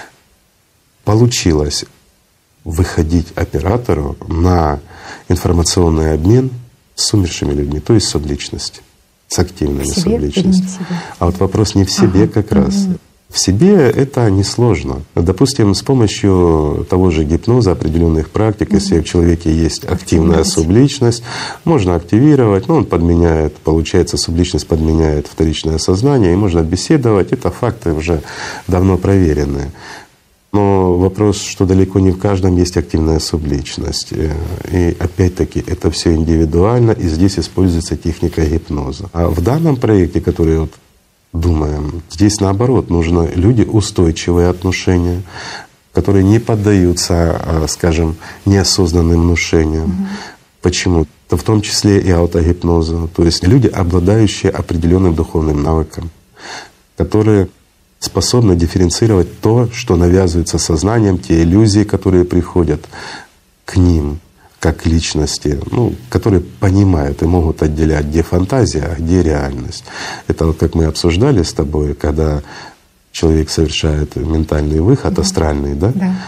Получилось выходить оператору на информационный обмен с умершими людьми, то есть субличностью, с активными субличностью. А вот вопрос не в себе ага. как раз. В себе это несложно. Допустим, с помощью того же гипноза, определенных практик, mm-hmm. если в человеке есть активная субличность, можно активировать, ну, он подменяет, получается, субличность подменяет вторичное сознание, и можно беседовать. Это факты уже давно проверенные. Но вопрос, что далеко не в каждом есть активная субличность. И опять-таки это все индивидуально, и здесь используется техника гипноза. А в данном проекте, который вот думаем, здесь наоборот, нужны люди устойчивые отношения, которые не поддаются, скажем, неосознанным внушениям. Mm-hmm. Почему? В том числе и аутогипнозу. То есть люди, обладающие определенным духовным навыком, которые способны дифференцировать то, что навязывается сознанием, те иллюзии, которые приходят к ним как личности, ну, которые понимают и могут отделять, где фантазия, а где реальность. Это вот как мы обсуждали с тобой, когда человек совершает ментальный выход, mm-hmm. астральный, да? Да.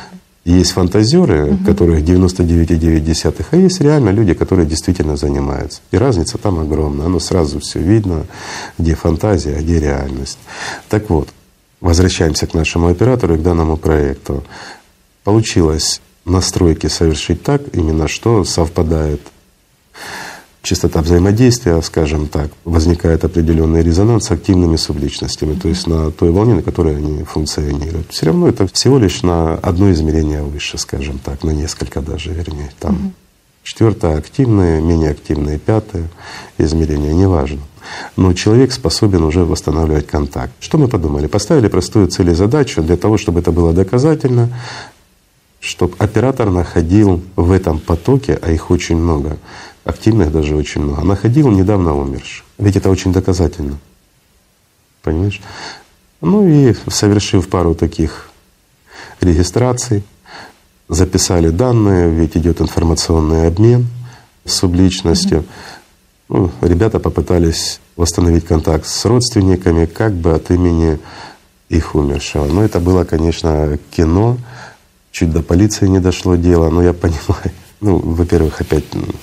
Есть фантазеры, угу. которых девяносто девять целых девять десятых, а есть реально люди, которые действительно занимаются. И разница там огромная. Оно сразу все видно, где фантазия, а где реальность. Так вот, возвращаемся к нашему оператору и к данному проекту. Получилось настройки совершить так, именно что совпадает частота взаимодействия, скажем так, возникает определенный резонанс с активными субличностями, то есть на той волне, на которой они функционируют. Все равно это всего лишь на одно измерение выше, скажем так, на несколько даже, вернее. Там угу. четвертое активное, менее активное пятое измерение, неважно. Но человек способен уже восстанавливать контакт. Что мы подумали? Поставили простую цель и задачу для того, чтобы это было доказательно, чтобы оператор находил в этом потоке, а их очень много, активных даже очень много, находил недавно умерших. Ведь это очень доказательно. Понимаешь? Ну и совершив пару таких регистраций, записали данные, ведь идет информационный обмен с субличностью. Ну, ребята попытались восстановить контакт с родственниками как бы от имени их умершего. Но это было, конечно, кино. Чуть до полиции не дошло дело, но я понимаю. Ну, во-первых, опять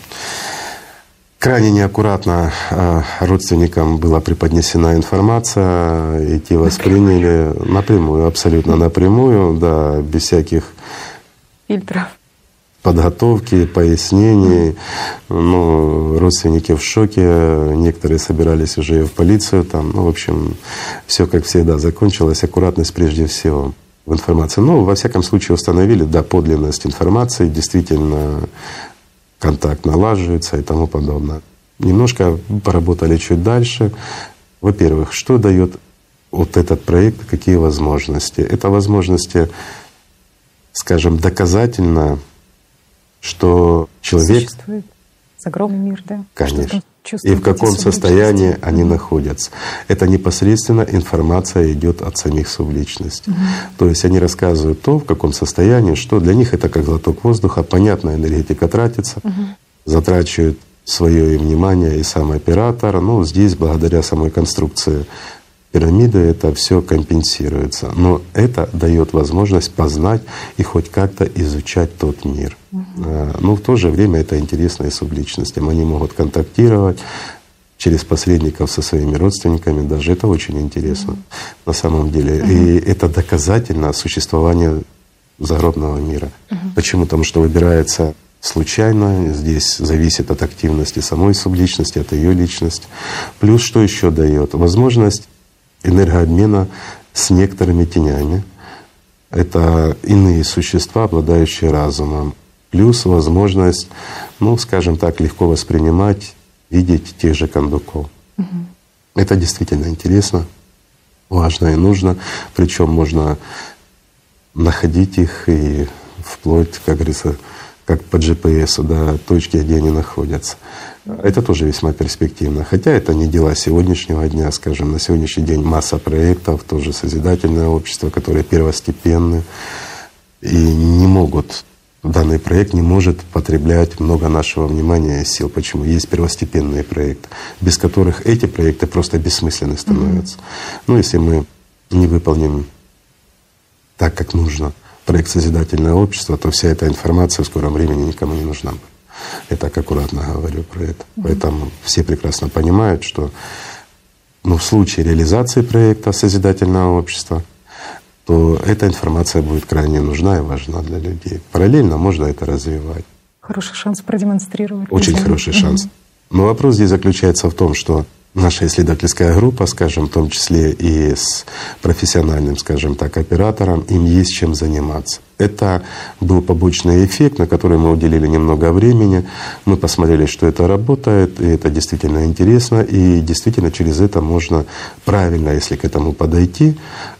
крайне неаккуратно родственникам была преподнесена информация, и те восприняли напрямую, абсолютно напрямую, да, без всяких фильтров, подготовки, пояснений. Ну, родственники в шоке, некоторые собирались уже и в полицию там. Ну, в общем, все как всегда закончилось. Аккуратность прежде всего в информации. Но во всяком случае установили, да, подлинность информации, действительно контакт налаживается и тому подобное. Немножко поработали чуть дальше. Во-первых, что дает вот этот проект, какие возможности? Это возможности, скажем, доказательно, что человек… Существует огромный мир, да? Конечно. И в каком состоянии они находятся. Это непосредственно информация идет от самих субличностей. Угу. То есть они рассказывают то, в каком состоянии, что для них это как глоток воздуха, понятно, энергетика тратится, угу. затрачивает свое и внимание и сам оператор. Но здесь, благодаря самой конструкции пирамиды, это все компенсируется. Но это дает возможность познать и хоть как-то изучать тот мир. Угу. Но в то же время это интересно и субличностям. Они могут контактировать через посредников со своими родственниками. Даже это очень интересно угу. на самом деле. Угу. И это доказательно существования загробного мира. Угу. Почему? Потому что выбирается случайно, здесь зависит от активности самой субличности, от ее личности. Плюс что еще дает? Возможность энергообмена с некоторыми тенями. Это иные существа, обладающие разумом. Плюс возможность, ну, скажем так, легко воспринимать, видеть тех же кондуков. Угу. Это действительно интересно, важно и нужно. Причем можно находить их и вплоть, как говорится, как по джи пи эс, да, точки, где они находятся. Это тоже весьма перспективно. Хотя это не дела сегодняшнего дня, скажем, на сегодняшний день масса проектов, тоже созидательное общество, которые первостепенны и не могут, данный проект не может потреблять много нашего внимания и сил. Почему? Есть первостепенные проекты, без которых эти проекты просто бессмысленны становятся. Mm-hmm. Ну, если мы не выполним так, как нужно, проект «Созидательное общество», то вся эта информация в скором времени никому не нужна будет. Я так аккуратно говорю про это. Mm-hmm. Поэтому все прекрасно понимают, что ну, в случае реализации проекта «Созидательного общества», то эта информация будет крайне нужна и важна для людей. Параллельно можно это развивать. Хороший шанс продемонстрировать. Очень хороший mm-hmm. шанс. Но вопрос здесь заключается в том, что наша исследовательская группа, скажем, в том числе и с профессиональным, скажем так, оператором, им есть чем заниматься. Это был побочный эффект, на который мы уделили немного времени. Мы посмотрели, что это работает, и это действительно интересно, и действительно через это можно правильно, если к этому подойти,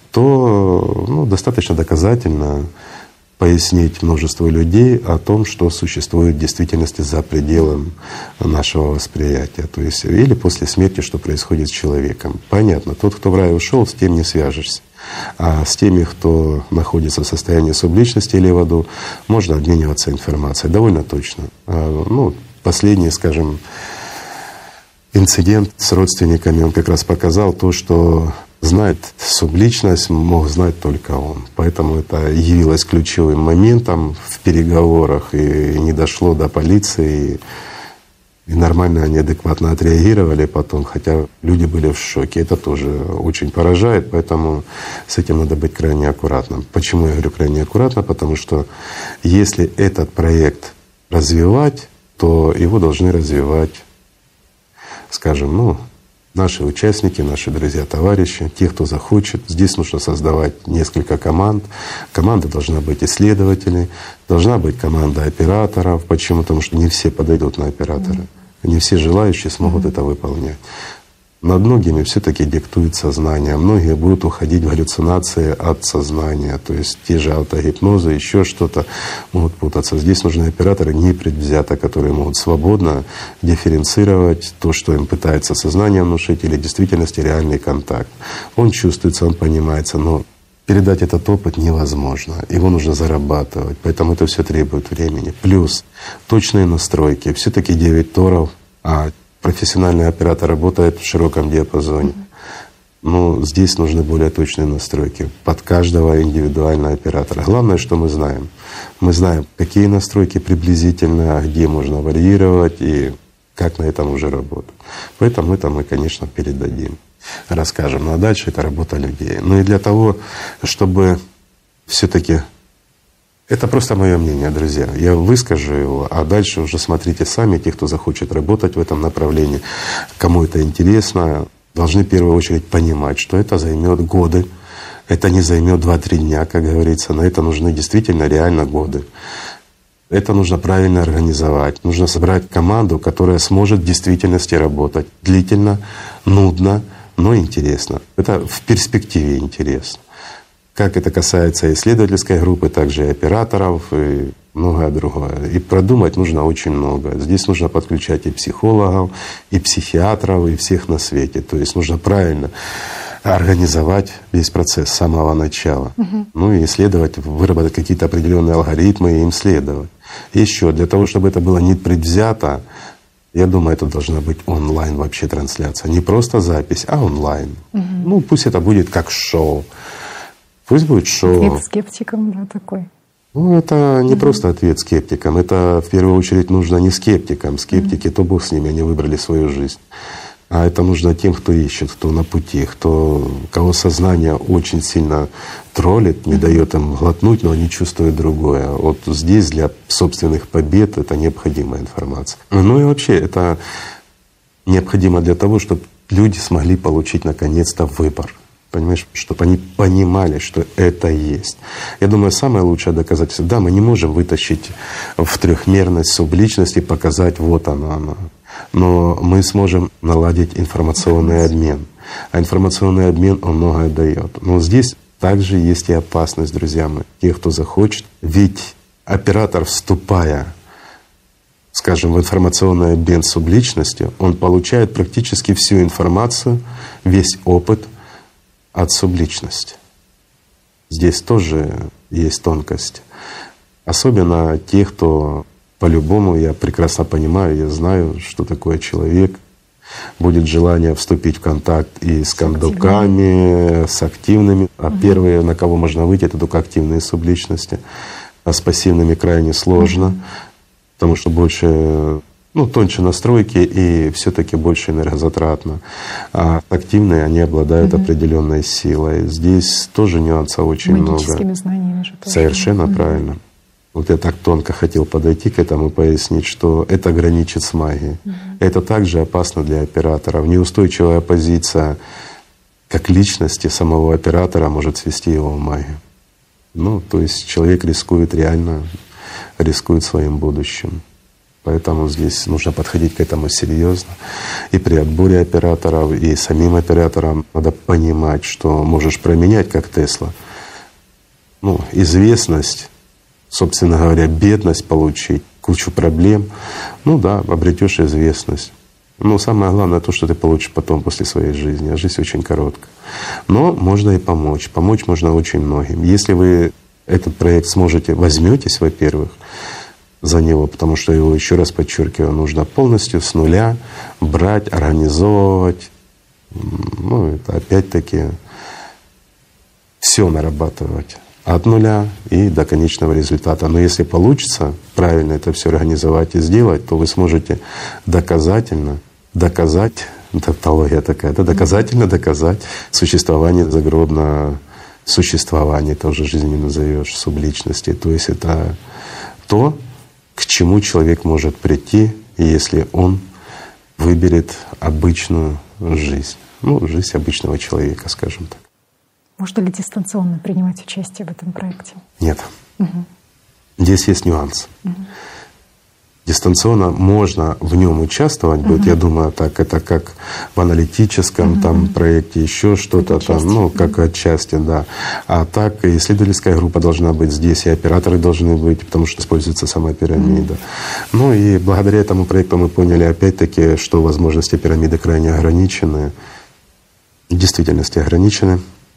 то ну, достаточно доказательно пояснить множеству людей о том, что существует в действительности за пределом нашего восприятия. То есть или после смерти, что происходит с человеком. Понятно, тот, кто в рай ушел, с тем не свяжешься. А с теми, кто находится в состоянии субличности или в аду, можно обмениваться информацией довольно точно. Ну, последний, скажем, инцидент с родственниками, он как раз показал то, что знает субличность, мог знать только он. Поэтому это явилось ключевым моментом в переговорах и не дошло до полиции. И нормально они адекватно отреагировали потом, хотя люди были в шоке. Это тоже очень поражает, поэтому с этим надо быть крайне аккуратным. Почему я говорю крайне аккуратно? Потому что если этот проект развивать, то его должны развивать, скажем, ну, наши участники, наши друзья, товарищи, те, кто захочет. Здесь нужно создавать несколько команд. Команда должна быть исследователей, должна быть команда операторов. Почему? Потому что не все подойдут на оператора. Не все желающие смогут это выполнять. Над многими все-таки диктует сознание. Многие будут уходить в галлюцинации от сознания. То есть те же автогипнозы, еще что-то могут путаться. Здесь нужны операторы непредвзято, которые могут свободно дифференцировать то, что им пытается сознание внушить, или в действительности реальный контакт. Он чувствуется, он понимается, но передать этот опыт невозможно. Его нужно зарабатывать. Поэтому это все требует времени. Плюс точные настройки. Все-таки девять торов, а профессиональный оператор работает в широком диапазоне. Но здесь нужны более точные настройки под каждого индивидуального оператора. Главное, что мы знаем. Мы знаем, какие настройки приблизительно, где можно варьировать и как на этом уже работать. Поэтому это мы, конечно, передадим, расскажем. Ну а дальше это работа людей. Ну и для того, чтобы все-таки… Это просто мое мнение, друзья. Я выскажу его, а дальше уже смотрите сами, те, кто захочет работать в этом направлении, кому это интересно, должны в первую очередь понимать, что это займет годы. Это не займет два-три дня, как говорится. На это нужны действительно реально годы. Это нужно правильно организовать. Нужно собрать команду, которая сможет в действительности работать длительно, нудно, но интересно. Это в перспективе интересно. Как это касается исследовательской группы, также и операторов и многое другое. И продумать нужно очень много. Здесь нужно подключать и психологов, и психиатров, и всех на свете. То есть нужно правильно организовать весь процесс с самого начала. Угу. Ну и исследовать, выработать какие-то определенные алгоритмы и им следовать. Еще для того, чтобы это было не предвзято, я думаю, это должна быть онлайн вообще трансляция. Не просто запись, а онлайн. Угу. Ну пусть это будет как шоу. Пусть будет шоу. Ответ скептикам, да, такой. Ну, это не mm-hmm. просто ответ скептикам. Это в первую очередь нужно не скептикам. Скептики, mm-hmm. то Бог с ними, они выбрали свою жизнь. А это нужно тем, кто ищет, кто на пути, кто, кого сознание очень сильно троллит, не mm-hmm. дает им глотнуть, но они чувствуют другое. Вот здесь для собственных побед это необходимая информация. Ну и вообще это необходимо для того, чтобы люди смогли получить наконец-то выбор. Понимаешь, чтобы они понимали, что это есть. Я думаю, самое лучшее доказательство. Да, мы не можем вытащить в трехмерность субличность и показать, вот оно, оно. Но мы сможем наладить информационный обмен. А информационный обмен, он многое дает. Но здесь также есть и опасность, друзья мои, тех, кто захочет. Ведь оператор, вступая, скажем, в информационный обмен с субличностью, он получает практически всю информацию, весь опыт от субличности. Здесь тоже есть тонкость. Особенно те, кто по-любому, я прекрасно понимаю, я знаю, что такое человек, будет желание вступить в контакт и с кондуками, с активными. А угу. первые, на кого можно выйти, это только активные субличности. А с пассивными крайне сложно, угу. потому что больше… Ну, тоньше настройки и все-таки больше энергозатратно. А активные, они обладают угу. определенной силой. Здесь тоже нюансов очень много. Магическими знаниями же тоже. Совершенно угу. правильно. Вот я так тонко хотел подойти к этому, пояснить, что это граничит с магией. Угу. Это также опасно для операторов. Неустойчивая позиция как личности самого оператора может свести его в магию. Ну, то есть человек рискует реально, рискует своим будущим. Поэтому здесь нужно подходить к этому серьезно. И при отборе операторов, и самим операторам надо понимать, что можешь променять, как Тесла, ну, известность, собственно говоря, бедность получить, кучу проблем. Ну да, обретешь известность. Но самое главное то, что ты получишь потом после своей жизни. А жизнь очень короткая. Но можно и помочь. Помочь можно очень многим. Если вы этот проект сможете, возьметесь, во-первых, за него, потому что его, еще раз подчеркиваю, нужно полностью с нуля брать, организовывать. Ну, это опять-таки все нарабатывать от нуля и до конечного результата. Но если получится правильно это все организовать и сделать, то вы сможете доказательно доказать, тавтология такая, да, доказательно доказать существование загробного существования, тоже жизнь не назовешь, субличности. То есть это то, к чему человек может прийти, если он выберет обычную жизнь, ну, жизнь обычного человека, скажем так. Можно ли дистанционно принимать участие в этом проекте? Нет. Угу. Здесь есть нюанс. Угу. Дистанционно можно в нем участвовать будет, угу. Я думаю, так это как в аналитическом угу. там проекте, еще что-то там, ну, как угу. отчасти, да. А так и исследовательская группа должна быть здесь, и операторы должны быть, потому что используется сама пирамида. Угу. Ну и благодаря этому проекту мы поняли опять-таки, что возможности пирамиды крайне ограничены, в действительности ограничены.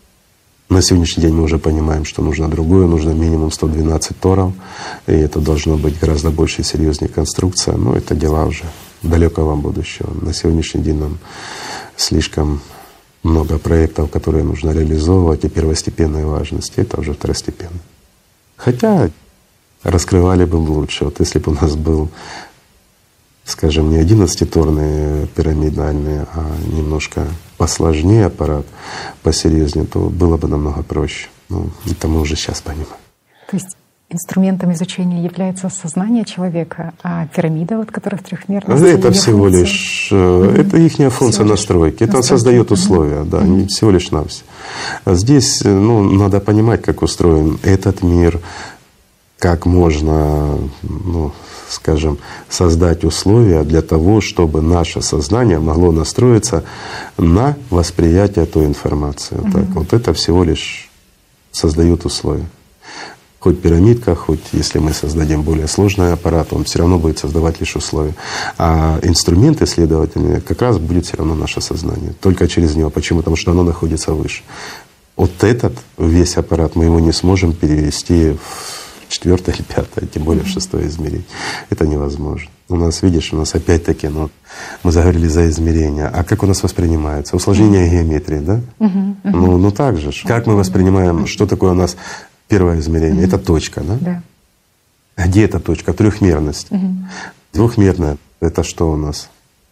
На сегодняшний день мы уже понимаем, что нужно другое, нужно минимум сто двенадцать торов, и это должно быть гораздо больше и серьезнее конструкция, но это дела уже далекого будущего. На сегодняшний день нам слишком много проектов, которые нужно реализовывать, и первостепенной важности, это уже второстепенно. Хотя раскрывали бы лучше. Вот если бы у нас был, скажем, не одиннадцатиторный пирамидальный, а немножко посложнее аппарат, посерьезнее, то было бы намного проще. Ну, это мы уже сейчас понимаем. То есть инструментом изучения является сознание человека, а пирамида, вот, которая в трехмерности, это всего функция? лишь mm-hmm. это их функция настройки. Это настройки. создает условия, mm-hmm. да, mm-hmm. всего лишь навсего. А здесь, ну, надо понимать, как устроен этот мир, как можно, ну, скажем, создать условия для того, чтобы наше сознание могло настроиться на восприятие той информации. Mm-hmm. Так, вот это всего лишь создает условия. Хоть пирамидка, хоть если мы создадим более сложный аппарат, он все равно будет создавать лишь условия. А инструмент исследовательный как раз будет все равно наше сознание. Только через него. Почему? Потому что оно находится выше. Вот этот весь аппарат мы его не сможем перевести в четвертое или пятое, тем более в шестое измерение. Это невозможно. У нас, видишь, у нас опять-таки, ну, мы заговорили за измерения. А как у нас воспринимается? Усложнение геометрии, да? Uh-huh, uh-huh. Ну, ну так же. Как мы воспринимаем, что такое у нас первое измерение? Uh-huh. Это точка, да? Да. Где эта точка? Трехмерность. Uh-huh. Двухмерная — это что у нас?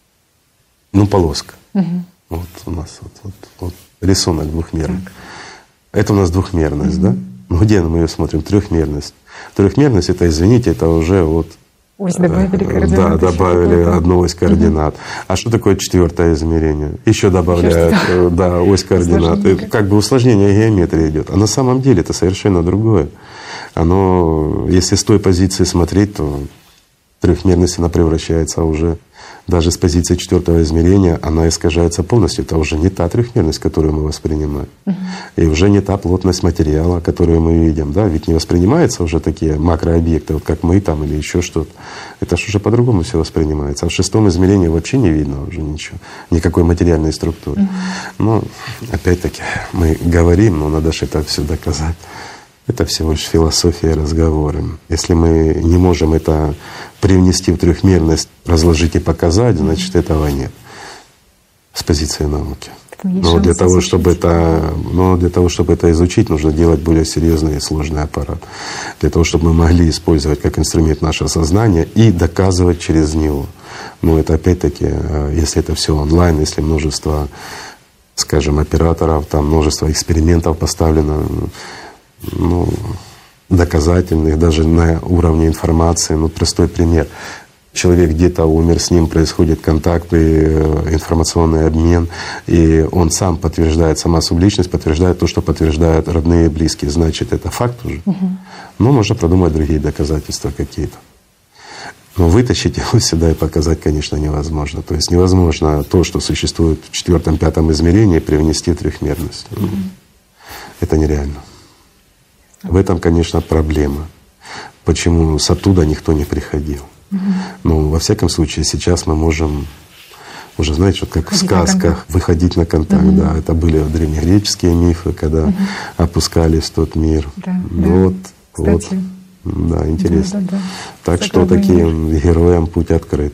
Ну, полоска. Uh-huh. Вот у нас вот, вот, вот рисунок двухмерный. Так. Это у нас двухмерность, uh-huh. да? Ну где мы ее смотрим? Трехмерность. Трехмерность — это, извините, это уже вот… Ось добавили координат. Да, добавили одну ось координат. Угу. А что такое четвертое измерение? Еще добавляют, Еще да, ось координат. Это как бы усложнение геометрии идет. А на самом деле это совершенно другое. Оно, если с той позиции смотреть, то трехмерность она превращается уже даже с позиции четвертого измерения, она искажается полностью. Это уже не та трехмерность, которую мы воспринимаем. Uh-huh. И уже не та плотность материала, которую мы видим. Да? Ведь не воспринимаются уже такие макрообъекты, вот как мы там или еще что-то. Это же уже по-другому все воспринимается. А в шестом измерении вообще не видно уже ничего, никакой материальной структуры. Uh-huh. Но опять-таки мы говорим, но надо же это все доказать. Это всего лишь философия и разговоры. Если мы не можем это привнести в трехмерность, разложить и показать, значит этого нет с позиции науки. Но для того, чтобы это, но для того, чтобы это изучить, нужно делать более серьезный и сложный аппарат. Для того, чтобы мы могли использовать как инструмент наше сознание и доказывать через него. Но это опять-таки, если это все онлайн, если множество, скажем, операторов, там множество экспериментов поставлено, ну, доказательных, даже на уровне информации. Ну, простой пример. Человек где-то умер, с ним происходит контакт и информационный обмен, и он сам подтверждает, сама субличность подтверждает то, что подтверждают родные и близкие. Значит, это факт уже. Угу. Но можно продумать другие доказательства какие-то. Но вытащить его сюда и показать, конечно, невозможно. То есть невозможно то, что существует в четвертом, пятом измерении, привнести в трехмерность. Угу. Это нереально. В этом, конечно, проблема. Почему с оттуда никто не приходил. Угу. Но во всяком случае сейчас мы можем уже, знаете, вот как выходить в сказках, выходить на контакт. Угу. Да, это были древнегреческие мифы, когда угу. опускались в тот мир. Да, ну, да. Вот, Кстати, вот, да, интересно. Да, да, да. Так Загробный что таким мир. Героям путь открыт.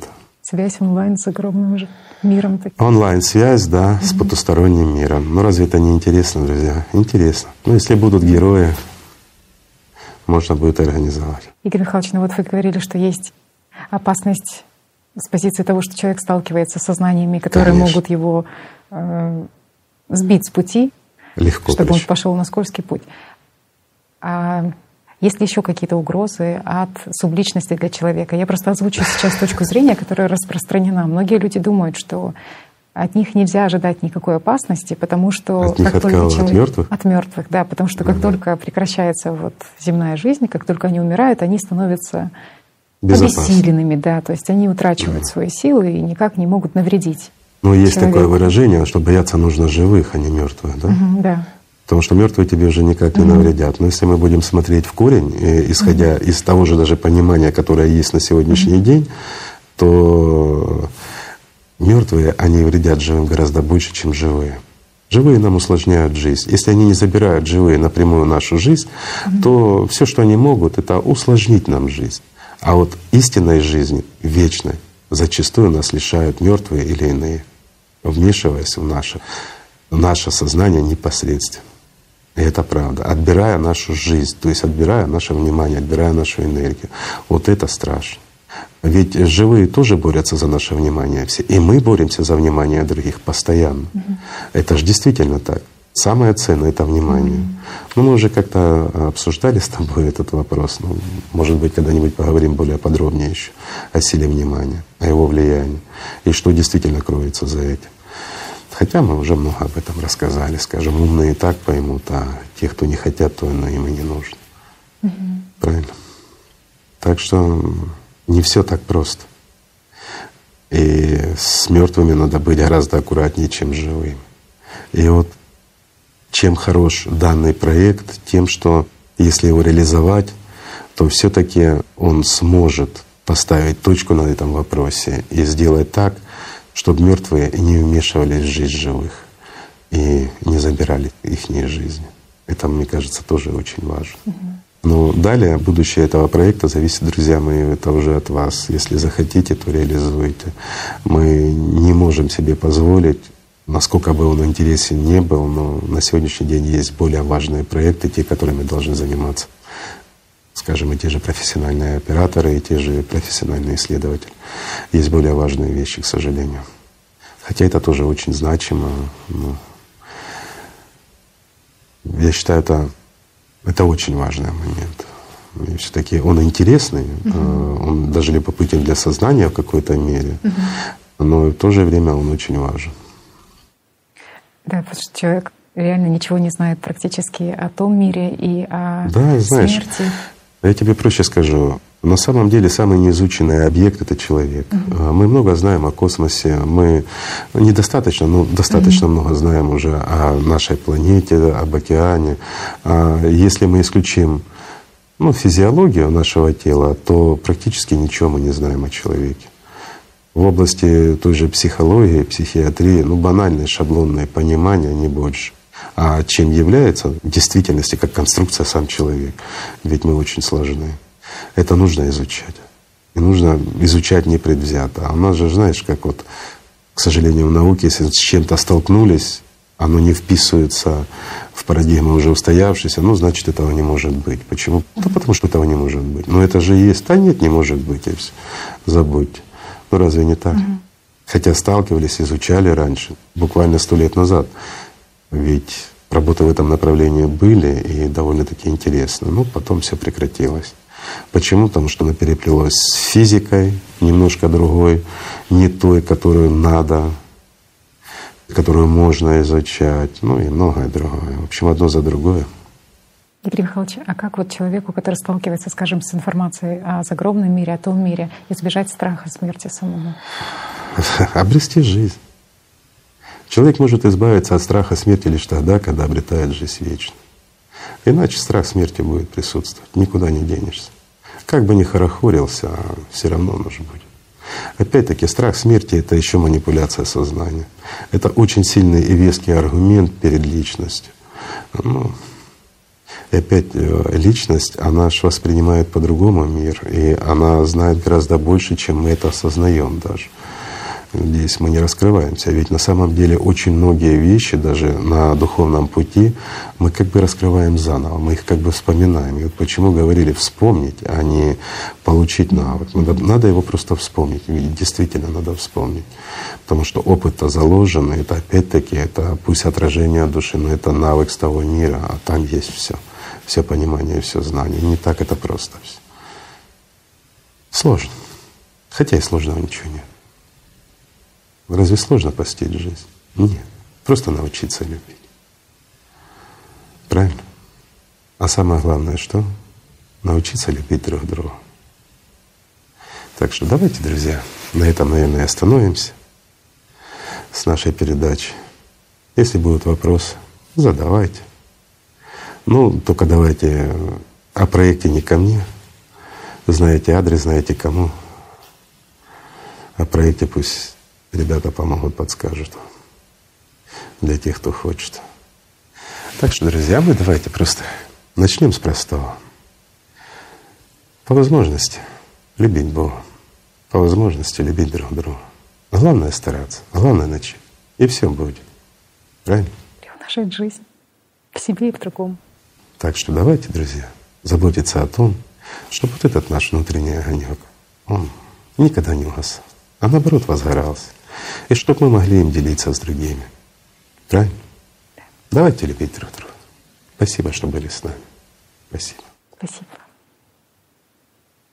Связь онлайн с огромным же миром. Онлайн-связь, да, mm-hmm. с потусторонним миром. Но разве это не интересно, друзья? Интересно. Ну, если будут герои, можно будет организовать. Игорь Михайлович, ну вот вы говорили, что есть опасность с позиции того, что человек сталкивается с знаниями, которые Конечно. могут его э, сбить с пути, Легко чтобы причем. он пошел на скользкий путь. А есть ли еще какие-то угрозы от субличности для человека? Я просто озвучу сейчас точку зрения, которая распространена. Многие люди думают, что от них нельзя ожидать никакой опасности, потому что от них как от только кого? человек... От мертвых? От мертвых, да, потому что как mm-hmm. только прекращается вот земная жизнь, как только они умирают, они становятся обессиленными, да, то есть они утрачивают mm-hmm. свои силы и никак не могут навредить. Ну, есть человеку. такое выражение, что бояться нужно живых, а не мертвых, да? Mm-hmm, да. Потому что мертвые тебе уже никак не mm-hmm. навредят. Но если мы будем смотреть в корень, исходя mm-hmm. из того же даже понимания, которое есть на сегодняшний mm-hmm. день, то мертвые, они вредят живым гораздо больше, чем живые. Живые нам усложняют жизнь. Если они не забирают живые напрямую нашу жизнь, mm-hmm. то все, что они могут, это усложнить нам жизнь. А вот истинной жизни, вечной, зачастую нас лишают мертвые или иные, вмешиваясь в наше, в наше сознание непосредственно. И это правда. Отбирая нашу жизнь, то есть отбирая наше внимание, отбирая нашу энергию. Вот это страшно. Ведь живые тоже борются за наше внимание все. И мы боремся за внимание других постоянно. Mm-hmm. Это же действительно так. Самое ценное — это внимание. Mm-hmm. Ну, мы уже как-то обсуждали с тобой этот вопрос. Ну, может быть, когда-нибудь поговорим более подробнее еще о силе внимания, о его влиянии и что действительно кроется за этим. Хотя мы уже много об этом рассказали, скажем, умные и так поймут, а те, кто не хотят, то оно им и не нужно. Mm-hmm. Правильно? Так что не все так просто. И с мертвыми надо быть гораздо аккуратнее, чем с живыми. И вот чем хорош данный проект, тем, что если его реализовать, то все-таки он сможет поставить точку на этом вопросе и сделать так, чтобы мертвые не вмешивались в жизнь живых и не забирали их жизни. Это, мне кажется, тоже очень важно. Угу. Но далее будущее этого проекта зависит, друзья мои, это уже от вас. Если захотите, то реализуйте. Мы не можем себе позволить, насколько бы он интересен не был, но на сегодняшний день есть более важные проекты, те, которыми должны заниматься, скажем, и те же профессиональные операторы, и те же профессиональные исследователи. Есть более важные вещи, к сожалению. Хотя это тоже очень значимо. Но я считаю, это, это очень важный момент. И все-таки он интересный, uh-huh. он даже любопытен для сознания в какой-то мере, uh-huh. но в то же время он очень важен. Да, потому что человек реально ничего не знает практически о том мире и о да, знаешь, смерти. Я тебе проще скажу. На самом деле самый неизученный объект — это человек. Uh-huh. Мы много знаем о космосе, мы недостаточно, но достаточно uh-huh. много знаем уже о нашей планете, об океане. Если мы исключим ну, физиологию нашего тела, то практически ничего мы не знаем о человеке. В области той же психологии, психиатрии, ну банальные шаблонные понимания, не больше. А чем является в действительности как конструкция сам человек? Ведь мы очень сложны. Это нужно изучать. И нужно изучать непредвзято. А у нас же, знаешь, как вот, к сожалению, в науке, если с чем-то столкнулись, оно не вписывается в парадигму уже устоявшейся, ну, значит, этого не может быть. Почему? Да потому что этого не может быть. Но это же есть. Да нет, не может быть, и все. Забудьте. Ну разве не так? Mm-hmm. Хотя сталкивались, изучали раньше, буквально сто лет назад. Ведь работы в этом направлении были и довольно-таки интересно. Но потом все прекратилось. Почему? Потому что оно переплелось с физикой, немножко другой, не той, которую надо, которую можно изучать, ну и многое другое. В общем, одно за другое. Игорь Михайлович, а как вот человеку, который сталкивается, скажем, с информацией о загробном мире, о том мире, избежать страха смерти самому? Обрести жизнь. Человек может избавиться от страха смерти лишь тогда, когда обретает жизнь вечную. Иначе страх смерти будет присутствовать, никуда не денешься. Как бы ни хорохорился, а все равно он уже будет. Опять-таки, страх смерти — это еще манипуляция сознания. Это очень сильный и веский аргумент перед личностью. Ну, И опять э, личность, она ж воспринимает по-другому мир, и она знает гораздо больше, чем мы это осознаем даже. Здесь мы не раскрываемся. Ведь на самом деле очень многие вещи, даже на духовном пути, мы как бы раскрываем заново, мы их как бы вспоминаем. И вот почему говорили вспомнить, а не получить навык. Надо, надо его просто вспомнить. Ведь действительно надо вспомнить. Потому что опыт-то заложен, и это опять-таки, это пусть отражение души, но это навык с того мира, а там есть все, все понимание, все знание. Не так это просто все. Сложно. Хотя и сложного ничего нет. Разве сложно постичь жизнь? Нет. Просто научиться любить. Правильно? А самое главное что? Научиться любить друг друга. Так что давайте, друзья, на этом, наверное, остановимся с нашей передачей. Если будут вопросы, задавайте. Ну, только давайте о проекте не ко мне. Знаете адрес, знаете кому. О проекте пусть ребята помогут, подскажут для тех, кто хочет. Так что, друзья, мы давайте просто начнем с простого. По возможности любить Бога, по возможности любить друг друга. Главное стараться, главное начать, и все будет. Правильно? Приумножать жизнь в себе и в другом. Так что давайте, друзья, заботиться о том, чтобы вот этот наш внутренний огонек, он никогда не угасал, а наоборот возгорался. И чтобы мы могли им делиться с другими. Правильно? Да. Давайте любить друг друга. Спасибо, что были с нами. Спасибо. Спасибо.